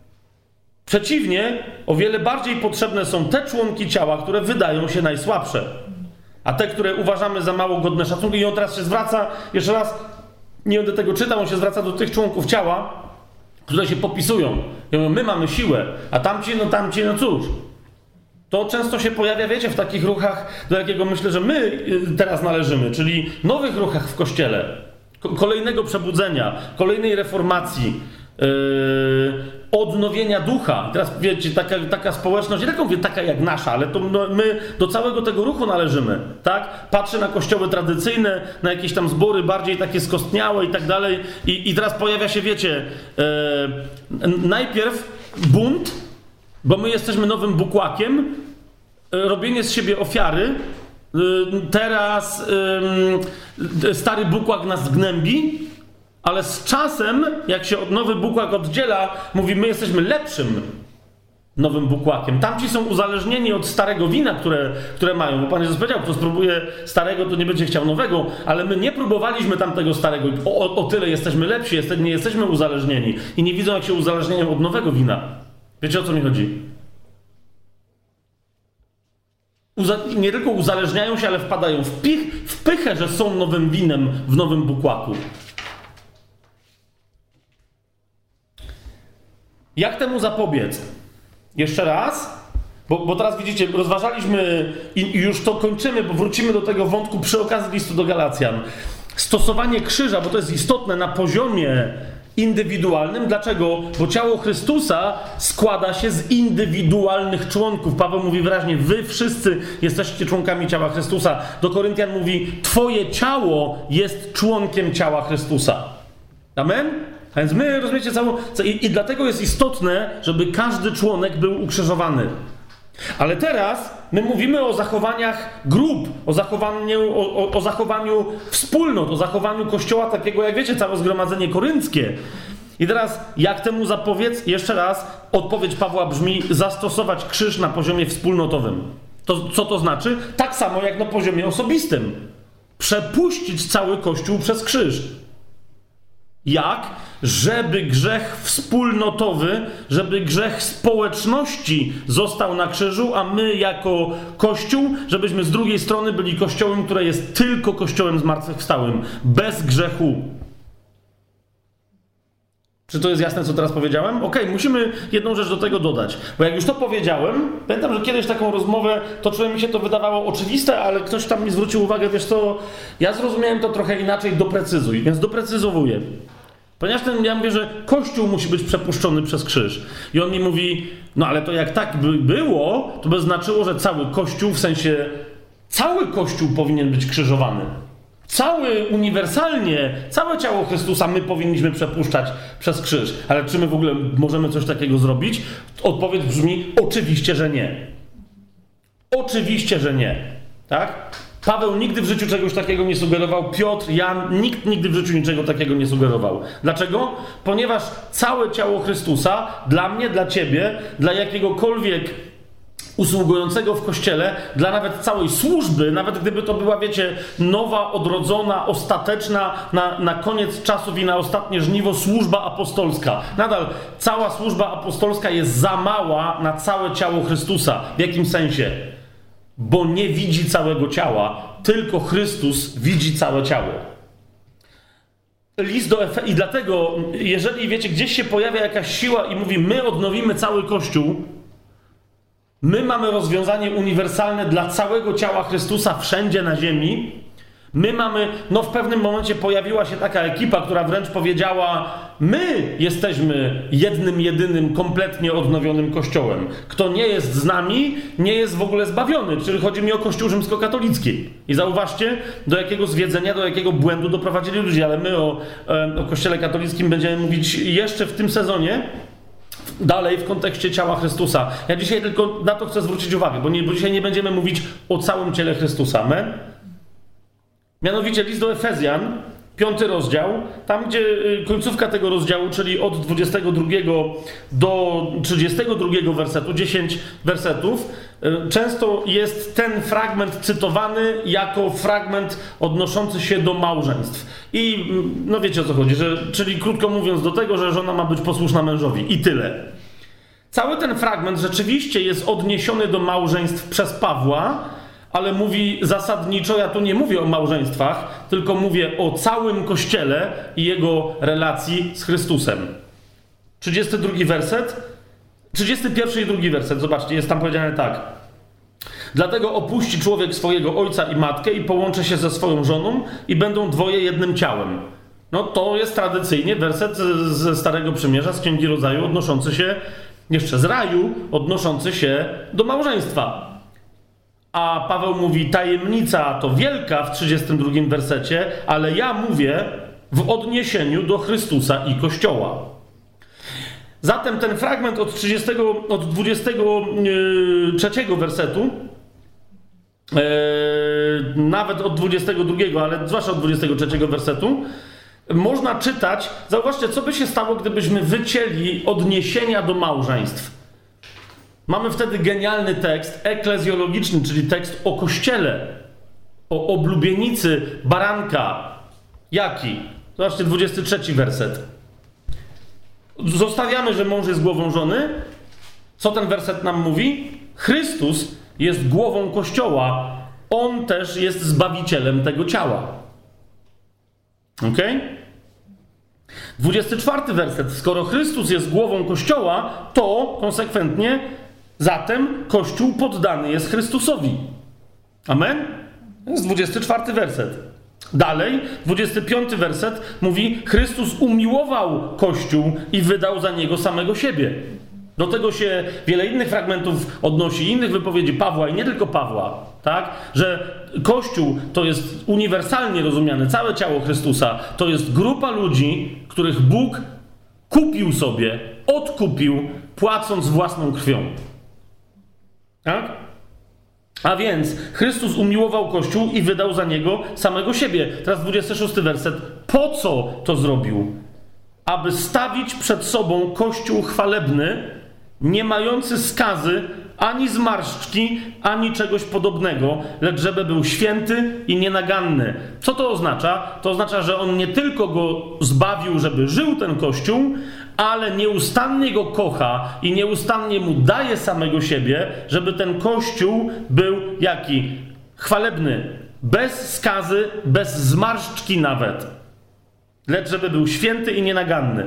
Przeciwnie, o wiele bardziej potrzebne są te członki ciała, które wydają się najsłabsze. A te, które uważamy za mało godne szacunku. I on teraz się zwraca, jeszcze raz, nie będę tego czytał, on się zwraca do tych członków ciała, które się popisują. I mówią, my mamy siłę, a tamci, no tamci, no cóż. To często się pojawia, wiecie, w takich ruchach, do jakiego myślę, że my teraz należymy, czyli nowych ruchach w Kościele, kolejnego przebudzenia, kolejnej reformacji, yy, odnowienia ducha. I teraz wiecie, taka, taka społeczność, nie tylko mówię taka jak nasza, ale to no, my do całego tego ruchu należymy, tak? Patrzę na kościoły tradycyjne, na jakieś tam zbory bardziej takie skostniałe i tak dalej. I, i teraz pojawia się, wiecie, yy, najpierw bunt, bo my jesteśmy nowym bukłakiem, yy, robienie z siebie ofiary. Yy, teraz yy, stary bukłak nas gnębi, ale z czasem, jak się od nowy bukłak oddziela, mówi, my jesteśmy lepszym nowym bukłakiem. Tamci są uzależnieni od starego wina, które, które mają. Bo Pan Jezus powiedział, kto spróbuje starego, to nie będzie chciał nowego, ale my nie próbowaliśmy tamtego starego. O, o, o tyle jesteśmy lepsi, jest, nie jesteśmy uzależnieni. I nie widzą, jak się uzależniają od nowego wina. Wiecie, o co mi chodzi? Uza- nie tylko uzależniają się, ale wpadają w, pich, w pychę, że są nowym winem w nowym bukłaku. Jak temu zapobiec? Jeszcze raz, bo, bo teraz widzicie, rozważaliśmy i, i już to kończymy, bo wrócimy do tego wątku przy okazji listu do Galacjan. Stosowanie krzyża, bo to jest istotne na poziomie indywidualnym. Dlaczego? Bo ciało Chrystusa składa się z indywidualnych członków. Paweł mówi wyraźnie, wy wszyscy jesteście członkami ciała Chrystusa. Do Koryntian mówi, twoje ciało jest członkiem ciała Chrystusa. Amen? A więc my, rozumiecie, całą... I, I dlatego jest istotne, żeby każdy członek był ukrzyżowany. Ale teraz my mówimy o zachowaniach grup, o zachowaniu, o, o, o zachowaniu wspólnot, o zachowaniu Kościoła takiego, jak wiecie, całe zgromadzenie korynckie. I teraz, jak temu zapobiec? Jeszcze raz, odpowiedź Pawła brzmi, zastosować krzyż na poziomie wspólnotowym. To, co to znaczy? Tak samo jak na poziomie osobistym. Przepuścić cały Kościół przez krzyż. Jak? Żeby grzech wspólnotowy, żeby grzech społeczności został na krzyżu, a my jako Kościół, żebyśmy z drugiej strony byli Kościołem, które jest tylko Kościołem zmartwychwstałym, bez grzechu. Czy to jest jasne, co teraz powiedziałem? Okej, okay, musimy jedną rzecz do tego dodać. Bo jak już to powiedziałem, pamiętam, że kiedyś taką rozmowę toczyłem, mi się to wydawało oczywiste, ale ktoś tam mi zwrócił uwagę, wiesz co, ja zrozumiałem to trochę inaczej, doprecyzuj, więc doprecyzowuję. Ponieważ ten, ja mówię, że Kościół musi być przepuszczony przez krzyż. I on mi mówi, no ale to jak tak by było, to by znaczyło, że cały Kościół, w sensie cały Kościół powinien być krzyżowany. Cały, uniwersalnie, całe ciało Chrystusa my powinniśmy przepuszczać przez krzyż. Ale czy my w ogóle możemy coś takiego zrobić? Odpowiedź brzmi, oczywiście, że nie. Oczywiście, że nie. Tak? Paweł nigdy w życiu czegoś takiego nie sugerował, Piotr, Jan, nikt nigdy w życiu niczego takiego nie sugerował. Dlaczego? Ponieważ całe ciało Chrystusa, dla mnie, dla ciebie, dla jakiegokolwiek usługującego w Kościele, dla nawet całej służby, nawet gdyby to była, wiecie, nowa, odrodzona, ostateczna, na, na koniec czasów i na ostatnie żniwo służba apostolska. Nadal cała służba apostolska jest za mała na całe ciało Chrystusa. W jakim sensie? Bo nie widzi całego ciała, tylko Chrystus widzi całe ciało. List do Efe... I dlatego, jeżeli, wiecie, gdzieś się pojawia jakaś siła i mówi, my odnowimy cały Kościół, my mamy rozwiązanie uniwersalne dla całego ciała Chrystusa wszędzie na ziemi. My mamy, no w pewnym momencie pojawiła się taka ekipa, która wręcz powiedziała, my jesteśmy jednym, jedynym, kompletnie odnowionym Kościołem. Kto nie jest z nami, nie jest w ogóle zbawiony. Czyli chodzi mi o Kościół rzymskokatolicki. I zauważcie, do jakiego zwiedzenia, do jakiego błędu doprowadzili ludzie. Ale my o, o Kościele katolickim będziemy mówić jeszcze w tym sezonie, dalej w kontekście ciała Chrystusa. Ja dzisiaj tylko na to chcę zwrócić uwagę, bo, nie, bo dzisiaj nie będziemy mówić o całym ciele Chrystusa. Amen? Mianowicie list do Efezjan, piąty rozdział, tam gdzie końcówka tego rozdziału, czyli od dwudziestego drugiego do trzydziestego drugiego wersetu, dziesięć wersetów, często jest ten fragment cytowany jako fragment odnoszący się do małżeństw. I no wiecie o co chodzi, że, czyli krótko mówiąc do tego, że żona ma być posłuszna mężowi i tyle. Cały ten fragment rzeczywiście jest odniesiony do małżeństw przez Pawła, ale mówi zasadniczo, ja tu nie mówię o małżeństwach, tylko mówię o całym Kościele i jego relacji z Chrystusem. trzydziesty drugi werset, trzydziesty pierwszy i drugi werset, zobaczcie, jest tam powiedziane tak. Dlatego opuści człowiek swojego ojca i matkę i połączy się ze swoją żoną i będą dwoje jednym ciałem. No to jest tradycyjnie werset ze Starego Przymierza, z Księgi Rodzaju, odnoszący się, jeszcze z raju, odnoszący się do małżeństwa. A Paweł mówi, tajemnica to wielka w trzydziestym drugim wersecie, ale ja mówię w odniesieniu do Chrystusa i Kościoła. Zatem ten fragment od, trzydziestego, od dwudziestego trzeciego wersetu, yy, nawet od dwudziestego drugiego, ale zwłaszcza od dwudziestego trzeciego wersetu, można czytać, zauważcie, co by się stało, gdybyśmy wycięli odniesienia do małżeństw. Mamy wtedy genialny tekst eklezjologiczny, czyli tekst o Kościele, o oblubienicy baranka. Jaki? Zobaczcie, dwudziesty trzeci werset. Zostawiamy, że mąż jest głową żony. Co ten werset nam mówi? Chrystus jest głową Kościoła. On też jest zbawicielem tego ciała. Ok? dwudziesty czwarty werset. Skoro Chrystus jest głową Kościoła, to konsekwentnie zatem Kościół poddany jest Chrystusowi. Amen? To jest dwudziesty czwarty werset. Dalej, dwudziesty piąty werset mówi, Chrystus umiłował Kościół i wydał za niego samego siebie. Do tego się wiele innych fragmentów odnosi, innych wypowiedzi Pawła i nie tylko Pawła, tak? Że Kościół to jest uniwersalnie rozumiane, całe ciało Chrystusa, to jest grupa ludzi, których Bóg kupił sobie, odkupił, płacąc własną krwią. Tak? A więc Chrystus umiłował Kościół i wydał za niego samego siebie. Teraz dwudziesty szósty werset. Po co to zrobił? Aby stawić przed sobą Kościół chwalebny, nie mający skazy, ani zmarszczki, ani czegoś podobnego, lecz żeby był święty i nienaganny. Co to oznacza? To oznacza, że on nie tylko go zbawił, żeby żył ten Kościół, ale nieustannie go kocha i nieustannie mu daje samego siebie, żeby ten Kościół był jaki? Chwalebny. Bez skazy, bez zmarszczki nawet. Lecz żeby był święty i nienaganny.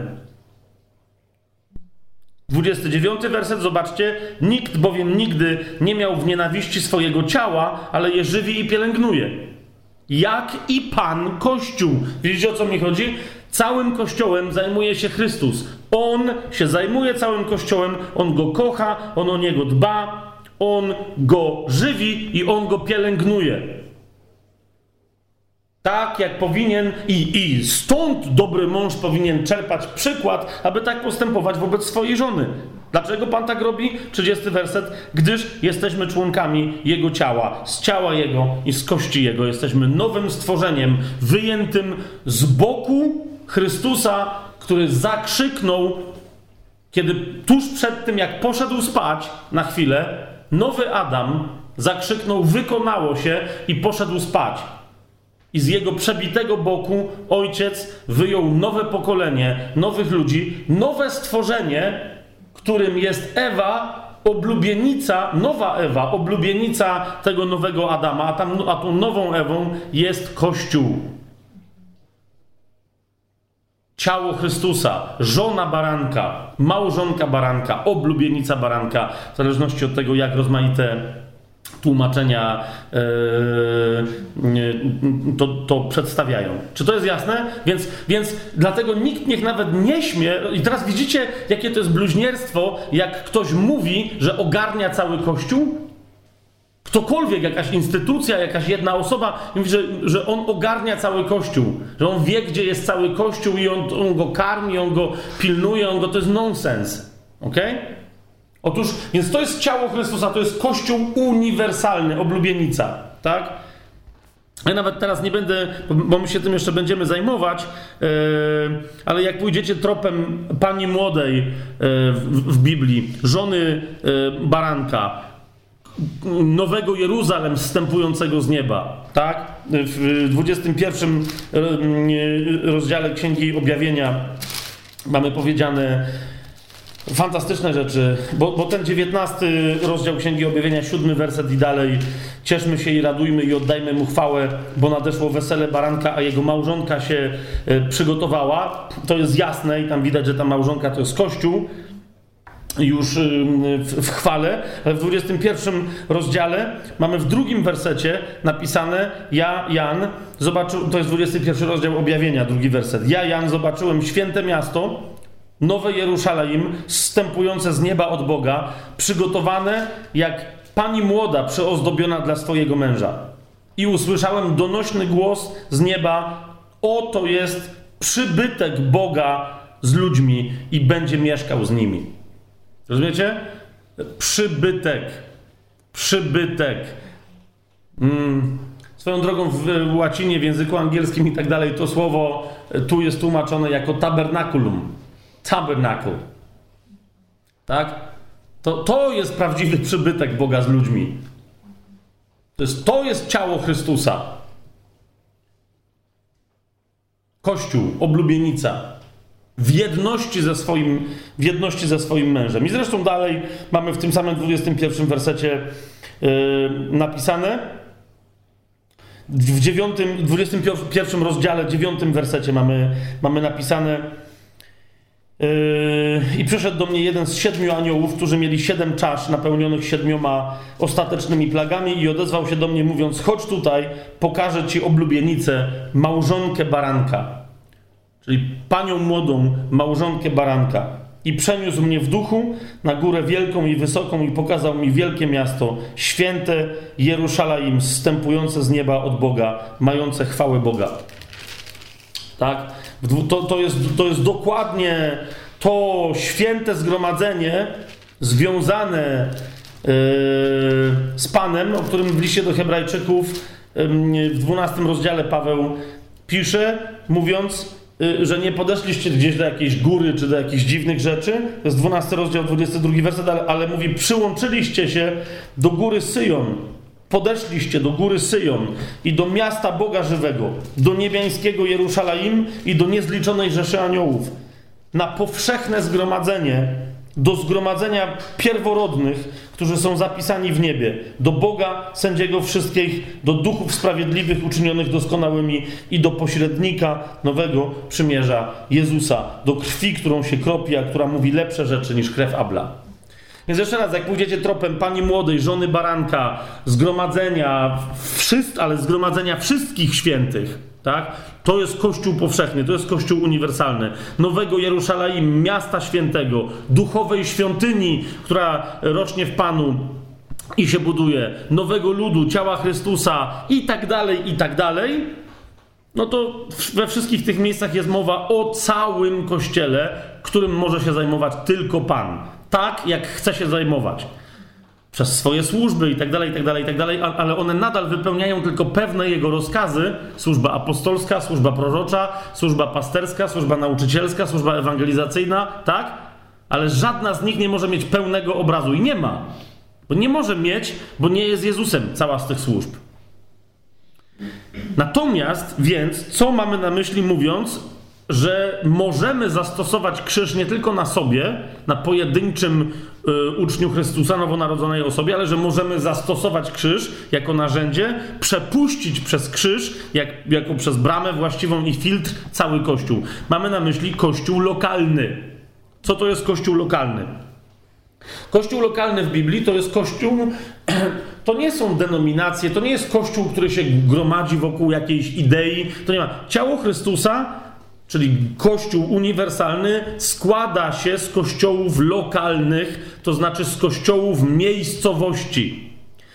dwudziesty dziewiąty werset, zobaczcie. Nikt bowiem nigdy nie miał w nienawiści swojego ciała, ale je żywi i pielęgnuje. Jak i Pan Kościół. Widzicie, o co mi chodzi? Całym Kościołem zajmuje się Chrystus. On się zajmuje całym Kościołem, On go kocha, On o niego dba, On go żywi i On go pielęgnuje. Tak jak powinien i, i stąd dobry mąż powinien czerpać przykład, aby tak postępować wobec swojej żony. Dlaczego Pan tak robi? trzydziesty werset. Gdyż jesteśmy członkami Jego ciała, z ciała Jego i z kości Jego. Jesteśmy nowym stworzeniem, wyjętym z boku Chrystusa, który zakrzyknął, kiedy tuż przed tym, jak poszedł spać na chwilę, nowy Adam zakrzyknął, wykonało się i poszedł spać. I z jego przebitego boku Ojciec wyjął nowe pokolenie, nowych ludzi, nowe stworzenie, którym jest Ewa, oblubienica, nowa Ewa, oblubienica tego nowego Adama, a, tam, a tą nową Ewą jest Kościół. Ciało Chrystusa, żona baranka, małżonka baranka, oblubienica baranka, w zależności od tego, jak rozmaite tłumaczenia yy, to, to przedstawiają. Czy to jest jasne? Więc, więc dlatego nikt niech nawet nie śmie. I teraz widzicie, jakie to jest bluźnierstwo, jak ktoś mówi, że ogarnia cały Kościół? Ktokolwiek, jakaś instytucja, jakaś jedna osoba mówi, że, że on ogarnia cały Kościół, że on wie, gdzie jest cały Kościół i on, on go karmi, on go pilnuje, on go... To jest nonsens. Okej? Okay? Otóż, więc to jest ciało Chrystusa, to jest Kościół uniwersalny, oblubienica, tak? Ja nawet teraz nie będę, bo my się tym jeszcze będziemy zajmować, yy, ale jak pójdziecie tropem pani młodej yy, w, w Biblii, żony yy, baranka, nowego Jeruzalem zstępującego z nieba, tak? W dwudziestym pierwszym rozdziale Księgi Objawienia mamy powiedziane fantastyczne rzeczy, bo, bo ten dziewiętnasty rozdział Księgi Objawienia, siódmy werset i dalej. Cieszmy się i radujmy i oddajmy Mu chwałę, bo nadeszło wesele baranka, a jego małżonka się e, przygotowała. To jest jasne i tam widać, że ta małżonka to jest Kościół już e, w, w chwale, ale w dwudziestym pierwszym rozdziale mamy w drugim wersecie napisane: ja, Jan, zobaczył, to jest dwudziesty pierwszy rozdział Objawienia, drugi werset. Ja, Jan, zobaczyłem święte miasto, nowe Jerusalem, zstępujące z nieba od Boga, przygotowane jak pani młoda przyozdobiona dla swojego męża. I usłyszałem donośny głos z nieba: oto jest przybytek Boga z ludźmi i będzie mieszkał z nimi. Rozumiecie? Przybytek. Przybytek. Mm. Swoją drogą w łacinie, w języku angielskim i tak dalej, to słowo tu jest tłumaczone jako tabernaculum. Tabernacle. Tak? To, to jest prawdziwy przybytek Boga z ludźmi. To jest, to jest ciało Chrystusa. Kościół, oblubienica. W jedności ze swoim, w jedności ze swoim mężem. I zresztą dalej mamy w tym samym dwudziestym pierwszym wersecie yy, napisane, w dziewiątym, dwudziestym pierwszym rozdziale, dziewiątym wersecie mamy, mamy napisane: Yy, i przyszedł do mnie jeden z siedmiu aniołów, którzy mieli siedem czasz napełnionych siedmioma ostatecznymi plagami, i odezwał się do mnie, mówiąc: chodź tutaj, pokażę ci oblubienicę, małżonkę baranka. Czyli panią młodą, małżonkę baranka. I przeniósł mnie w duchu na górę wielką i wysoką i pokazał mi wielkie miasto, święte Jerusalem, zstępujące z nieba od Boga, mające chwałę Boga. Tak? To, to, jest, to jest dokładnie to święte zgromadzenie związane yy, z Panem, o którym w liście do Hebrajczyków yy, w dwunastym rozdziale Paweł pisze, mówiąc, yy, że nie podeszliście gdzieś do jakiejś góry czy do jakichś dziwnych rzeczy. To jest dwunasty rozdział, dwudziesty drugi werset, ale, ale mówi: przyłączyliście się do góry Syjon. Podeszliście do góry Syjon i do miasta Boga żywego, do niebiańskiego Jerusalem i do niezliczonej rzeszy aniołów, na powszechne zgromadzenie, do zgromadzenia pierworodnych, którzy są zapisani w niebie, do Boga, sędziego wszystkich, do duchów sprawiedliwych uczynionych doskonałymi i do pośrednika nowego przymierza Jezusa, do krwi, którą się kropi, a która mówi lepsze rzeczy niż krew Abla. Więc jeszcze raz, jak pójdziecie tropem pani młodej, żony baranka, zgromadzenia, wszyscy, ale zgromadzenia wszystkich świętych, tak? To jest Kościół powszechny, to jest Kościół uniwersalny. Nowego Jerusalem, miasta świętego, duchowej świątyni, która rośnie w Panu i się buduje, nowego ludu, ciała Chrystusa i tak dalej, i tak dalej. no to we wszystkich tych miejscach jest mowa o całym Kościele, którym może się zajmować tylko Pan. Tak, jak chce się zajmować. Przez swoje służby i tak dalej, i tak dalej, i tak dalej, ale one nadal wypełniają tylko pewne jego rozkazy. Służba apostolska, służba prorocza, służba pasterska, służba nauczycielska, służba ewangelizacyjna, tak? Ale żadna z nich nie może mieć pełnego obrazu i nie ma. Bo nie może mieć, bo nie jest Jezusem cała z tych służb. Natomiast, więc, co mamy na myśli mówiąc, że możemy zastosować krzyż nie tylko na sobie, na pojedynczym y, uczniu Chrystusa, nowonarodzonej osobie, ale że możemy zastosować krzyż jako narzędzie, przepuścić przez krzyż, jak, jako przez bramę właściwą i filtr cały Kościół. Mamy na myśli Kościół lokalny. Co to jest Kościół lokalny? Kościół lokalny w Biblii to jest Kościół, to nie są denominacje, to nie jest Kościół, który się gromadzi wokół jakiejś idei, to nie ma. Ciało Chrystusa, czyli Kościół uniwersalny, składa się z kościołów lokalnych, to znaczy z kościołów miejscowości.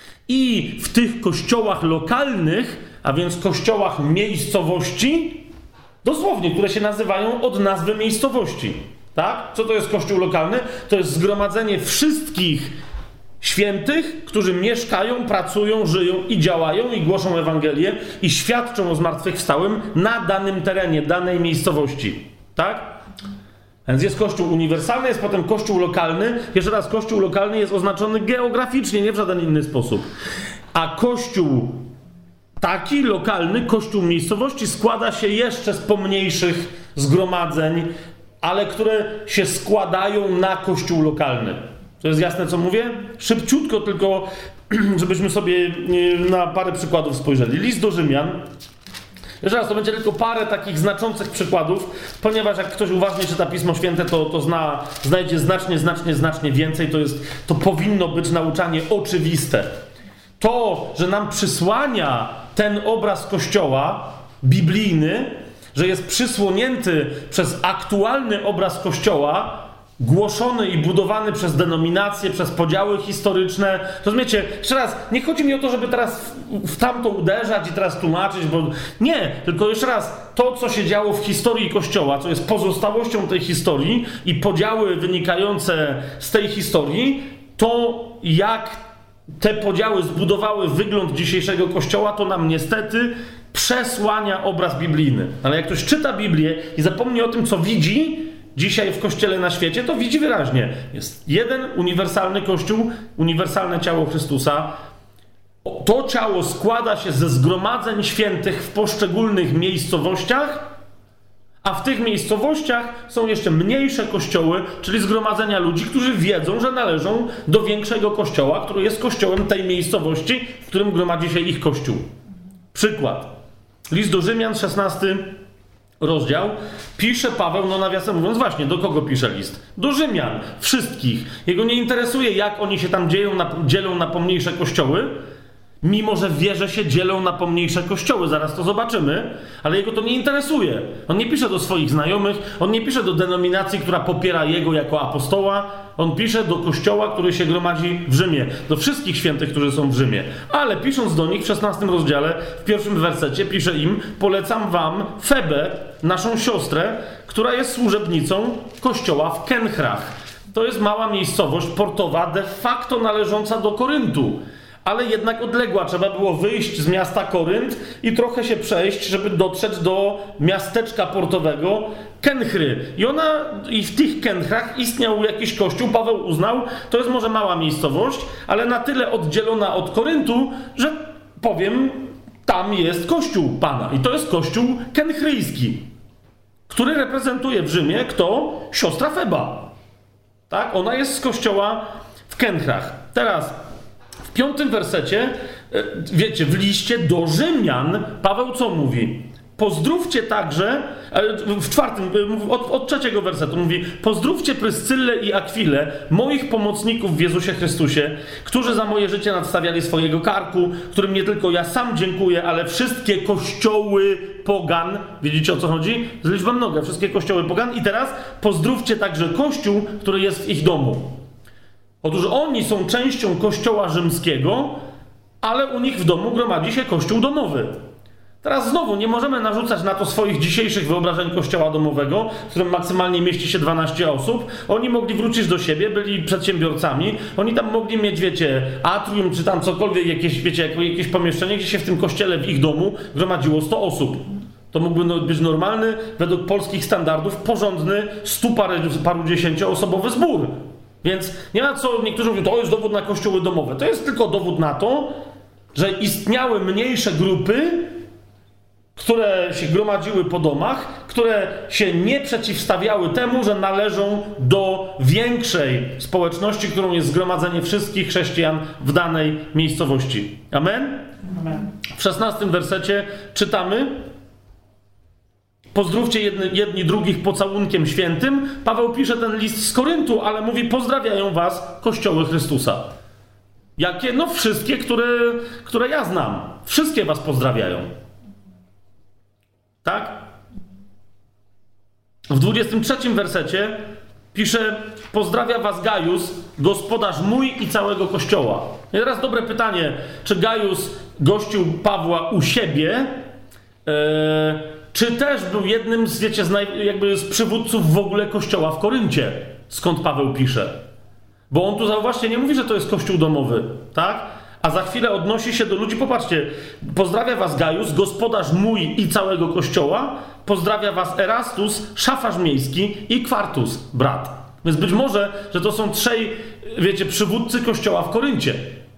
I w tych kościołach lokalnych, a więc kościołach miejscowości, dosłownie, które się nazywają od nazwy miejscowości. Tak? Co to jest Kościół lokalny? To jest zgromadzenie wszystkich świętych, którzy mieszkają, pracują, żyją i działają i głoszą Ewangelię i świadczą o zmartwychwstałym na danym terenie, danej miejscowości. Tak? Więc jest Kościół uniwersalny, jest potem Kościół lokalny. Jeszcze raz, Kościół lokalny jest oznaczony geograficznie, nie w żaden inny sposób. A Kościół taki lokalny, Kościół miejscowości składa się jeszcze z pomniejszych zgromadzeń, ale które się składają na Kościół lokalny. To jest jasne, co mówię? Szybciutko tylko, żebyśmy sobie na parę przykładów spojrzeli. List do Rzymian. Jeszcze raz, to będzie tylko parę takich znaczących przykładów, ponieważ jak ktoś uważnie czyta Pismo Święte, to, to zna, znajdzie znacznie, znacznie, znacznie więcej. To, jest, to powinno być nauczanie oczywiste. To, że nam przysłania ten obraz Kościoła biblijny, że jest przysłonięty przez aktualny obraz Kościoła, głoszony i budowany przez denominacje, przez podziały historyczne. Rozumiecie? Jeszcze raz, nie chodzi mi o to, żeby teraz w, w tamto uderzać i teraz tłumaczyć, bo nie, tylko jeszcze raz, to, co się działo w historii Kościoła, co jest pozostałością tej historii i podziały wynikające z tej historii, to jak te podziały zbudowały wygląd dzisiejszego Kościoła, to nam niestety przesłania obraz biblijny. Ale jak ktoś czyta Biblię i zapomni o tym, co widzi dzisiaj w Kościele na świecie, to widzi wyraźnie. Jest jeden uniwersalny Kościół, uniwersalne ciało Chrystusa. To ciało składa się ze zgromadzeń świętych w poszczególnych miejscowościach, a w tych miejscowościach są jeszcze mniejsze kościoły, czyli zgromadzenia ludzi, którzy wiedzą, że należą do większego kościoła, który jest kościołem tej miejscowości, w którym gromadzi się ich kościół. Przykład. List do Rzymian, szesnasty rozdział. Pisze Paweł, no nawiasem mówiąc, właśnie, do kogo pisze list? Do Rzymian. Wszystkich. Jego nie interesuje, jak oni się tam dzieją na, dzielą na pomniejsze kościoły, mimo że w wierze się dzielą na pomniejsze kościoły. Zaraz to zobaczymy, ale jego to nie interesuje. On nie pisze do swoich znajomych, on nie pisze do denominacji, która popiera jego jako apostoła. On pisze do kościoła, który się gromadzi w Rzymie. Do wszystkich świętych, którzy są w Rzymie. Ale pisząc do nich w szesnastym rozdziale, w pierwszym wersecie, pisze im: polecam wam Febę, naszą siostrę, która jest służebnicą kościoła w Kenchrach. To jest mała miejscowość portowa, de facto należąca do Koryntu, ale jednak odległa. Trzeba było wyjść z miasta Korynt i trochę się przejść, żeby dotrzeć do miasteczka portowego Kenchry. I ona, i w tych Kenchrach istniał jakiś kościół. Paweł uznał, to jest może mała miejscowość, ale na tyle oddzielona od Koryntu, że powiem, tam jest kościół Pana. I to jest kościół kenchryjski, który reprezentuje w Rzymie kto? Siostra Feba. Tak? Ona jest z kościoła w Kenchrach. Teraz w piątym wersecie, wiecie, w liście do Rzymian Paweł co mówi? Pozdrówcie także, w czwartym, od, od trzeciego wersetu mówi: pozdrówcie Pryscyllę i Akwilę, moich pomocników w Jezusie Chrystusie, którzy za moje życie nadstawiali swojego karku, którym nie tylko ja sam dziękuję, ale wszystkie kościoły pogan. Widzicie, o co chodzi? Z liczbą mnoga, wszystkie kościoły pogan. I teraz pozdrówcie także Kościół, który jest w ich domu. Otóż oni są częścią Kościoła rzymskiego, ale u nich w domu gromadzi się Kościół domowy. Teraz znowu nie możemy narzucać na to swoich dzisiejszych wyobrażeń kościoła domowego, w którym maksymalnie mieści się dwanaście osób. Oni mogli wrócić do siebie, byli przedsiębiorcami. Oni tam mogli mieć, wiecie, atrium, czy tam cokolwiek, jakieś, wiecie, jakieś pomieszczenie, gdzie się w tym kościele, w ich domu gromadziło sto osób. To mógłby być normalny, według polskich standardów, porządny, stu paru, parudziesięcioosobowy zbór. Więc nie ma co, niektórzy mówią, to jest dowód na kościoły domowe. To jest tylko dowód na to, że istniały mniejsze grupy, które się gromadziły po domach, które się nie przeciwstawiały temu, że należą do większej społeczności, którą jest zgromadzenie wszystkich chrześcijan w danej miejscowości. Amen? Amen. W szesnastym wersecie czytamy: pozdrówcie jedni, jedni drugich pocałunkiem świętym. Paweł pisze ten list z Koryntu, ale mówi: pozdrawiają was kościoły Chrystusa. Jakie? No wszystkie, które, które ja znam. Wszystkie was pozdrawiają. Tak? W dwudziestym trzecim wersecie pisze: pozdrawia was Gajus, gospodarz mój i całego kościoła. I teraz dobre pytanie, czy Gajus gościł Pawła u siebie, yy, czy też był jednym z, wiecie, z, naj, jakby z przywódców w ogóle kościoła w Koryncie, skąd Paweł pisze. Bo on tu, zauważcie, nie mówi, że to jest kościół domowy, tak? A za chwilę odnosi się do ludzi, popatrzcie, pozdrawia was Gajus, gospodarz mój i całego kościoła, pozdrawia was Erastus, szafarz miejski i Kwartus, brat. Więc być może, że to są trzej, wiecie, przywódcy kościoła w Koryncie.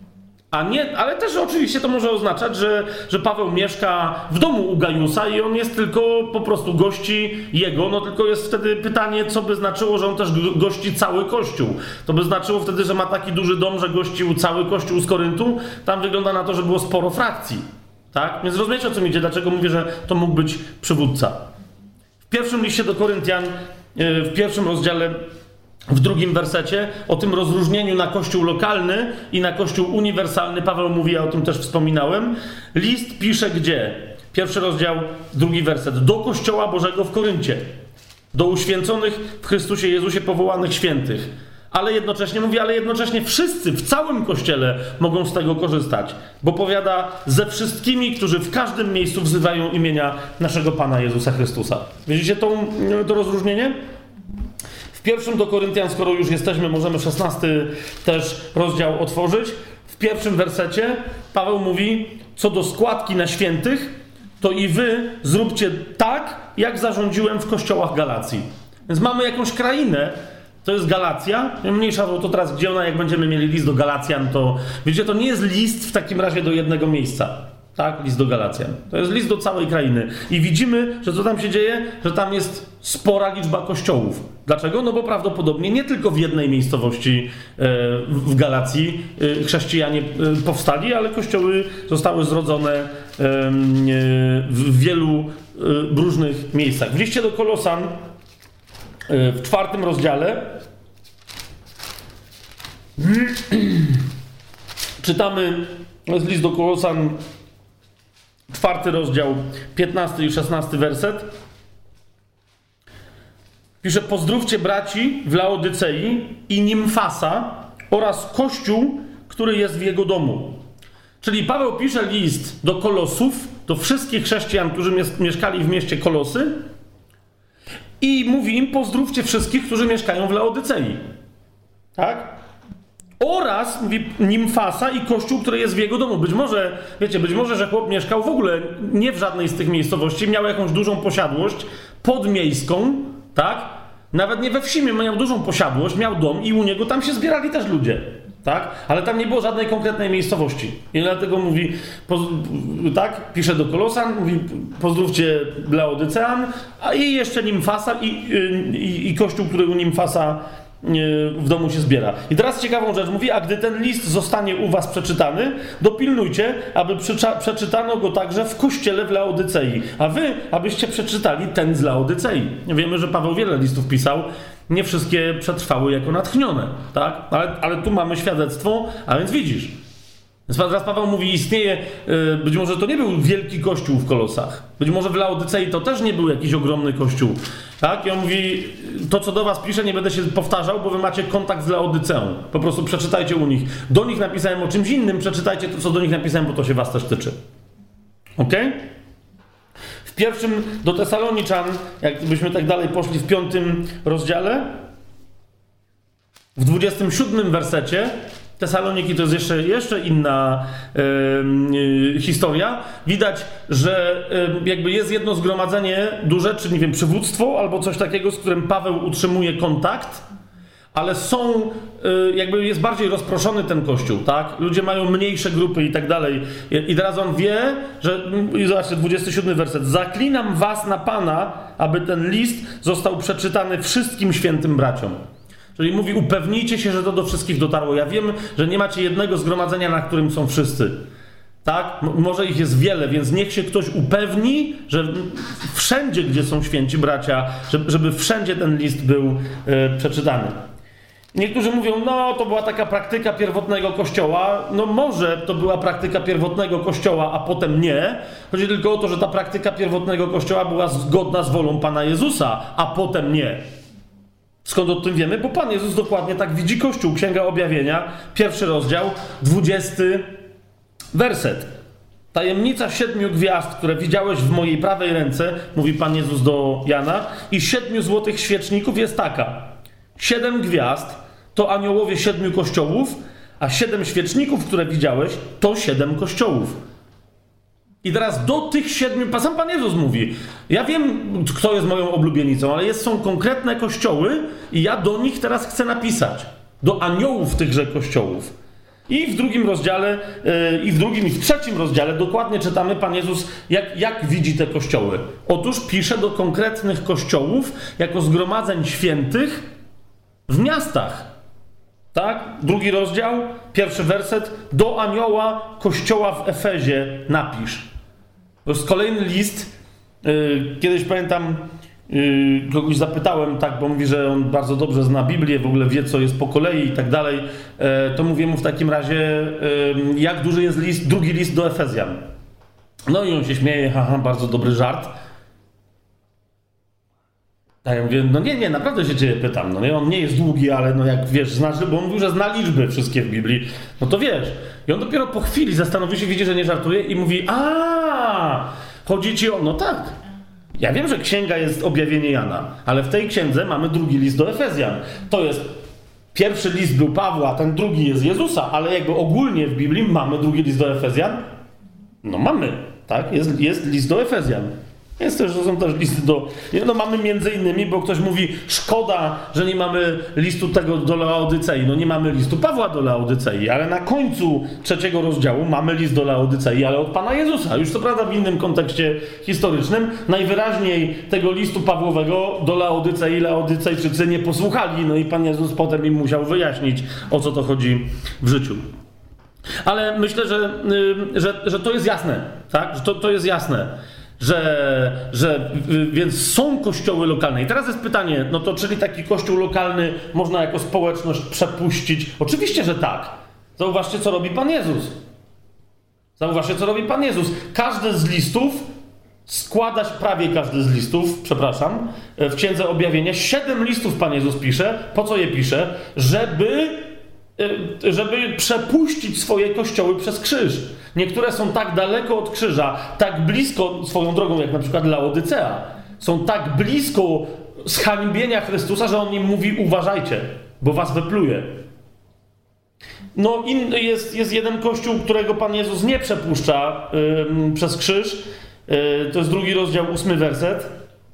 A nie, ale też oczywiście to może oznaczać, że, że Paweł mieszka w domu u Gajusa i on jest tylko po prostu gości jego, no tylko jest wtedy pytanie, co by znaczyło, że on też gości cały Kościół. To by znaczyło wtedy, że ma taki duży dom, że gościł cały Kościół z Koryntu. Tam wygląda na to, że było sporo frakcji. Tak? Więc rozumiecie, o co mi idzie, dlaczego mówię, że to mógł być przywódca. W pierwszym liście do Koryntian, w pierwszym rozdziale, w drugim wersecie, o tym rozróżnieniu na kościół lokalny i na kościół uniwersalny, Paweł mówi, ja o tym też wspominałem. List pisze gdzie? Pierwszy rozdział, drugi werset. Do Kościoła Bożego w Koryncie. Do uświęconych w Chrystusie Jezusie powołanych świętych. Ale jednocześnie, mówi, ale jednocześnie wszyscy w całym Kościele mogą z tego korzystać. Bo powiada, ze wszystkimi, którzy w każdym miejscu wzywają imienia naszego Pana Jezusa Chrystusa. Widzicie to, to rozróżnienie? W pierwszym do Koryntian, skoro już jesteśmy, możemy szesnasty też rozdział otworzyć. W pierwszym wersecie Paweł mówi, co do składki na świętych, to i wy zróbcie tak, jak zarządziłem w kościołach Galacji. Więc mamy jakąś krainę, to jest Galacja. Mniejsza o to teraz, gdzie ona, jak będziemy mieli list do Galacjan, to wiecie, to nie jest list w takim razie do jednego miejsca. Tak? List do Galacjan. To jest list do całej krainy. I widzimy, że co tam się dzieje? Że tam jest spora liczba kościołów. Dlaczego? No bo prawdopodobnie nie tylko w jednej miejscowości e, w Galacji e, chrześcijanie e, powstali, ale kościoły zostały zrodzone e, e, w wielu e, różnych miejscach. W liście do Kolosan e, w czwartym rozdziale czytamy, to jest list do Kolosan, czwarty rozdział, piętnasty i szesnasty werset. Pisze: pozdrówcie braci w Laodycei i Nimfasa oraz Kościół, który jest w jego domu. Czyli Paweł pisze list do Kolosów, do wszystkich chrześcijan, którzy mieszkali w mieście Kolosy, i mówi im: pozdrówcie wszystkich, którzy mieszkają w Laodycei. Tak? Oraz, mówi, Nimfasa i kościół, który jest w jego domu. Być może, wiecie, być może, że chłop mieszkał w ogóle nie w żadnej z tych miejscowości, miał jakąś dużą posiadłość podmiejską, tak? Nawet nie we wsi, miał dużą posiadłość, miał dom i u niego tam się zbierali też ludzie, tak? Ale tam nie było żadnej konkretnej miejscowości. I dlatego mówi, poz, tak, pisze do Kolosan, mówi, pozdrówcie Laodycean, a i jeszcze Nimfasa i, i, i kościół, który u Nimfasa w domu się zbiera. I teraz ciekawą rzecz mówi: a gdy ten list zostanie u was przeczytany, dopilnujcie, aby przeczytano go także w kościele w Laodycei, a wy, abyście przeczytali ten z Laodycei. Wiemy, że Paweł wiele listów pisał, nie wszystkie przetrwały jako natchnione, tak? Ale, ale tu mamy świadectwo, a więc widzisz. Teraz Paweł mówi, istnieje, być może to nie był wielki kościół w Kolosach, być może w Laodycei to też nie był jakiś ogromny kościół, tak? I on mówi, to co do was piszę, nie będę się powtarzał, bo wy macie kontakt z Laodyceą, po prostu przeczytajcie u nich. Do nich napisałem o czymś innym, przeczytajcie to, co do nich napisałem, bo to się was też tyczy. Okej? Okay? pierwszym do Tesaloniczan, jakbyśmy tak dalej poszli w piątym rozdziale, w dwudziestym siódmym wersecie, Tesaloniki to jest jeszcze, jeszcze inna yy, yy, historia. Widać, że yy, jakby jest jedno zgromadzenie duże, czy nie wiem, przywództwo albo coś takiego, z którym Paweł utrzymuje kontakt, ale są, yy, jakby jest bardziej rozproszony ten kościół, tak? Ludzie mają mniejsze grupy i tak dalej. I, i teraz on wie, że, i zobaczcie, dwudziesty siódmy werset. Zaklinam was na Pana, aby ten list został przeczytany wszystkim świętym braciom. Czyli mówi, upewnijcie się, że to do wszystkich dotarło. Ja wiem, że nie macie jednego zgromadzenia, na którym są wszyscy. Tak? M- może ich jest wiele, więc niech się ktoś upewni, że wszędzie, gdzie są święci bracia, żeby, żeby wszędzie ten list był e, przeczytany. Niektórzy mówią, no to była taka praktyka pierwotnego kościoła. No może to była praktyka pierwotnego kościoła, a potem nie. Chodzi tylko o to, że ta praktyka pierwotnego kościoła była zgodna z wolą Pana Jezusa, a potem nie. Skąd o tym wiemy? Bo Pan Jezus dokładnie tak widzi Kościół. Księga Objawienia, pierwszy rozdział, dwudziesty werset. Tajemnica siedmiu gwiazd, które widziałeś w mojej prawej ręce, mówi Pan Jezus do Jana, i siedmiu złotych świeczników jest taka. Siedem gwiazd to aniołowie siedmiu kościołów, a siedem świeczników, które widziałeś, to siedem kościołów. I teraz do tych siedmiu, sam Pan Jezus mówi, ja wiem, kto jest moją oblubienicą, ale jest, są konkretne kościoły i ja do nich teraz chcę napisać. Do aniołów tychże kościołów. I w drugim rozdziale, yy, i w drugim, i w trzecim rozdziale dokładnie czytamy Pan Jezus, jak, jak widzi te kościoły. Otóż pisze do konkretnych kościołów, jako zgromadzeń świętych w miastach. Tak? Drugi rozdział, pierwszy werset. Do anioła kościoła w Efezie napisz. To jest kolejny list. Yy, kiedyś pamiętam, yy, kogoś zapytałem, tak, bo mówi, że on bardzo dobrze zna Biblię, w ogóle wie, co jest po kolei i tak dalej. Yy, to mówię mu w takim razie, yy, jak duży jest list, drugi list do Efezjan. No i on się śmieje, haha, bardzo dobry żart. A ja mówię, no nie, nie, naprawdę się ciebie pytam, no nie, on nie jest długi, ale no jak wiesz, znasz, bo on mówił, że zna liczby wszystkie w Biblii, no to wiesz. I on dopiero po chwili zastanowił się, widzi, że nie żartuje i mówi, a chodzi ci o, no tak. Ja wiem, że księga jest objawienie Jana, ale w tej księdze mamy drugi list do Efezjan. To jest, pierwszy list był Pawła, ten drugi jest Jezusa, ale jakby ogólnie w Biblii mamy drugi list do Efezjan? No mamy, tak, jest, jest list do Efezjan. Jest też, że są też listy do... No mamy między innymi, bo ktoś mówi, szkoda, że nie mamy listu tego do Laodycei. No nie mamy listu Pawła do Laodycei, ale na końcu trzeciego rozdziału mamy list do Laodycei, ale od Pana Jezusa. Już co prawda w innym kontekście historycznym. Najwyraźniej tego listu Pawłowego do Laodycei Laodycejczycy nie posłuchali. No i Pan Jezus potem im musiał wyjaśnić, o co to chodzi w życiu. Ale myślę, że, że, że to jest jasne, tak? Że to, to jest jasne. Że, że więc są kościoły lokalne. I teraz jest pytanie, no to czyli taki kościół lokalny można jako społeczność przepuścić? Oczywiście, że tak. Zauważcie, co robi Pan Jezus. Zauważcie, co robi Pan Jezus. Każdy z listów, składać prawie każdy z listów, przepraszam, w Księdze Objawienia, siedem listów Pan Jezus pisze. Po co je pisze? Żeby, żeby przepuścić swoje kościoły przez krzyż. Niektóre są tak daleko od krzyża, tak blisko swoją drogą, jak na przykład Laodycea. Są tak blisko zhańbienia Chrystusa, że on im mówi, uważajcie, bo was wypluje. No inny jest, jest jeden kościół, którego Pan Jezus nie przepuszcza yy, przez krzyż. Yy, to jest drugi rozdział, ósmy werset.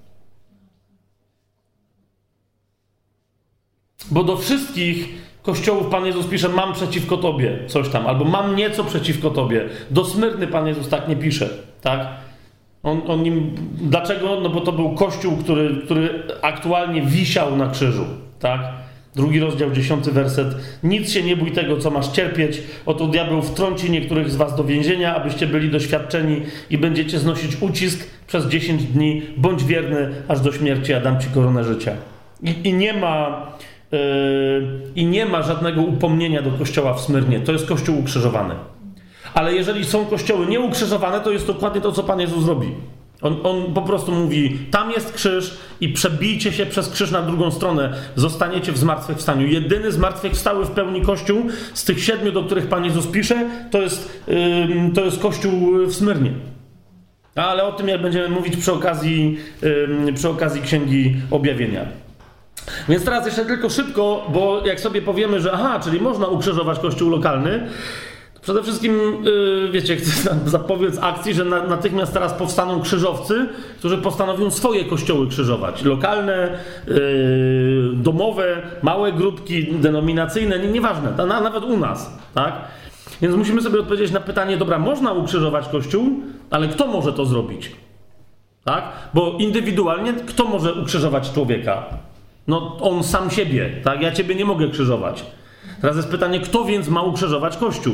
Bo do wszystkich kościołów Pan Jezus pisze, mam przeciwko tobie coś tam, albo mam nieco przeciwko tobie. Do Smyrny Pan Jezus tak nie pisze, tak? On, on nim, dlaczego? No bo to był kościół, który, który aktualnie wisiał na krzyżu, tak? Drugi rozdział, dziesiąty werset. Nic się nie bój tego, co masz cierpieć. Oto diabeł wtrąci niektórych z was do więzienia, abyście byli doświadczeni i będziecie znosić ucisk przez dziesięć dni. Bądź wierny aż do śmierci, a dam ci koronę życia. I, i nie ma... Yy, i nie ma żadnego upomnienia do kościoła w Smyrnie. To jest kościół ukrzyżowany. Ale jeżeli są kościoły nieukrzyżowane, to jest dokładnie to, co Pan Jezus robi. On, on po prostu mówi, tam jest krzyż i przebijcie się przez krzyż na drugą stronę, zostaniecie w zmartwychwstaniu. Jedyny zmartwychwstały w pełni kościół z tych siedmiu, do których Pan Jezus pisze, to jest, yy, to jest kościół w Smyrnie. Ale o tym jak będziemy mówić przy okazji, yy, przy okazji Księgi Objawienia. Więc teraz jeszcze tylko szybko, bo jak sobie powiemy, że aha, czyli można ukrzyżować kościół lokalny, to przede wszystkim, yy, wiecie, chcę zapowiedz akcji, że na, natychmiast teraz powstaną krzyżowcy, którzy postanowią swoje kościoły krzyżować. Lokalne, yy, domowe, małe grupki denominacyjne, nie, nieważne, to na, nawet u nas, tak? Więc musimy sobie odpowiedzieć na pytanie, dobra, można ukrzyżować kościół, ale kto może to zrobić? Tak? Bo indywidualnie kto może ukrzyżować człowieka? No on sam siebie, tak? Ja ciebie nie mogę krzyżować. Teraz jest pytanie, kto więc ma ukrzyżować kościół?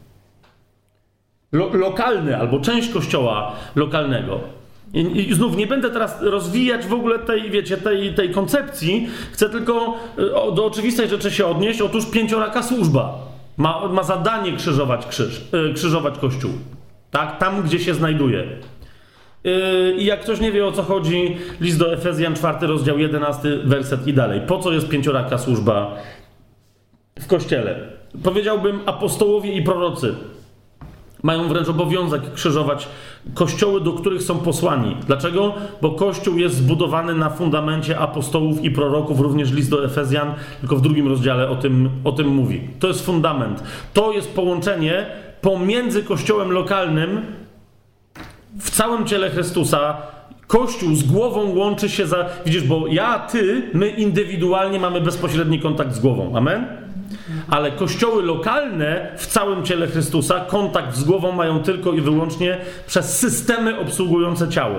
Lo- lokalny albo część kościoła lokalnego. I, I znów nie będę teraz rozwijać w ogóle tej, wiecie, tej, tej koncepcji. Chcę tylko o, do oczywistej rzeczy się odnieść. Otóż pięcioraka służba ma, ma zadanie krzyżować krzyż, yy, krzyżować kościół. Tak? Tam, gdzie się znajduje. I jak ktoś nie wie, o co chodzi, list do Efezjan, czwarty rozdział, jedenasty werset i dalej. Po co jest pięcioraka służba w Kościele? Powiedziałbym, apostołowie i prorocy mają wręcz obowiązek krzyżować kościoły, do których są posłani. Dlaczego? Bo Kościół jest zbudowany na fundamencie apostołów i proroków, również list do Efezjan, tylko w drugim rozdziale o tym, o tym mówi. To jest fundament. To jest połączenie pomiędzy kościołem lokalnym w całym ciele Chrystusa. Kościół z głową łączy się za... Widzisz, bo ja, ty, my indywidualnie mamy bezpośredni kontakt z głową. Amen? Ale kościoły lokalne w całym ciele Chrystusa kontakt z głową mają tylko i wyłącznie przez systemy obsługujące ciało.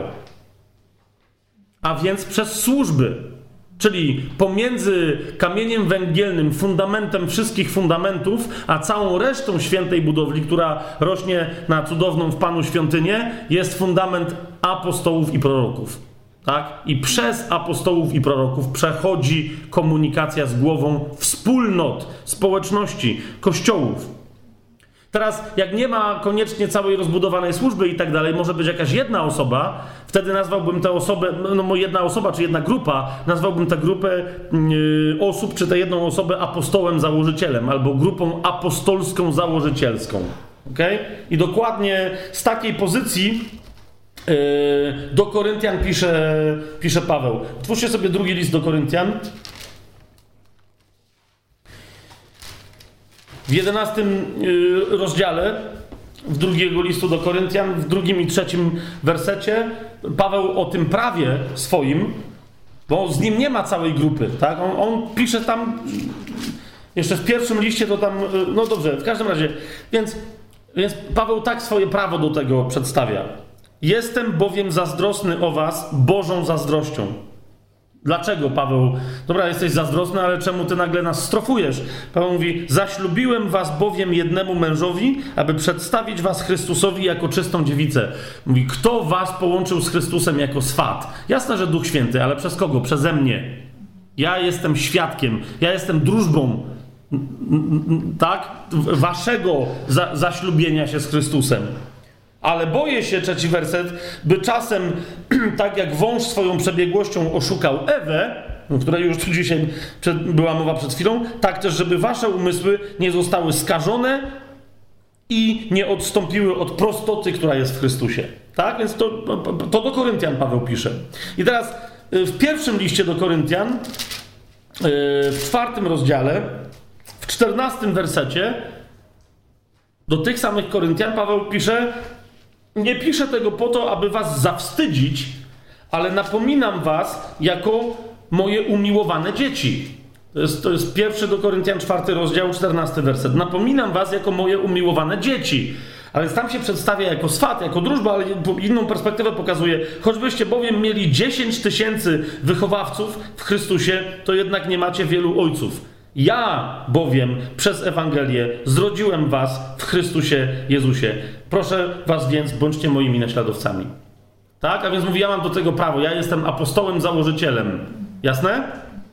A więc przez służby. Czyli pomiędzy kamieniem węgielnym, fundamentem wszystkich fundamentów, a całą resztą świętej budowli, która rośnie na cudowną w Panu świątynię, jest fundament apostołów i proroków. Tak? I przez apostołów i proroków przechodzi komunikacja z głową wspólnot, społeczności, kościołów. Teraz, jak nie ma koniecznie całej rozbudowanej służby i tak dalej, może być jakaś jedna osoba, wtedy nazwałbym tę osobę, no jedna osoba czy jedna grupa, nazwałbym tę grupę yy, osób, czy tę jedną osobę apostołem założycielem, albo grupą apostolską założycielską. Okay? I dokładnie z takiej pozycji yy, do Koryntian pisze, pisze Paweł. Otwórzcie sobie drugi list do Koryntian. W jedenastym rozdziale w drugiego listu do Koryntian, w drugim i trzecim wersecie, Paweł o tym prawie swoim, bo z nim nie ma całej grupy, tak? On, on pisze tam, jeszcze w pierwszym liście to tam, no dobrze, w każdym razie, więc, więc Paweł tak swoje prawo do tego przedstawia. Jestem bowiem zazdrosny o was Bożą zazdrością. Dlaczego, Paweł? Dobra, jesteś zazdrosny, ale czemu ty nagle nas strofujesz? Paweł mówi, zaślubiłem was bowiem jednemu mężowi, aby przedstawić was Chrystusowi jako czystą dziewicę. Mówi, kto was połączył z Chrystusem jako swat? Jasne, że Duch Święty, ale przez kogo? Przeze mnie. Ja jestem świadkiem, ja jestem drużbą, tak? Waszego za, zaślubienia się z Chrystusem. Ale boję się, trzeci werset, by czasem, tak jak wąż swoją przebiegłością oszukał Ewę, o której już tu dzisiaj przed, była mowa przed chwilą, tak też, żeby wasze umysły nie zostały skażone i nie odstąpiły od prostoty, która jest w Chrystusie. Tak? Więc to, to do Koryntian Paweł pisze. I teraz w pierwszym liście do Koryntian, w czwartym rozdziale, w czternastym wersecie, do tych samych Koryntian Paweł pisze, nie piszę tego po to, aby was zawstydzić, ale napominam was jako moje umiłowane dzieci. To jest, to jest pierwszy do Koryntian, czwarty rozdział, czternasty werset. Napominam was jako moje umiłowane dzieci. A więc tam się przedstawia jako swat, jako drużba, ale inną perspektywę pokazuje. Choćbyście bowiem mieli dziesięć tysięcy wychowawców w Chrystusie, to jednak nie macie wielu ojców. Ja bowiem przez Ewangelię zrodziłem was w Chrystusie Jezusie. Proszę was więc, bądźcie moimi naśladowcami. Tak? A więc mówię, ja mam do tego prawo. Ja jestem apostołem, założycielem. Jasne?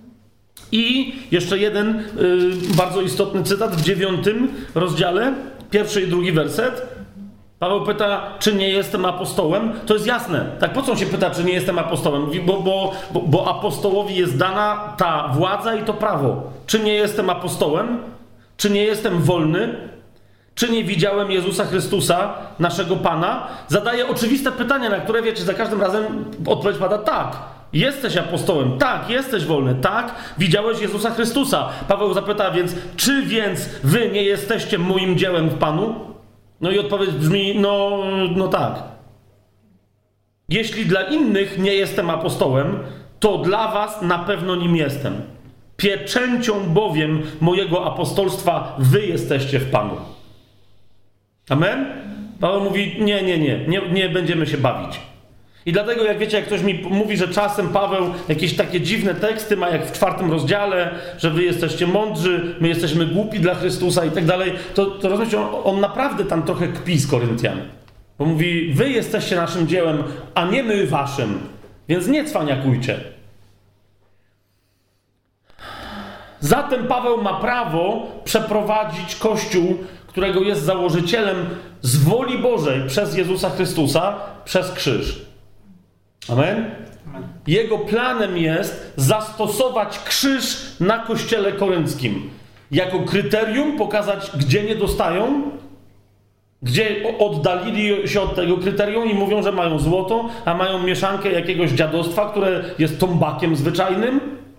I jeszcze jeden yy, bardzo istotny cytat w dziewiątym rozdziale, pierwszy i drugi werset. Paweł pyta, czy nie jestem apostołem? To jest jasne. Tak, po co on się pyta, czy nie jestem apostołem? Mówi, bo, bo, bo, bo apostołowi jest dana ta władza i to prawo. Czy nie jestem apostołem? Czy nie jestem wolny? Czy nie widziałem Jezusa Chrystusa, naszego Pana? Zadaje oczywiste pytania, na które, wiecie, za każdym razem odpowiedź pada tak. Jesteś apostołem, tak, jesteś wolny, tak, widziałeś Jezusa Chrystusa. Paweł zapyta więc, czy więc wy nie jesteście moim dziełem w Panu? No i odpowiedź brzmi, no, no tak. Jeśli dla innych nie jestem apostołem, to dla was na pewno nim jestem. Pieczęcią bowiem mojego apostolstwa wy jesteście w Panu. Amen? Paweł mówi, nie, nie, nie, nie, nie będziemy się bawić. I dlatego, jak wiecie, jak ktoś mi mówi, że czasem Paweł jakieś takie dziwne teksty ma, jak w czwartym rozdziale, że wy jesteście mądrzy, my jesteśmy głupi dla Chrystusa i tak dalej, to, to rozumiecie, on, on naprawdę tam trochę kpi z Koryntian. Bo mówi, wy jesteście naszym dziełem, a nie my waszym, więc nie cwaniakujcie. Zatem Paweł ma prawo przeprowadzić Kościół, którego jest założycielem z woli Bożej przez Jezusa Chrystusa, przez krzyż. Amen? Amen. Jego planem jest zastosować krzyż na Kościele korynckim. Jako kryterium pokazać, gdzie nie dostają, gdzie oddalili się od tego kryterium i mówią, że mają złoto, a mają mieszankę jakiegoś dziadostwa, które jest tombakiem zwyczajnym.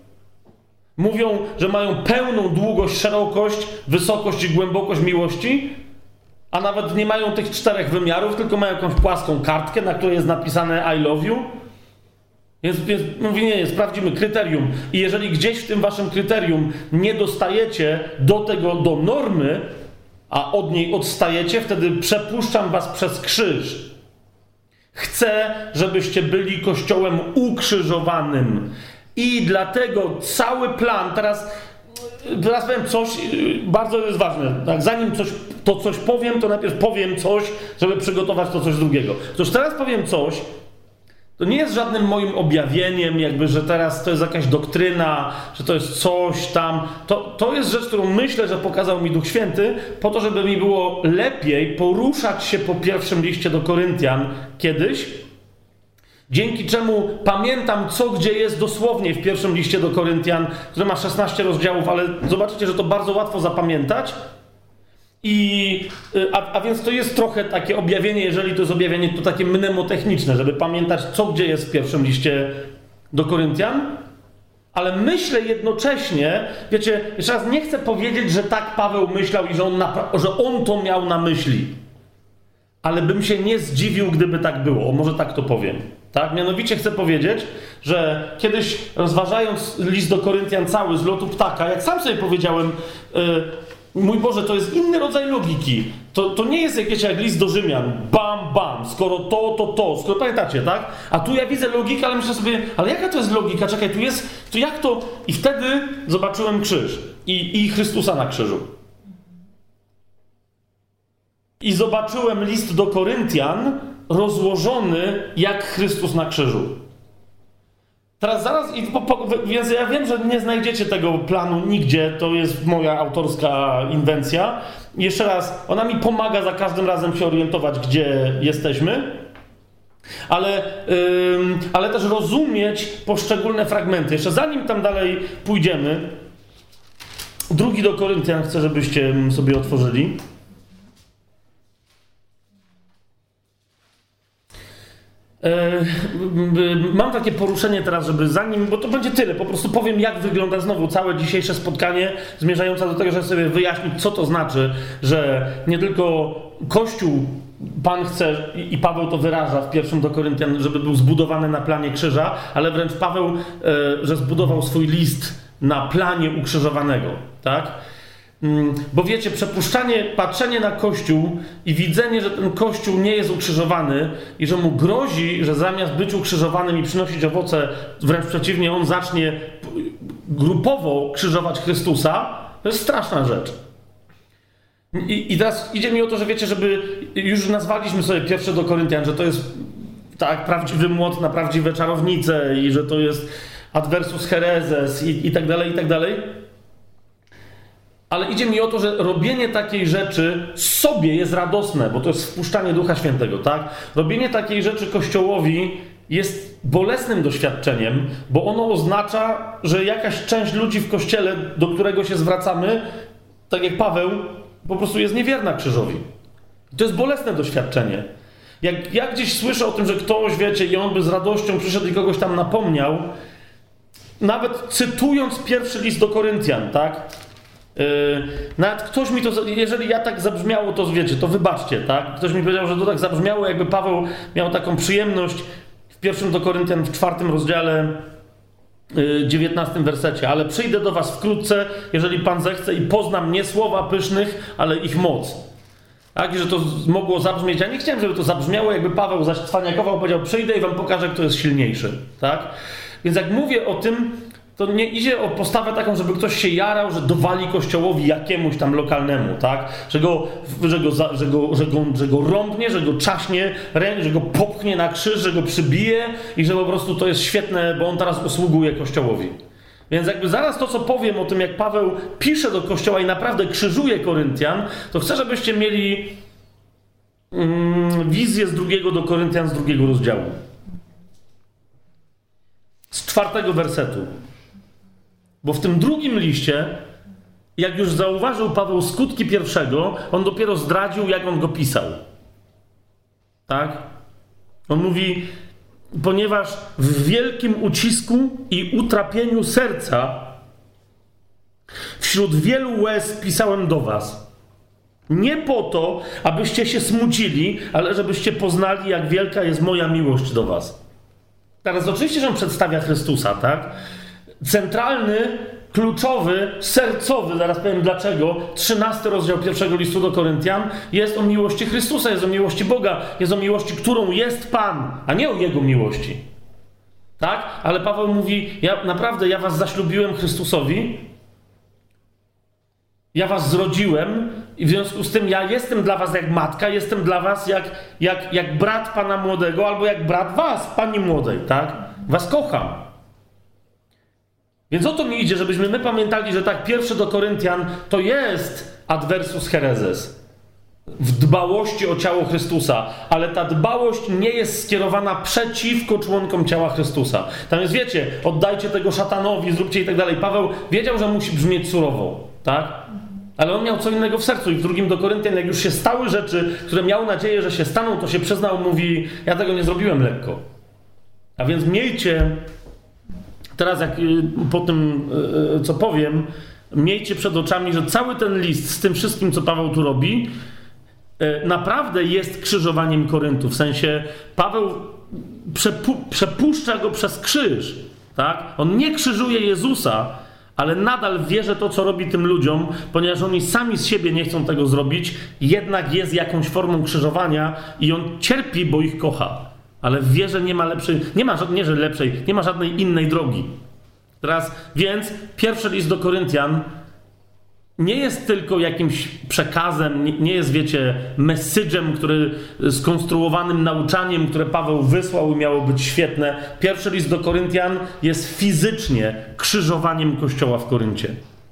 Mówią, że mają pełną długość, szerokość, wysokość i głębokość miłości, a nawet nie mają tych czterech wymiarów, tylko mają jakąś płaską kartkę, na której jest napisane I love you. Więc, więc mówi, nie, nie, sprawdzimy kryterium. I jeżeli gdzieś w tym waszym kryterium nie dostajecie do tego, do normy, a od niej odstajecie, wtedy przepuszczam was przez krzyż. Chcę, żebyście byli Kościołem ukrzyżowanym. I dlatego cały plan, teraz, teraz powiem coś, bardzo jest ważne. Tak, zanim coś, to coś powiem, to najpierw powiem coś, żeby przygotować to coś drugiego. Toż teraz powiem coś, to nie jest żadnym moim objawieniem, jakby, że teraz to jest jakaś doktryna, że to jest coś tam. To, to jest rzecz, którą myślę, że pokazał mi Duch Święty, po to, żeby mi było lepiej poruszać się po pierwszym liście do Koryntian kiedyś, dzięki czemu pamiętam, co gdzie jest dosłownie w pierwszym liście do Koryntian, który ma szesnaście rozdziałów, ale zobaczycie, że to bardzo łatwo zapamiętać. I, a, a więc to jest trochę takie objawienie, jeżeli to jest objawienie, to takie mnemotechniczne, żeby pamiętać, co gdzie jest w pierwszym liście do Koryntian. Ale myślę jednocześnie, wiecie, jeszcze raz nie chcę powiedzieć, że tak Paweł myślał i że on, na, że on to miał na myśli. Ale bym się nie zdziwił, gdyby tak było. O, może tak to powiem. Tak? Mianowicie chcę powiedzieć, że kiedyś rozważając list do Koryntian cały z lotu ptaka, jak sam sobie powiedziałem, yy, mój Boże, to jest inny rodzaj logiki. To, to nie jest jakieś jak list do Rzymian. Bam, bam. Skoro to, to, to. Skoro pamiętacie, tak? A tu ja widzę logikę, ale myślę sobie, ale jaka to jest logika? Czekaj, tu jest, to jak to? I wtedy zobaczyłem krzyż. I, i Chrystusa na krzyżu. I zobaczyłem list do Koryntian rozłożony jak Chrystus na krzyżu. Teraz zaraz, i po, po, więc ja wiem, że nie znajdziecie tego planu nigdzie, to jest moja autorska inwencja. Jeszcze raz, ona mi pomaga za każdym razem się orientować, gdzie jesteśmy, ale, yy, ale też rozumieć poszczególne fragmenty. Jeszcze zanim tam dalej pójdziemy, drugi do Koryntian chcę, żebyście sobie otworzyli. Mam takie poruszenie teraz, żeby zanim, bo to będzie tyle, po prostu powiem, jak wygląda znowu całe dzisiejsze spotkanie, zmierzające do tego, żeby sobie wyjaśnić, co to znaczy, że nie tylko Kościół Pan chce, i Paweł to wyraża w pierwszym do Koryntian, żeby był zbudowany na planie krzyża, ale wręcz Paweł, że zbudował swój list na planie ukrzyżowanego, tak? Bo wiecie, przepuszczanie, patrzenie na Kościół i widzenie, że ten Kościół nie jest ukrzyżowany i że mu grozi, że zamiast być ukrzyżowanym i przynosić owoce, wręcz przeciwnie, on zacznie grupowo krzyżować Chrystusa, to jest straszna rzecz. I, i teraz idzie mi o to, że wiecie, żeby już nazwaliśmy sobie pierwsze do Koryntian, że to jest tak prawdziwy młot na prawdziwe czarownice i że to jest adversus hereses i, i tak dalej, i tak dalej. Ale idzie mi o to, że robienie takiej rzeczy sobie jest radosne, bo to jest wpuszczanie Ducha Świętego, tak? Robienie takiej rzeczy Kościołowi jest bolesnym doświadczeniem, bo ono oznacza, że jakaś część ludzi w Kościele, do którego się zwracamy, tak jak Paweł, po prostu jest niewierna krzyżowi. To jest bolesne doświadczenie. Jak ja gdzieś słyszę o tym, że ktoś, wiecie, i on by z radością przyszedł i kogoś tam napomniał, nawet cytując pierwszy list do Koryntian, tak? Yy, nawet ktoś mi to, jeżeli ja tak zabrzmiało, to wiecie, to wybaczcie, tak? Ktoś mi powiedział, że to tak zabrzmiało, jakby Paweł miał taką przyjemność w pierwszym do Koryntian, w czwartym rozdziale, yy, dziewiętnastym wersecie. Ale przyjdę do was wkrótce, jeżeli Pan zechce, i poznam nie słowa pysznych, ale ich moc. Tak, i że to mogło zabrzmieć. Ja nie chciałem, żeby to zabrzmiało, jakby Paweł zaś cwaniakował, powiedział: przyjdę i wam pokażę, kto jest silniejszy. Tak? Więc jak mówię o tym, to nie idzie o postawę taką, żeby ktoś się jarał, że dowali kościołowi jakiemuś tam lokalnemu, tak? Że go, że go, że go, że go, że go rąbnie, że go czaśnie, że go popchnie na krzyż, że go przybije i że po prostu to jest świetne, bo on teraz usługuje kościołowi. Więc jakby zaraz to, co powiem o tym, jak Paweł pisze do kościoła i naprawdę krzyżuje Koryntian, to chcę, żebyście mieli mm, wizję z drugiego do Koryntian, z drugiego rozdziału. Z czwartego wersetu. Bo w tym drugim liście, jak już zauważył Paweł skutki pierwszego, on dopiero zdradził, jak on go pisał. Tak? On mówi: ponieważ w wielkim ucisku i utrapieniu serca wśród wielu łez pisałem do was. Nie po to, abyście się smucili, ale żebyście poznali, jak wielka jest moja miłość do was. Teraz oczywiście, że on przedstawia Chrystusa, tak? Centralny, kluczowy, sercowy, zaraz powiem dlaczego, trzynasty rozdział pierwszego listu do Koryntian jest o miłości Chrystusa, jest o miłości Boga, jest o miłości, którą jest Pan, a nie o Jego miłości. Tak? Ale Paweł mówi: ja naprawdę, ja was zaślubiłem Chrystusowi, ja was zrodziłem i w związku z tym ja jestem dla was jak matka, jestem dla was jak, jak, jak brat Pana młodego, albo jak brat was, Pani młodej, tak? Was kocham. Więc o to mi idzie, żebyśmy my pamiętali, że tak, pierwszy do Koryntian to jest adversus hereses. W dbałości o ciało Chrystusa, ale ta dbałość nie jest skierowana przeciwko członkom ciała Chrystusa. Tam jest, wiecie, oddajcie tego szatanowi, zróbcie i tak dalej. Paweł wiedział, że musi brzmieć surowo, tak? Ale on miał co innego w sercu i w drugim do Koryntian, jak już się stały rzeczy, które miał nadzieję, że się staną, to się przyznał, mówi: ja tego nie zrobiłem lekko. A więc miejcie, teraz jak po tym, co powiem, miejcie przed oczami, że cały ten list z tym wszystkim, co Paweł tu robi, naprawdę jest krzyżowaniem Koryntu. W sensie Paweł przepu- przepuszcza go przez krzyż. Tak? On nie krzyżuje Jezusa, ale nadal wierzy to, co robi tym ludziom, ponieważ oni sami z siebie nie chcą tego zrobić, jednak jest jakąś formą krzyżowania i on cierpi, bo ich kocha. Ale w wierze nie ma lepszej, nie ma, nie, że lepszej, nie ma żadnej innej drogi. Teraz, więc pierwszy list do Koryntian nie jest tylko jakimś przekazem, nie, nie jest, wiecie, message'em, który skonstruowanym nauczaniem, które Paweł wysłał i miało być świetne. Pierwszy list do Koryntian jest fizycznie krzyżowaniem Kościoła w Koryncie.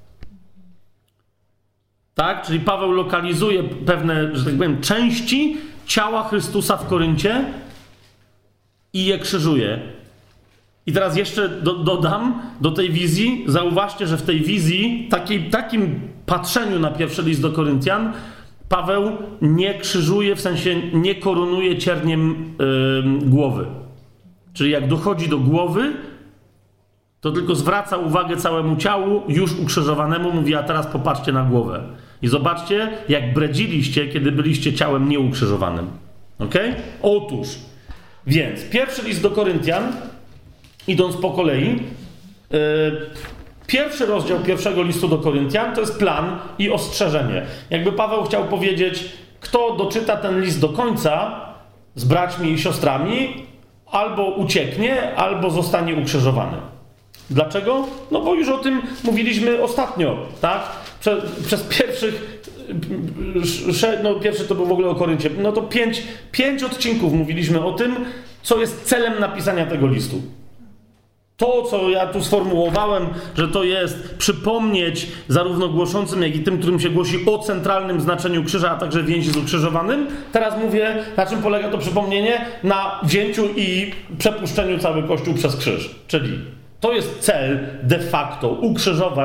Tak? Czyli Paweł lokalizuje pewne, że tak powiem, części ciała Chrystusa w Koryncie i je krzyżuje. I teraz jeszcze do, dodam do tej wizji, zauważcie, że w tej wizji, takiej, takim patrzeniu na pierwszy list do Koryntian, Paweł nie krzyżuje, w sensie nie koronuje cierniem yy, głowy. Czyli jak dochodzi do głowy, to tylko zwraca uwagę całemu ciału, już ukrzyżowanemu, mówi: a teraz popatrzcie na głowę. I zobaczcie, jak bredziliście, kiedy byliście ciałem nieukrzyżowanym. Okej? Okay? Otóż, więc pierwszy list do Koryntian, idąc po kolei, yy, pierwszy rozdział pierwszego listu do Koryntian to jest plan i ostrzeżenie. Jakby Paweł chciał powiedzieć, kto doczyta ten list do końca z braćmi i siostrami, albo ucieknie, albo zostanie ukrzyżowany. Dlaczego? No bo już o tym mówiliśmy ostatnio, tak? Prze, przez pierwszych, sze, no pierwszy to był w ogóle o Koryncie, no to pięć, pięć odcinków mówiliśmy o tym, co jest celem napisania tego listu. To, co ja tu sformułowałem, że to jest przypomnieć zarówno głoszącym, jak i tym, którym się głosi, o centralnym znaczeniu krzyża, a także więzi z ukrzyżowanym. Teraz mówię, na czym polega to przypomnienie? Na wzięciu i przepuszczeniu cały Kościół przez krzyż. Czyli to jest cel de facto, ukrzyżować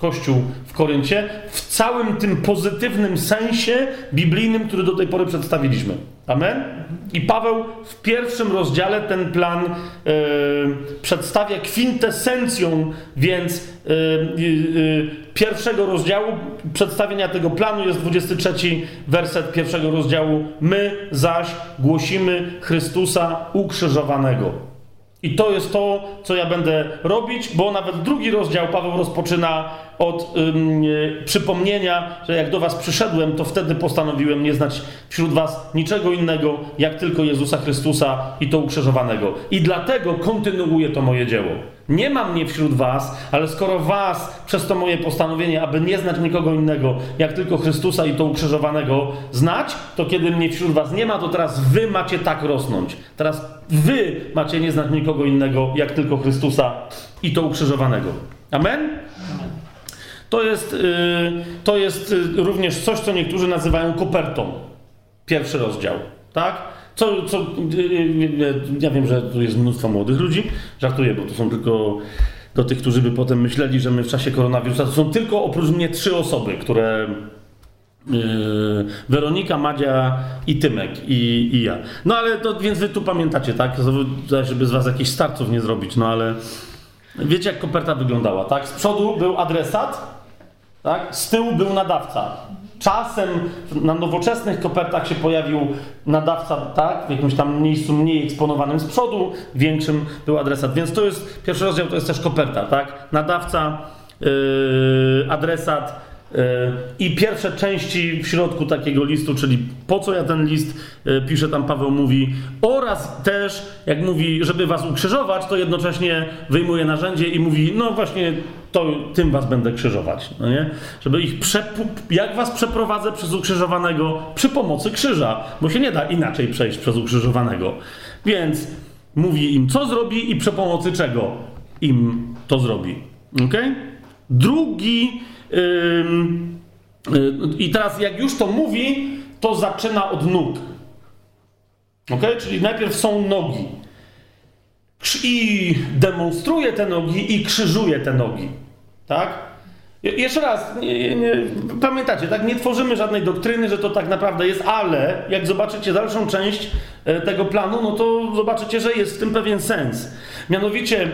Kościół w Koryncie w całym tym pozytywnym sensie biblijnym, który do tej pory przedstawiliśmy. Amen? I Paweł w pierwszym rozdziale ten plan yy, przedstawia kwintesencją, więc yy, yy, pierwszego rozdziału przedstawienia tego planu jest dwudziesty trzeci werset pierwszego rozdziału. My zaś głosimy Chrystusa ukrzyżowanego. I to jest to, co ja będę robić, bo nawet drugi rozdział Paweł rozpoczyna od ym, przypomnienia, że jak do was przyszedłem, to wtedy postanowiłem nie znać wśród was niczego innego, jak tylko Jezusa Chrystusa i to ukrzyżowanego. I dlatego kontynuuję to moje dzieło. Nie ma mnie wśród was, ale skoro was przez to moje postanowienie, aby nie znać nikogo innego, jak tylko Chrystusa i to ukrzyżowanego znać, to kiedy mnie wśród was nie ma, to teraz wy macie tak rosnąć. Teraz wy macie nie znać nikogo innego, jak tylko Chrystusa i to ukrzyżowanego. Amen? To jest, yy, to jest yy, również coś, co niektórzy nazywają kopertą. Pierwszy rozdział, tak? Co, co, yy, ja wiem, że tu jest mnóstwo młodych ludzi, żartuję, bo to są tylko do tych, którzy by potem myśleli, że my w czasie koronawirusa, to są tylko oprócz mnie trzy osoby, które yy, Weronika, Madzia i Tymek i, i ja. No ale to, więc wy tu pamiętacie, tak? Żeby z was jakichś starców nie zrobić, no ale wiecie, jak koperta wyglądała, tak? Z przodu był adresat, tak? Z tyłu był nadawca. Czasem na nowoczesnych kopertach się pojawił nadawca, tak? W jakimś tam miejscu mniej eksponowanym z przodu, większym był adresat. Więc to jest, pierwszy rozdział to jest też koperta, tak? Nadawca, yy, adresat yy, i pierwsze części w środku takiego listu, czyli po co ja ten list yy, pisze, tam Paweł mówi, oraz też, jak mówi, żeby was ukrzyżować, to jednocześnie wyjmuje narzędzie i mówi, no właśnie, to tym was będę krzyżować, no nie? Żeby ich przepu- jak was przeprowadzę przez ukrzyżowanego przy pomocy krzyża, bo się nie da inaczej przejść przez ukrzyżowanego. Więc mówi im, co zrobi i przy pomocy czego im to zrobi. Okay? Drugi yy, yy, i teraz jak już to mówi, to zaczyna od nóg. Okay? Czyli najpierw są nogi. I demonstruje te nogi i krzyżuje te nogi. Tak? Jeszcze raz, nie, nie, pamiętacie, tak? Nie tworzymy żadnej doktryny, że to tak naprawdę jest, ale jak zobaczycie dalszą część tego planu, no to zobaczycie, że jest w tym pewien sens. Mianowicie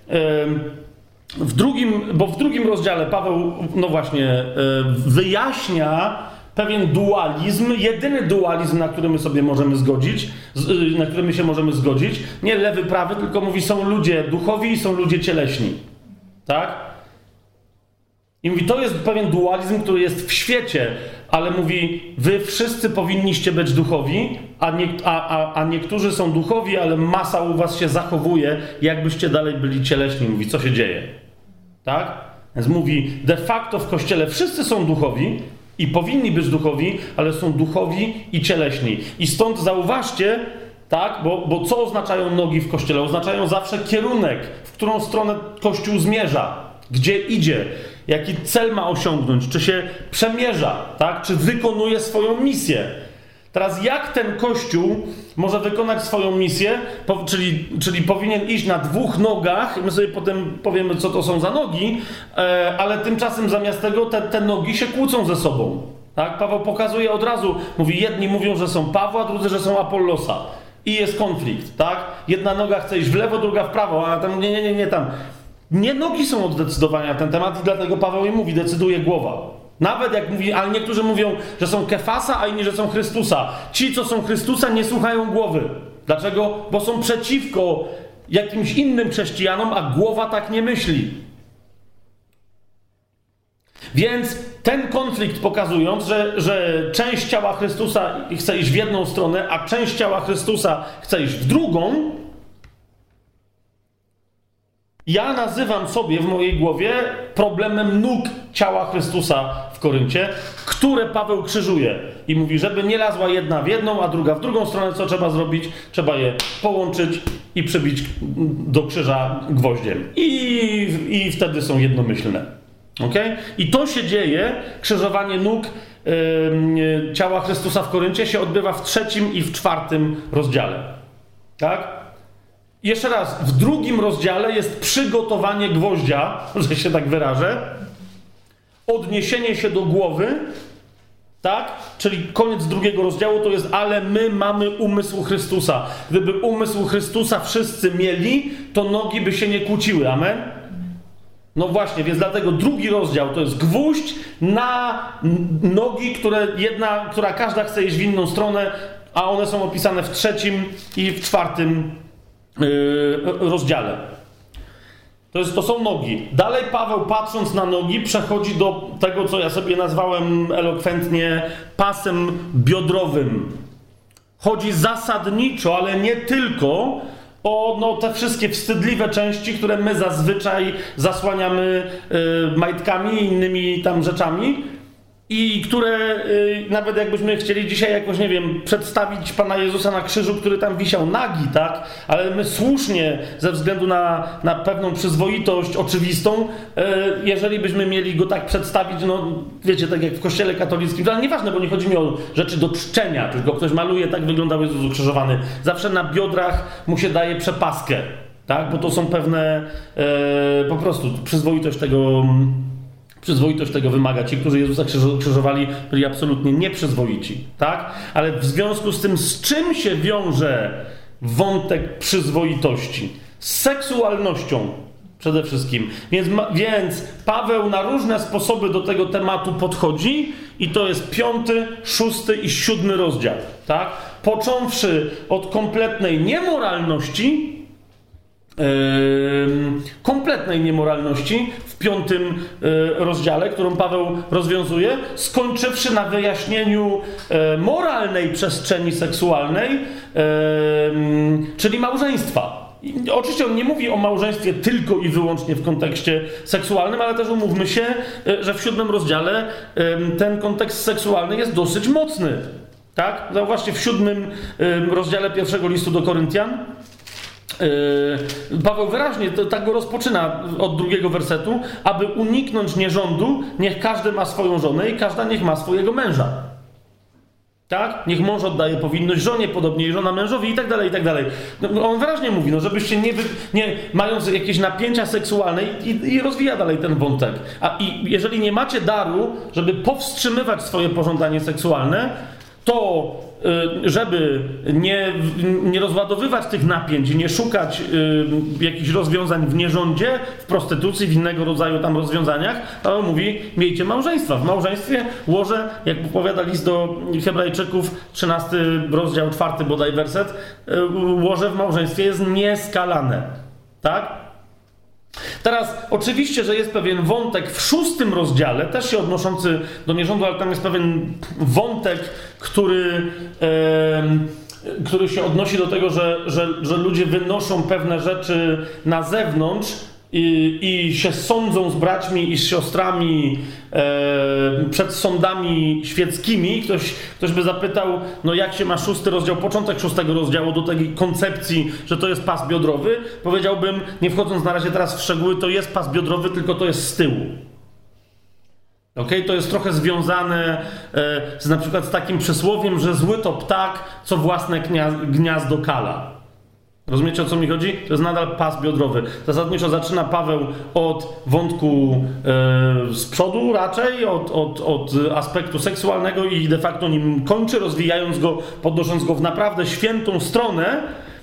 w drugim, bo w drugim rozdziale Paweł, no właśnie, wyjaśnia pewien dualizm, jedyny dualizm, na który my sobie możemy zgodzić, na który my się możemy zgodzić, nie lewy, prawy, tylko mówi, są ludzie duchowi i są ludzie cieleśni. Tak? I mówi, to jest pewien dualizm, który jest w świecie, ale mówi, wy wszyscy powinniście być duchowi, a, nie, a, a, a niektórzy są duchowi, ale masa u was się zachowuje, jakbyście dalej byli cieleśni. Mówi, co się dzieje. Tak? Więc mówi, de facto w Kościele wszyscy są duchowi, i powinni być duchowi, ale są duchowi i cieleśni. I stąd zauważcie, tak, bo, bo co oznaczają nogi w Kościele? Oznaczają zawsze kierunek, w którą stronę Kościół zmierza, gdzie idzie, jaki cel ma osiągnąć, czy się przemierza, tak, czy wykonuje swoją misję. Teraz jak ten Kościół może wykonać swoją misję, po, czyli, czyli powinien iść na dwóch nogach, my sobie potem powiemy, co to są za nogi, e, ale tymczasem zamiast tego te, te nogi się kłócą ze sobą. Tak? Paweł pokazuje od razu, mówi, jedni mówią, że są Pawła, drudzy, że są Apollosa. I jest konflikt, tak? Jedna noga chce iść w lewo, druga w prawo, a tam nie, nie, nie, nie tam. Nie nogi są od decydowania na ten temat i dlatego Paweł im mówi, decyduje głowa. Nawet jak mówi, ale niektórzy mówią, że są Kefasa, a inni, że są Chrystusa. Ci, co są Chrystusa, nie słuchają głowy. Dlaczego? Bo są przeciwko jakimś innym chrześcijanom, a głowa tak nie myśli. Więc ten konflikt pokazując, że, że część ciała Chrystusa chce iść w jedną stronę, a część ciała Chrystusa chce iść w drugą, ja nazywam sobie w mojej głowie problemem nóg ciała Chrystusa w Koryncie, które Paweł krzyżuje. I mówi, żeby nie lazła jedna w jedną, a druga w drugą stronę, co trzeba zrobić? Trzeba je połączyć i przybić do krzyża gwoździem. I, i wtedy są jednomyślne. Okay? I to się dzieje, krzyżowanie nóg yy, ciała Chrystusa w Koryncie się odbywa w trzecim i w czwartym rozdziale. Tak? Jeszcze raz, w drugim rozdziale jest przygotowanie gwoździa, że się tak wyrażę, odniesienie się do głowy, tak? Czyli koniec drugiego rozdziału to jest, ale my mamy umysł Chrystusa. Gdyby umysł Chrystusa wszyscy mieli, to nogi by się nie kłóciły. Amen? No właśnie, więc dlatego drugi rozdział to jest gwóźdź na nogi, które jedna, która każda chce iść w inną stronę, a one są opisane w trzecim i w czwartym yy, rozdziale. To, jest, to są nogi. Dalej Paweł, patrząc na nogi, przechodzi do tego, co ja sobie nazwałem elokwentnie pasem biodrowym. Chodzi zasadniczo, ale nie tylko, o no, te wszystkie wstydliwe części, które my zazwyczaj zasłaniamy y, majtkami i innymi tam rzeczami i które y, nawet jakbyśmy chcieli dzisiaj jakoś, nie wiem, przedstawić Pana Jezusa na krzyżu, który tam wisiał nagi, tak? Ale my słusznie, ze względu na, na pewną przyzwoitość oczywistą, y, jeżeli byśmy mieli go tak przedstawić, no wiecie, tak jak w kościele katolickim, to ale nieważne, bo nie chodzi mi o rzeczy do czczenia, tylko ktoś maluje, tak wyglądał Jezus ukrzyżowany. Zawsze na biodrach mu się daje przepaskę, tak? Bo to są pewne, y, po prostu przyzwoitość tego... Przyzwoitość tego wymaga. Ci, którzy Jezusa krzyżowali, byli absolutnie nieprzyzwoici, tak? Ale w związku z tym, z czym się wiąże wątek przyzwoitości? Z seksualnością przede wszystkim. Więc, więc Paweł na różne sposoby do tego tematu podchodzi i to jest piąty, szósty i siódmy rozdział, tak? Począwszy od kompletnej niemoralności, Yy, kompletnej niemoralności w piątym yy, rozdziale, którą Paweł rozwiązuje, skończywszy na wyjaśnieniu yy, moralnej przestrzeni seksualnej, yy, czyli małżeństwa. I oczywiście on nie mówi o małżeństwie tylko i wyłącznie w kontekście seksualnym, ale też umówmy się, yy, że w siódmym rozdziale yy, ten kontekst seksualny jest dosyć mocny. Tak? Zauważcie, w siódmym yy, rozdziale pierwszego listu do Koryntian Yy, Paweł wyraźnie to, tak go rozpoczyna od drugiego wersetu, aby uniknąć nierządu, niech każdy ma swoją żonę i każda niech ma swojego męża. Tak? Niech mąż oddaje powinność żonie, podobnie i żona mężowi i tak dalej, i tak dalej. No, on wyraźnie mówi, no żebyście nie, wy, nie mając jakieś napięcia seksualne i, i rozwija dalej ten wątek. A i jeżeli nie macie daru, żeby powstrzymywać swoje pożądanie seksualne, to żeby nie, nie rozładowywać tych napięć i nie szukać y, jakichś rozwiązań w nierządzie, w prostytucji, w innego rodzaju tam rozwiązaniach, to mówi, miejcie małżeństwa. W małżeństwie łoże, jak powiada list do Hebrajczyków, trzynasty rozdział, czwarty bodaj werset, y, łoże w małżeństwie jest nieskalane. Tak? Teraz oczywiście, że jest pewien wątek w szóstym rozdziale, też się odnoszący do nierządu, ale tam jest pewien wątek, który, e, który się odnosi do tego, że, że, że ludzie wynoszą pewne rzeczy na zewnątrz i, i się sądzą z braćmi i z siostrami e, przed sądami świeckimi. Ktoś, ktoś by zapytał, no jak się ma szósty rozdział, początek szóstego rozdziału do takiej koncepcji, że to jest pas biodrowy? Powiedziałbym, nie wchodząc na razie teraz w szczegóły, to jest pas biodrowy, tylko to jest z tyłu. Okay? To jest trochę związane e, z, na przykład z takim przysłowiem, że zły to ptak, co własne gniazdo kala. Rozumiecie, o co mi chodzi? To jest nadal pas biodrowy. Zasadniczo zaczyna Paweł od wątku e, z przodu raczej, od, od, od aspektu seksualnego i de facto nim kończy, rozwijając go, podnosząc go w naprawdę świętą stronę.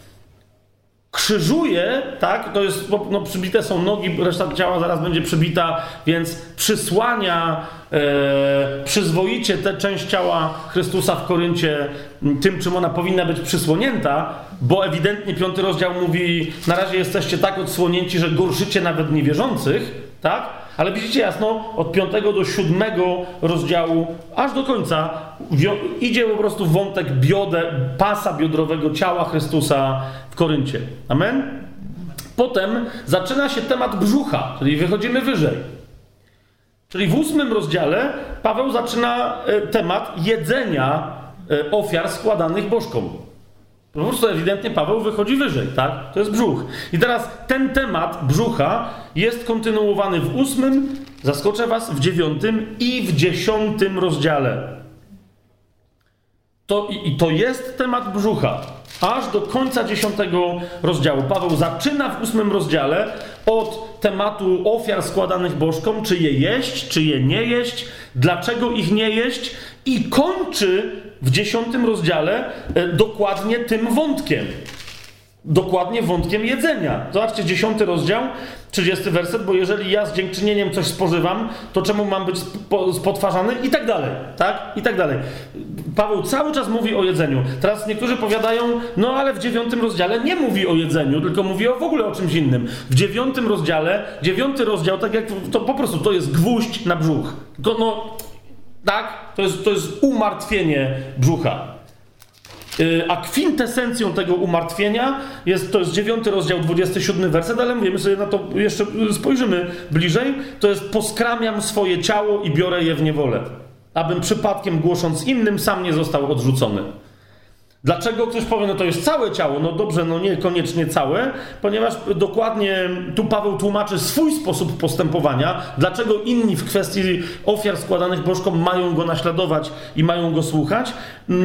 Krzyżuje, tak, to jest, no przybite są nogi, reszta ciała zaraz będzie przybita, więc przysłania e, przyzwoicie tę część ciała Chrystusa w Koryncie tym, czym ona powinna być przysłonięta, bo ewidentnie piąty rozdział mówi, na razie jesteście tak odsłonięci, że gorszycie nawet niewierzących, tak? Ale widzicie jasno, od piątego do siódmego rozdziału, aż do końca, idzie po prostu wątek biodę, pasa biodrowego ciała Chrystusa w Koryncie. Amen? Potem zaczyna się temat brzucha, czyli wychodzimy wyżej. Czyli w ósmym rozdziale Paweł zaczyna temat jedzenia ofiar składanych bożkom. Po prostu ewidentnie Paweł wychodzi wyżej, tak? To jest brzuch. I teraz ten temat brzucha jest kontynuowany w ósmym, zaskoczę was, w dziewiątym i w dziesiątym rozdziale. To, i, I to jest temat brzucha. Aż do końca dziesiątego rozdziału. Paweł zaczyna w ósmym rozdziale od tematu ofiar składanych bożkom, czy je jeść, czy je nie jeść, dlaczego ich nie jeść, i kończy w dziesiątym rozdziale e, dokładnie tym wątkiem. Dokładnie wątkiem jedzenia. Zobaczcie, dziesiąty rozdział, trzydziesty werset, bo jeżeli ja z dziękczynieniem coś spożywam, to czemu mam być spo, spotwarzany? I tak dalej, tak? I tak dalej. Paweł cały czas mówi o jedzeniu. Teraz niektórzy powiadają, no ale w dziewiątym rozdziale nie mówi o jedzeniu, tylko mówi o w ogóle o czymś innym. W dziewiątym rozdziale, dziewiąty rozdział, tak jak to po prostu, to jest gwóźdź na brzuch. To, no, tak? To jest, to jest umartwienie brzucha. A kwintesencją tego umartwienia jest, to jest dziewiąty rozdział, dwudziesty siódmy werset, ale mówimy sobie na to, jeszcze spojrzymy bliżej. To jest: poskramiam swoje ciało i biorę je w niewolę, abym przypadkiem, głosząc innym, sam nie został odrzucony. Dlaczego ktoś powie, no to jest całe ciało? No dobrze, no niekoniecznie całe, ponieważ dokładnie tu Paweł tłumaczy swój sposób postępowania, dlaczego inni w kwestii ofiar składanych bożkom mają go naśladować i mają go słuchać.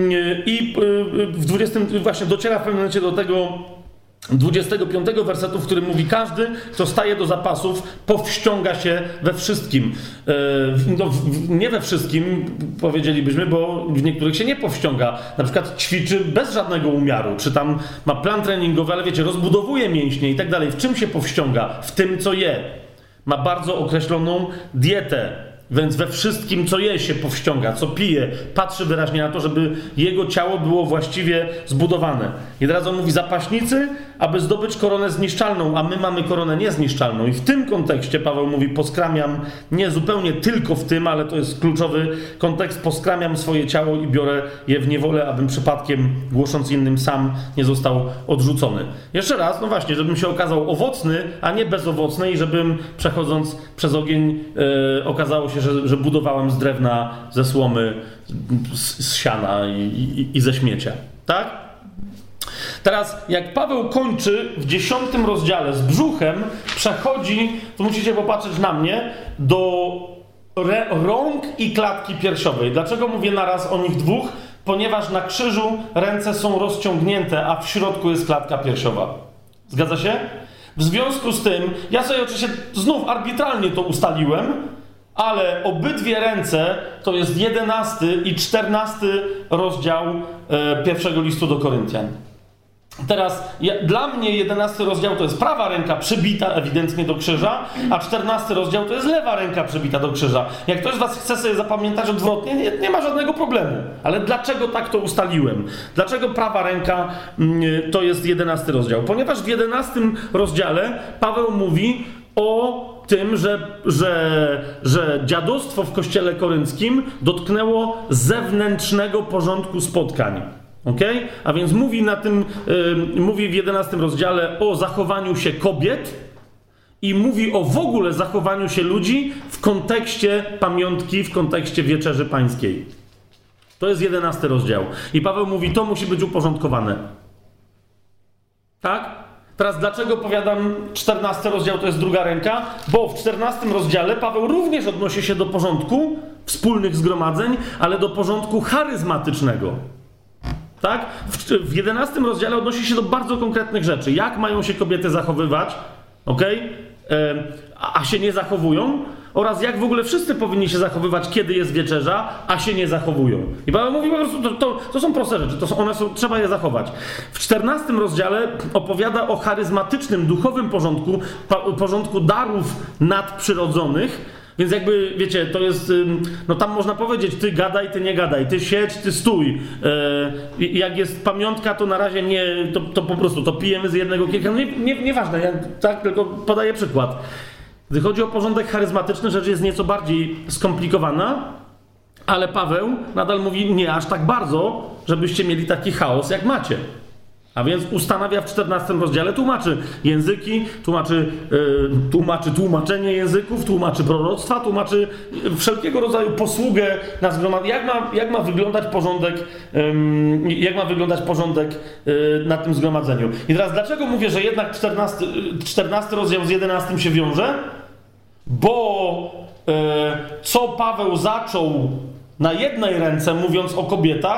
I w dwudziestym właśnie dociera w pewnym momencie do tego dwudziestego piątego wersetu, w którym mówi: każdy, kto staje do zapasów, powściąga się we wszystkim. Yy, no, w, nie we wszystkim, powiedzielibyśmy, bo w niektórych się nie powściąga. Na przykład ćwiczy bez żadnego umiaru, czy tam ma plan treningowy, ale wiecie, rozbudowuje mięśnie i tak dalej. W czym się powściąga? W tym, co je. Ma bardzo określoną dietę. Więc we wszystkim, co je, się powściąga, co pije, patrzy wyraźnie na to, żeby jego ciało było właściwie zbudowane. I teraz on mówi: zapaśnicy, aby zdobyć koronę zniszczalną, a my mamy koronę niezniszczalną. I w tym kontekście Paweł mówi: poskramiam, nie zupełnie tylko w tym, ale to jest kluczowy kontekst, poskramiam swoje ciało i biorę je w niewolę, abym przypadkiem, głosząc innym, sam nie został odrzucony. Jeszcze raz, no właśnie, żebym się okazał owocny, a nie bezowocny, i żebym, przechodząc przez ogień, yy, okazało się, Że, że budowałem z drewna, ze słomy, z, z siana i, i, i ze śmiecia. Tak? Teraz, jak Paweł kończy w dziesiątym rozdziale z brzuchem, przechodzi, to musicie popatrzeć na mnie, do re, rąk i klatki piersiowej. Dlaczego mówię naraz o nich dwóch? Ponieważ na krzyżu ręce są rozciągnięte, a w środku jest klatka piersiowa. Zgadza się? W związku z tym, ja sobie oczywiście znów arbitralnie to ustaliłem, ale obydwie ręce to jest jedenasty i czternasty rozdział e, pierwszego listu do Koryntian. Teraz ja, dla mnie jedenasty rozdział to jest prawa ręka przybita ewidentnie do krzyża, a czternasty rozdział to jest lewa ręka przybita do krzyża. Jak ktoś z was chce sobie zapamiętać odwrotnie, nie, nie ma żadnego problemu. Ale dlaczego tak to ustaliłem? Dlaczego prawa ręka mm, to jest jedenasty rozdział? Ponieważ w jedenastym rozdziale Paweł mówi o tym, że, że, że dziadostwo w kościele korynckim dotknęło zewnętrznego porządku spotkań. Okay? A więc mówi na tym, yy, mówi w jedenastym rozdziale o zachowaniu się kobiet i mówi o w ogóle zachowaniu się ludzi w kontekście pamiątki, w kontekście wieczerzy pańskiej. To jest jedenasty rozdział. I Paweł mówi, to musi być uporządkowane. Tak? Teraz dlaczego powiadam czternasty rozdział to jest druga ręka? Bo w czternastym rozdziale Paweł również odnosi się do porządku wspólnych zgromadzeń, ale do porządku charyzmatycznego. Tak? W jedenastym rozdziale odnosi się do bardzo konkretnych rzeczy. Jak mają się kobiety zachowywać, okej? Okay? A się nie zachowują, oraz jak w ogóle wszyscy powinni się zachowywać, kiedy jest wieczerza, a się nie zachowują. I Paweł mówi po prostu, to, to, to są proste rzeczy, to są, one są, trzeba je zachować. W czternastym rozdziale opowiada o charyzmatycznym, duchowym porządku, porządku darów nadprzyrodzonych. Więc jakby, wiecie, to jest, no tam można powiedzieć, ty gadaj, ty nie gadaj, ty siedź, ty stój. Yy, jak jest pamiątka, to na razie nie, to, to po prostu, to pijemy z jednego kielicha. No nie, nie, nieważne, ja tak tylko podaję przykład. Gdy chodzi o porządek charyzmatyczny, rzecz jest nieco bardziej skomplikowana, ale Paweł nadal mówi, nie aż tak bardzo, żebyście mieli taki chaos, jak macie. A więc ustanawia w czternastym rozdziale, tłumaczy języki, tłumaczy, yy, tłumaczy tłumaczenie języków, tłumaczy proroctwa, tłumaczy wszelkiego rodzaju posługę na zgromadzeniu. Jak ma, jak ma wyglądać porządek, yy, jak ma wyglądać porządek yy, na tym zgromadzeniu. I teraz dlaczego mówię, że jednak czternasty, czternasty rozdział z jedenastym się wiąże? Bo yy, co Paweł zaczął na jednej ręce, mówiąc o kobietach,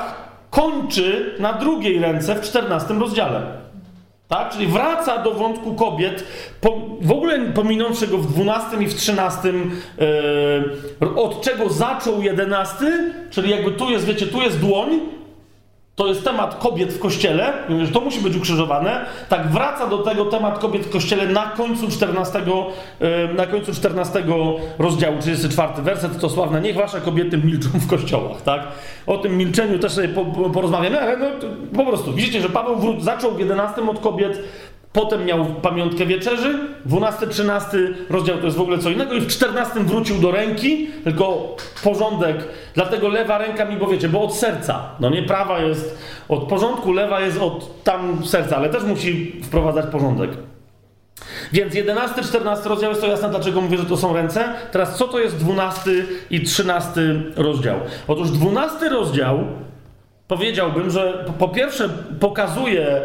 kończy na drugiej ręce w czternastym rozdziale. Tak? Czyli wraca do wątku kobiet, po, w ogóle pominąwszy go w dwunastym i w trzynastym, yy, od czego zaczął jedenasty, czyli jakby tu jest, wiecie, tu jest dłoń, to jest temat kobiet w Kościele, że to musi być ukrzyżowane, tak wraca do tego temat kobiet w Kościele na końcu czternastego, yy, na końcu czternastego rozdziału, trzydziesty czwarty werset, to sławne, niech wasze kobiety milczą w kościołach, tak? O tym milczeniu też sobie po, po, porozmawiamy, ale no, po prostu, widzicie, że Paweł wró- zaczął w jedenastym od kobiet, potem miał pamiątkę wieczerzy, dwunasty, trzynasty rozdział to jest w ogóle co innego i w czternastym wrócił do ręki, tylko porządek, dlatego lewa ręka mi, bo wiecie, bo od serca, no nie, prawa jest od porządku, lewa jest od tam serca, ale też musi wprowadzać porządek. Więc jedenasty, czternasty rozdział jest to jasne, dlaczego mówię, że to są ręce. Teraz co to jest dwunasty i trzynasty rozdział? Otóż dwunasty rozdział, powiedziałbym, że po pierwsze pokazuje e,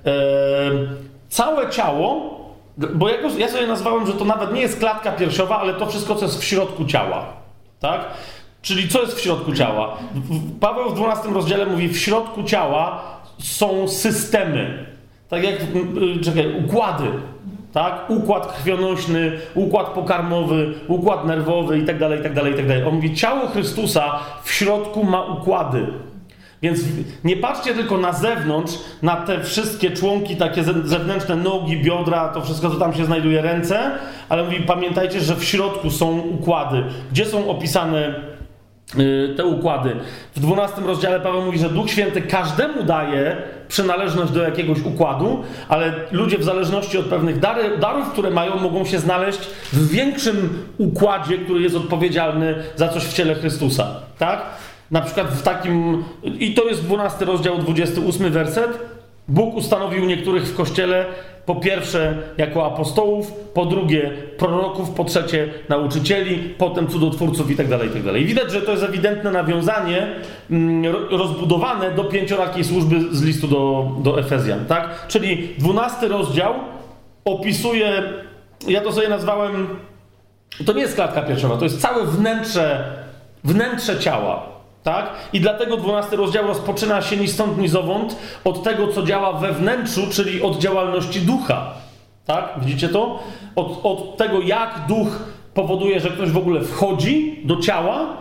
całe ciało, bo ja, ja sobie nazwałem, że to nawet nie jest klatka piersiowa, ale to wszystko, co jest w środku ciała. Tak? Czyli co jest w środku ciała? Paweł w dwunastym rozdziale mówi, w środku ciała są systemy. Tak jak, czekaj, układy. Tak? Układ krwionośny, układ pokarmowy, układ nerwowy itd., itd., itd. On mówi, ciało Chrystusa w środku ma układy. Więc nie patrzcie tylko na zewnątrz, na te wszystkie członki, takie zewnętrzne, nogi, biodra, to wszystko, co tam się znajduje, ręce, ale mówi, pamiętajcie, że w środku są układy. Gdzie są opisane yy, te układy? W dwunastym rozdziale Paweł mówi, że Duch Święty każdemu daje przynależność do jakiegoś układu, ale ludzie w zależności od pewnych dary, darów, które mają, mogą się znaleźć w większym układzie, który jest odpowiedzialny za coś w ciele Chrystusa. Tak? Na przykład w takim, i to jest dwunasty rozdział, dwudziesty ósmy werset. Bóg ustanowił niektórych w Kościele, po pierwsze jako apostołów, po drugie proroków, po trzecie nauczycieli, potem cudotwórców itd., itd. I widać, że to jest ewidentne nawiązanie mm, rozbudowane do pięciorakiej służby z listu do, do Efezjan. Tak? Czyli dwunasty rozdział opisuje, ja to sobie nazwałem, to nie jest klatka piersiowa, to jest całe wnętrze, wnętrze ciała. Tak? I dlatego dwunasty rozdział rozpoczyna się ni stąd, ni zowąd od tego, co działa we wnętrzu, czyli od działalności ducha. Tak? Widzicie to? Od, od tego, jak duch powoduje, że ktoś w ogóle wchodzi do ciała.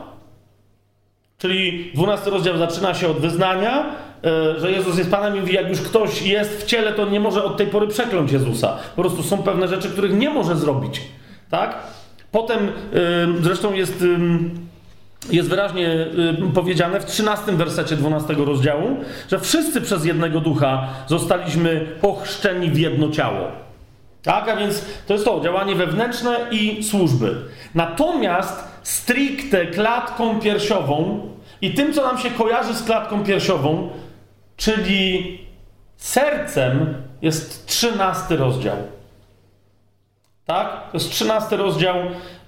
Czyli dwunasty rozdział zaczyna się od wyznania, yy, że Jezus jest Panem i mówi, jak już ktoś jest w ciele, to nie może od tej pory przekląć Jezusa. Po prostu są pewne rzeczy, których nie może zrobić. Tak? Potem yy, zresztą jest... Yy, Jest wyraźnie y, powiedziane w trzynastym wersecie dwunastego rozdziału, że wszyscy przez jednego ducha zostaliśmy pochrzczeni w jedno ciało. Tak, a więc to jest to, działanie wewnętrzne i służby. Natomiast stricte klatką piersiową i tym, co nam się kojarzy z klatką piersiową, czyli sercem, jest trzynasty rozdział. Tak? To jest trzynasty rozdział,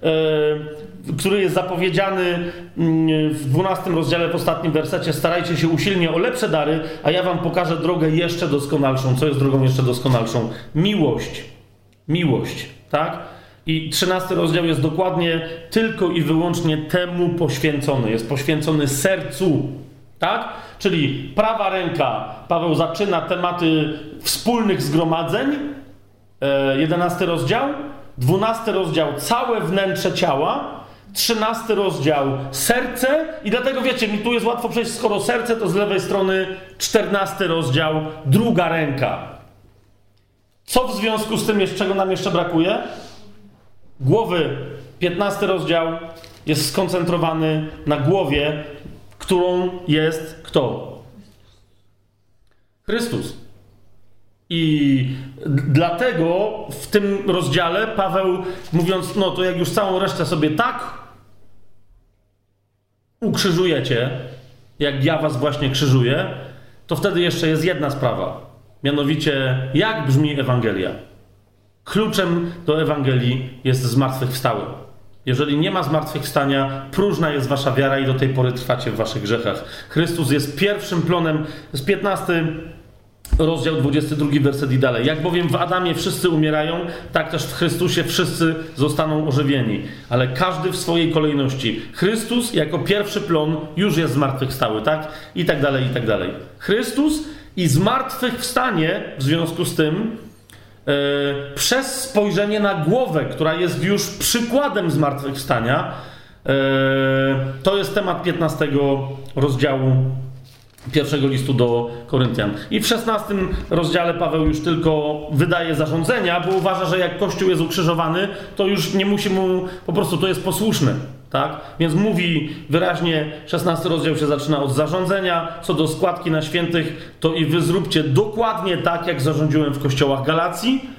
yy, który jest zapowiedziany yy, w dwunastym rozdziale, w ostatnim wersecie. Starajcie się usilnie o lepsze dary, a ja wam pokażę drogę jeszcze doskonalszą. Co jest drogą jeszcze doskonalszą? Miłość. Miłość. Tak? I trzynasty rozdział jest dokładnie tylko i wyłącznie temu poświęcony. Jest poświęcony sercu. Tak? Czyli prawa ręka. Paweł zaczyna tematy wspólnych zgromadzeń. jedenasty rozdział, dwunasty rozdział całe wnętrze ciała, trzynasty rozdział serce i dlatego wiecie, mi tu jest łatwo przejść, skoro serce, to z lewej strony czternasty rozdział, druga ręka. Co w związku z tym, czego nam jeszcze brakuje? Głowy, piętnasty rozdział jest skoncentrowany na głowie, którą jest kto? Chrystus. I dlatego w tym rozdziale Paweł, mówiąc, no to jak już całą resztę sobie tak ukrzyżujecie, jak ja was właśnie krzyżuję, to wtedy jeszcze jest jedna sprawa. Mianowicie, jak brzmi Ewangelia? Kluczem do Ewangelii jest zmartwychwstały. Jeżeli nie ma zmartwychwstania, próżna jest wasza wiara i do tej pory trwacie w waszych grzechach. Chrystus jest pierwszym plonem, z piętnasty rozdział dwudziesty drugi werset i dalej. Jak bowiem w Adamie wszyscy umierają, tak też w Chrystusie wszyscy zostaną ożywieni. Ale każdy w swojej kolejności. Chrystus jako pierwszy plon już jest zmartwychwstały, tak? I tak dalej, i tak dalej. Chrystus i zmartwychwstanie w związku z tym yy, przez spojrzenie na głowę, która jest już przykładem zmartwychwstania. Yy, to jest temat piętnastego rozdziału pierwszego listu do Koryntian. I w szesnastym rozdziale Paweł już tylko wydaje zarządzenia, bo uważa, że jak Kościół jest ukrzyżowany, to już nie musi mu, po prostu to jest posłuszny. Tak? Więc mówi wyraźnie, szesnasty rozdział się zaczyna od zarządzenia, co do składki na świętych, to i wy zróbcie dokładnie tak, jak zarządziłem w kościołach Galacji.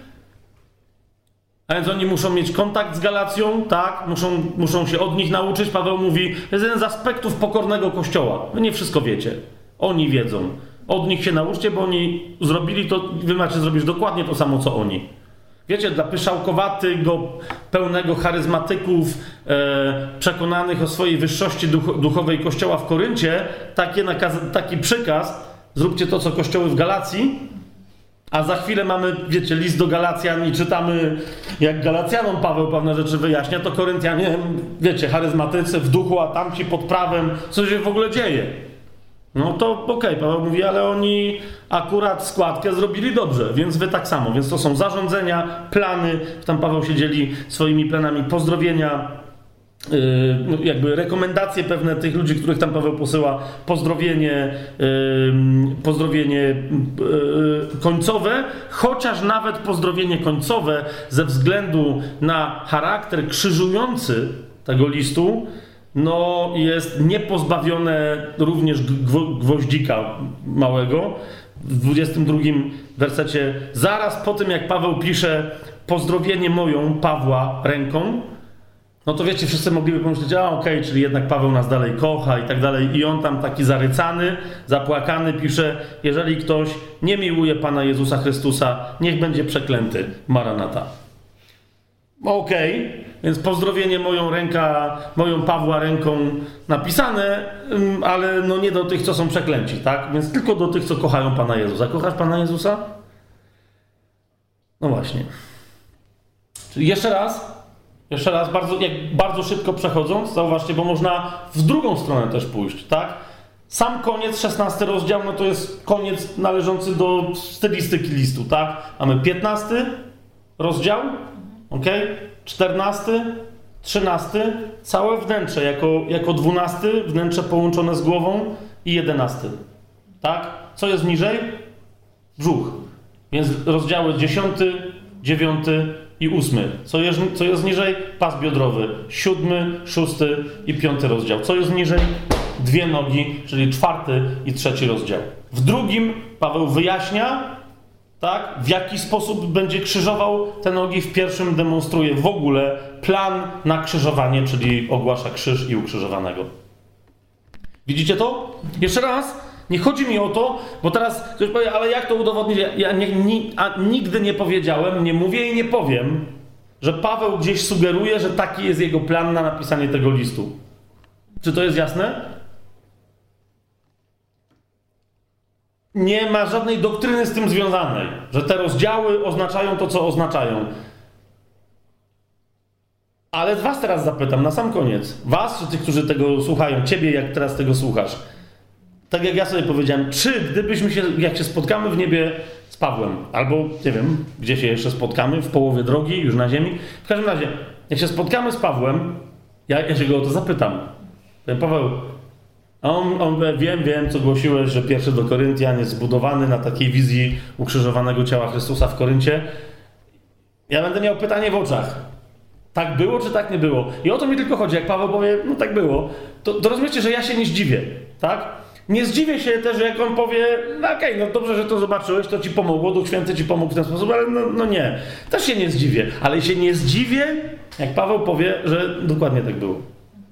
A więc oni muszą mieć kontakt z Galacją, tak? Muszą, muszą się od nich nauczyć. Paweł mówi, to jest jeden z aspektów pokornego kościoła. Wy nie wszystko wiecie. Oni wiedzą. Od nich się nauczcie, bo oni zrobili to, wy macie zrobić dokładnie to samo, co oni. Wiecie, dla pyszałkowatego, pełnego charyzmatyków, e, przekonanych o swojej wyższości duch, duchowej kościoła w Koryncie, takie nakaz, taki przykaz, zróbcie to, co kościoły w Galacji, a za chwilę mamy, wiecie, list do Galacjan i czytamy, jak Galacjanom Paweł pewne rzeczy wyjaśnia, to Koryntianie, wiecie, charyzmatycy w duchu, a tamci pod prawem, co się w ogóle dzieje. No to okej, okay, Paweł mówi, ale oni akurat składkę zrobili dobrze, więc wy tak samo. Więc to są zarządzenia, plany, tam Paweł się dzieli swoimi planami, pozdrowienia, yy, jakby rekomendacje pewne tych ludzi, których tam Paweł posyła, pozdrowienie, yy, pozdrowienie yy, końcowe, chociaż nawet pozdrowienie końcowe ze względu na charakter krzyżujący tego listu, no jest niepozbawione również gwoździka małego. W dwudziestym drugim wersecie, zaraz po tym jak Paweł pisze pozdrowienie moją, Pawła, ręką, no to wiecie, wszyscy mogliby pomyśleć, a okej, okay, czyli jednak Paweł nas dalej kocha i tak dalej. I on tam taki zarycany, zapłakany pisze, jeżeli ktoś nie miłuje Pana Jezusa Chrystusa, niech będzie przeklęty. Maranata. Okej, okay. Więc pozdrowienie moją ręka, moją Pawła ręką napisane, ale no nie do tych, co są przeklęci, tak? Więc tylko do tych, co kochają Pana Jezusa. Kochasz Pana Jezusa? No właśnie. Czyli jeszcze raz, jeszcze raz, bardzo, jak bardzo szybko przechodząc, zauważcie, bo można w drugą stronę też pójść, tak? Sam koniec, szesnasty rozdział, no to jest koniec należący do stylistyki listu, tak? Mamy piętnasty rozdział, ok? czternasty, trzynasty, całe wnętrze jako, jako dwunasty, wnętrze połączone z głową i jedenasty. Tak? Co jest niżej? Brzuch. Więc rozdziały dziesiąty, dziewiąty i ósmy. Co jest, co jest niżej? Pas biodrowy. Siódmy, szósty i piąty rozdział. Co jest niżej? Dwie nogi, czyli czwarty i trzeci rozdział. W drugim Paweł wyjaśnia, tak? W jaki sposób będzie krzyżował te nogi. W pierwszym demonstruje w ogóle plan na krzyżowanie, czyli ogłasza krzyż i ukrzyżowanego. Widzicie to? Jeszcze raz, nie chodzi mi o to, bo teraz ktoś powie, ale jak to udowodnić? Ja nie, ni, a nigdy nie powiedziałem, nie mówię i nie powiem, że Paweł gdzieś sugeruje, że taki jest jego plan na napisanie tego listu. Czy to jest jasne? Nie ma żadnej doktryny z tym związanej, że te rozdziały oznaczają to, co oznaczają. Ale was teraz zapytam, na sam koniec. Was, czy tych, którzy tego słuchają, ciebie, jak teraz tego słuchasz. Tak jak ja sobie powiedziałem, czy gdybyśmy się, jak się spotkamy w niebie z Pawłem, albo, nie wiem, gdzie się jeszcze spotkamy, w połowie drogi, już na ziemi. W każdym razie, jak się spotkamy z Pawłem, ja, ja się go o to zapytam. Powiem, Paweł, a on, on, wiem, wiem, co głosiłeś, że pierwszy do Koryntian jest zbudowany na takiej wizji ukrzyżowanego ciała Chrystusa w Koryncie. Ja będę miał pytanie w oczach. Tak było, czy tak nie było? I o to mi tylko chodzi. Jak Paweł powie, no tak było, to, to rozumiecie, że ja się nie zdziwię, tak? Nie zdziwię się też, jak on powie, no okej, okay, no dobrze, że to zobaczyłeś, to ci pomogło, Duch Święty ci pomógł w ten sposób, ale no, no nie. Też się nie zdziwię, ale się nie zdziwię, jak Paweł powie, że dokładnie tak było.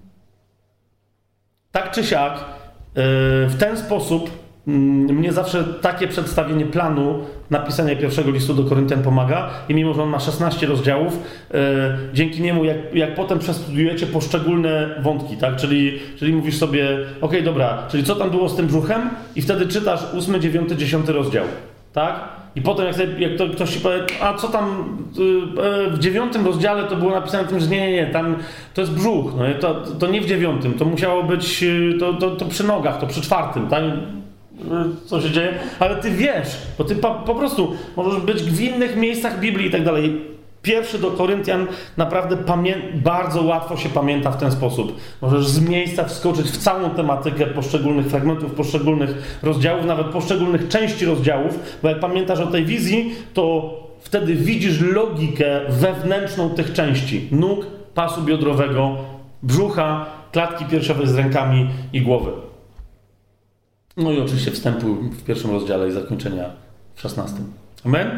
Tak czy siak, yy, w ten sposób yy, mnie zawsze takie przedstawienie planu napisania pierwszego listu do Koryntian pomaga i mimo, że on ma szesnaście rozdziałów, yy, dzięki niemu, jak, jak potem przestudiujecie poszczególne wątki, tak? Czyli, czyli mówisz sobie, okej, okay, dobra, czyli co tam było z tym brzuchem? I wtedy czytasz ósmy, dziewiąty, dziesiąty rozdział. tak? I potem jak, sobie, jak to, ktoś ci powie, a co tam yy, w dziewiątym rozdziale to było napisane w tym, że nie, nie, nie, tam to jest brzuch, no, to, to nie w dziewiątym, to musiało być, yy, to, to, to przy nogach, to przy czwartym, tak? Co się dzieje, ale ty wiesz, bo ty po, po prostu możesz być w innych miejscach Biblii i tak dalej. Pierwszy do Koryntian naprawdę pamię- bardzo łatwo się pamięta w ten sposób. Możesz z miejsca wskoczyć w całą tematykę poszczególnych fragmentów, poszczególnych rozdziałów, nawet poszczególnych części rozdziałów, bo jak pamiętasz o tej wizji, to wtedy widzisz logikę wewnętrzną tych części. Nóg, pasu biodrowego, brzucha, klatki piersiowej z rękami i głowy. No i oczywiście wstępu w pierwszym rozdziale i zakończenia w szesnastym. Amen?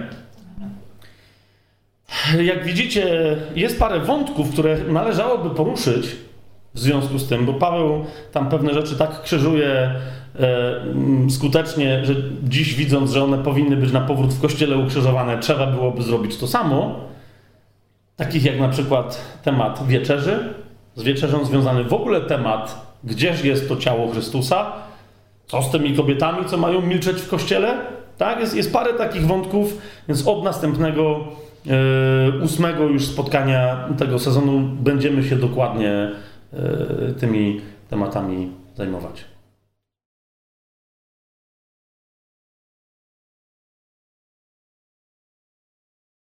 Jak widzicie, jest parę wątków, które należałoby poruszyć w związku z tym, bo Paweł tam pewne rzeczy tak krzyżuje e, skutecznie, że dziś widząc, że one powinny być na powrót w Kościele ukrzyżowane, trzeba byłoby zrobić to samo. Takich jak na przykład temat wieczerzy, z wieczerzą związany w ogóle temat, gdzież jest to ciało Chrystusa, co z tymi kobietami, co mają milczeć w Kościele. Tak? Jest, jest parę takich wątków, więc od następnego Yy, ósmego już spotkania tego sezonu będziemy się dokładnie yy, tymi tematami zajmować.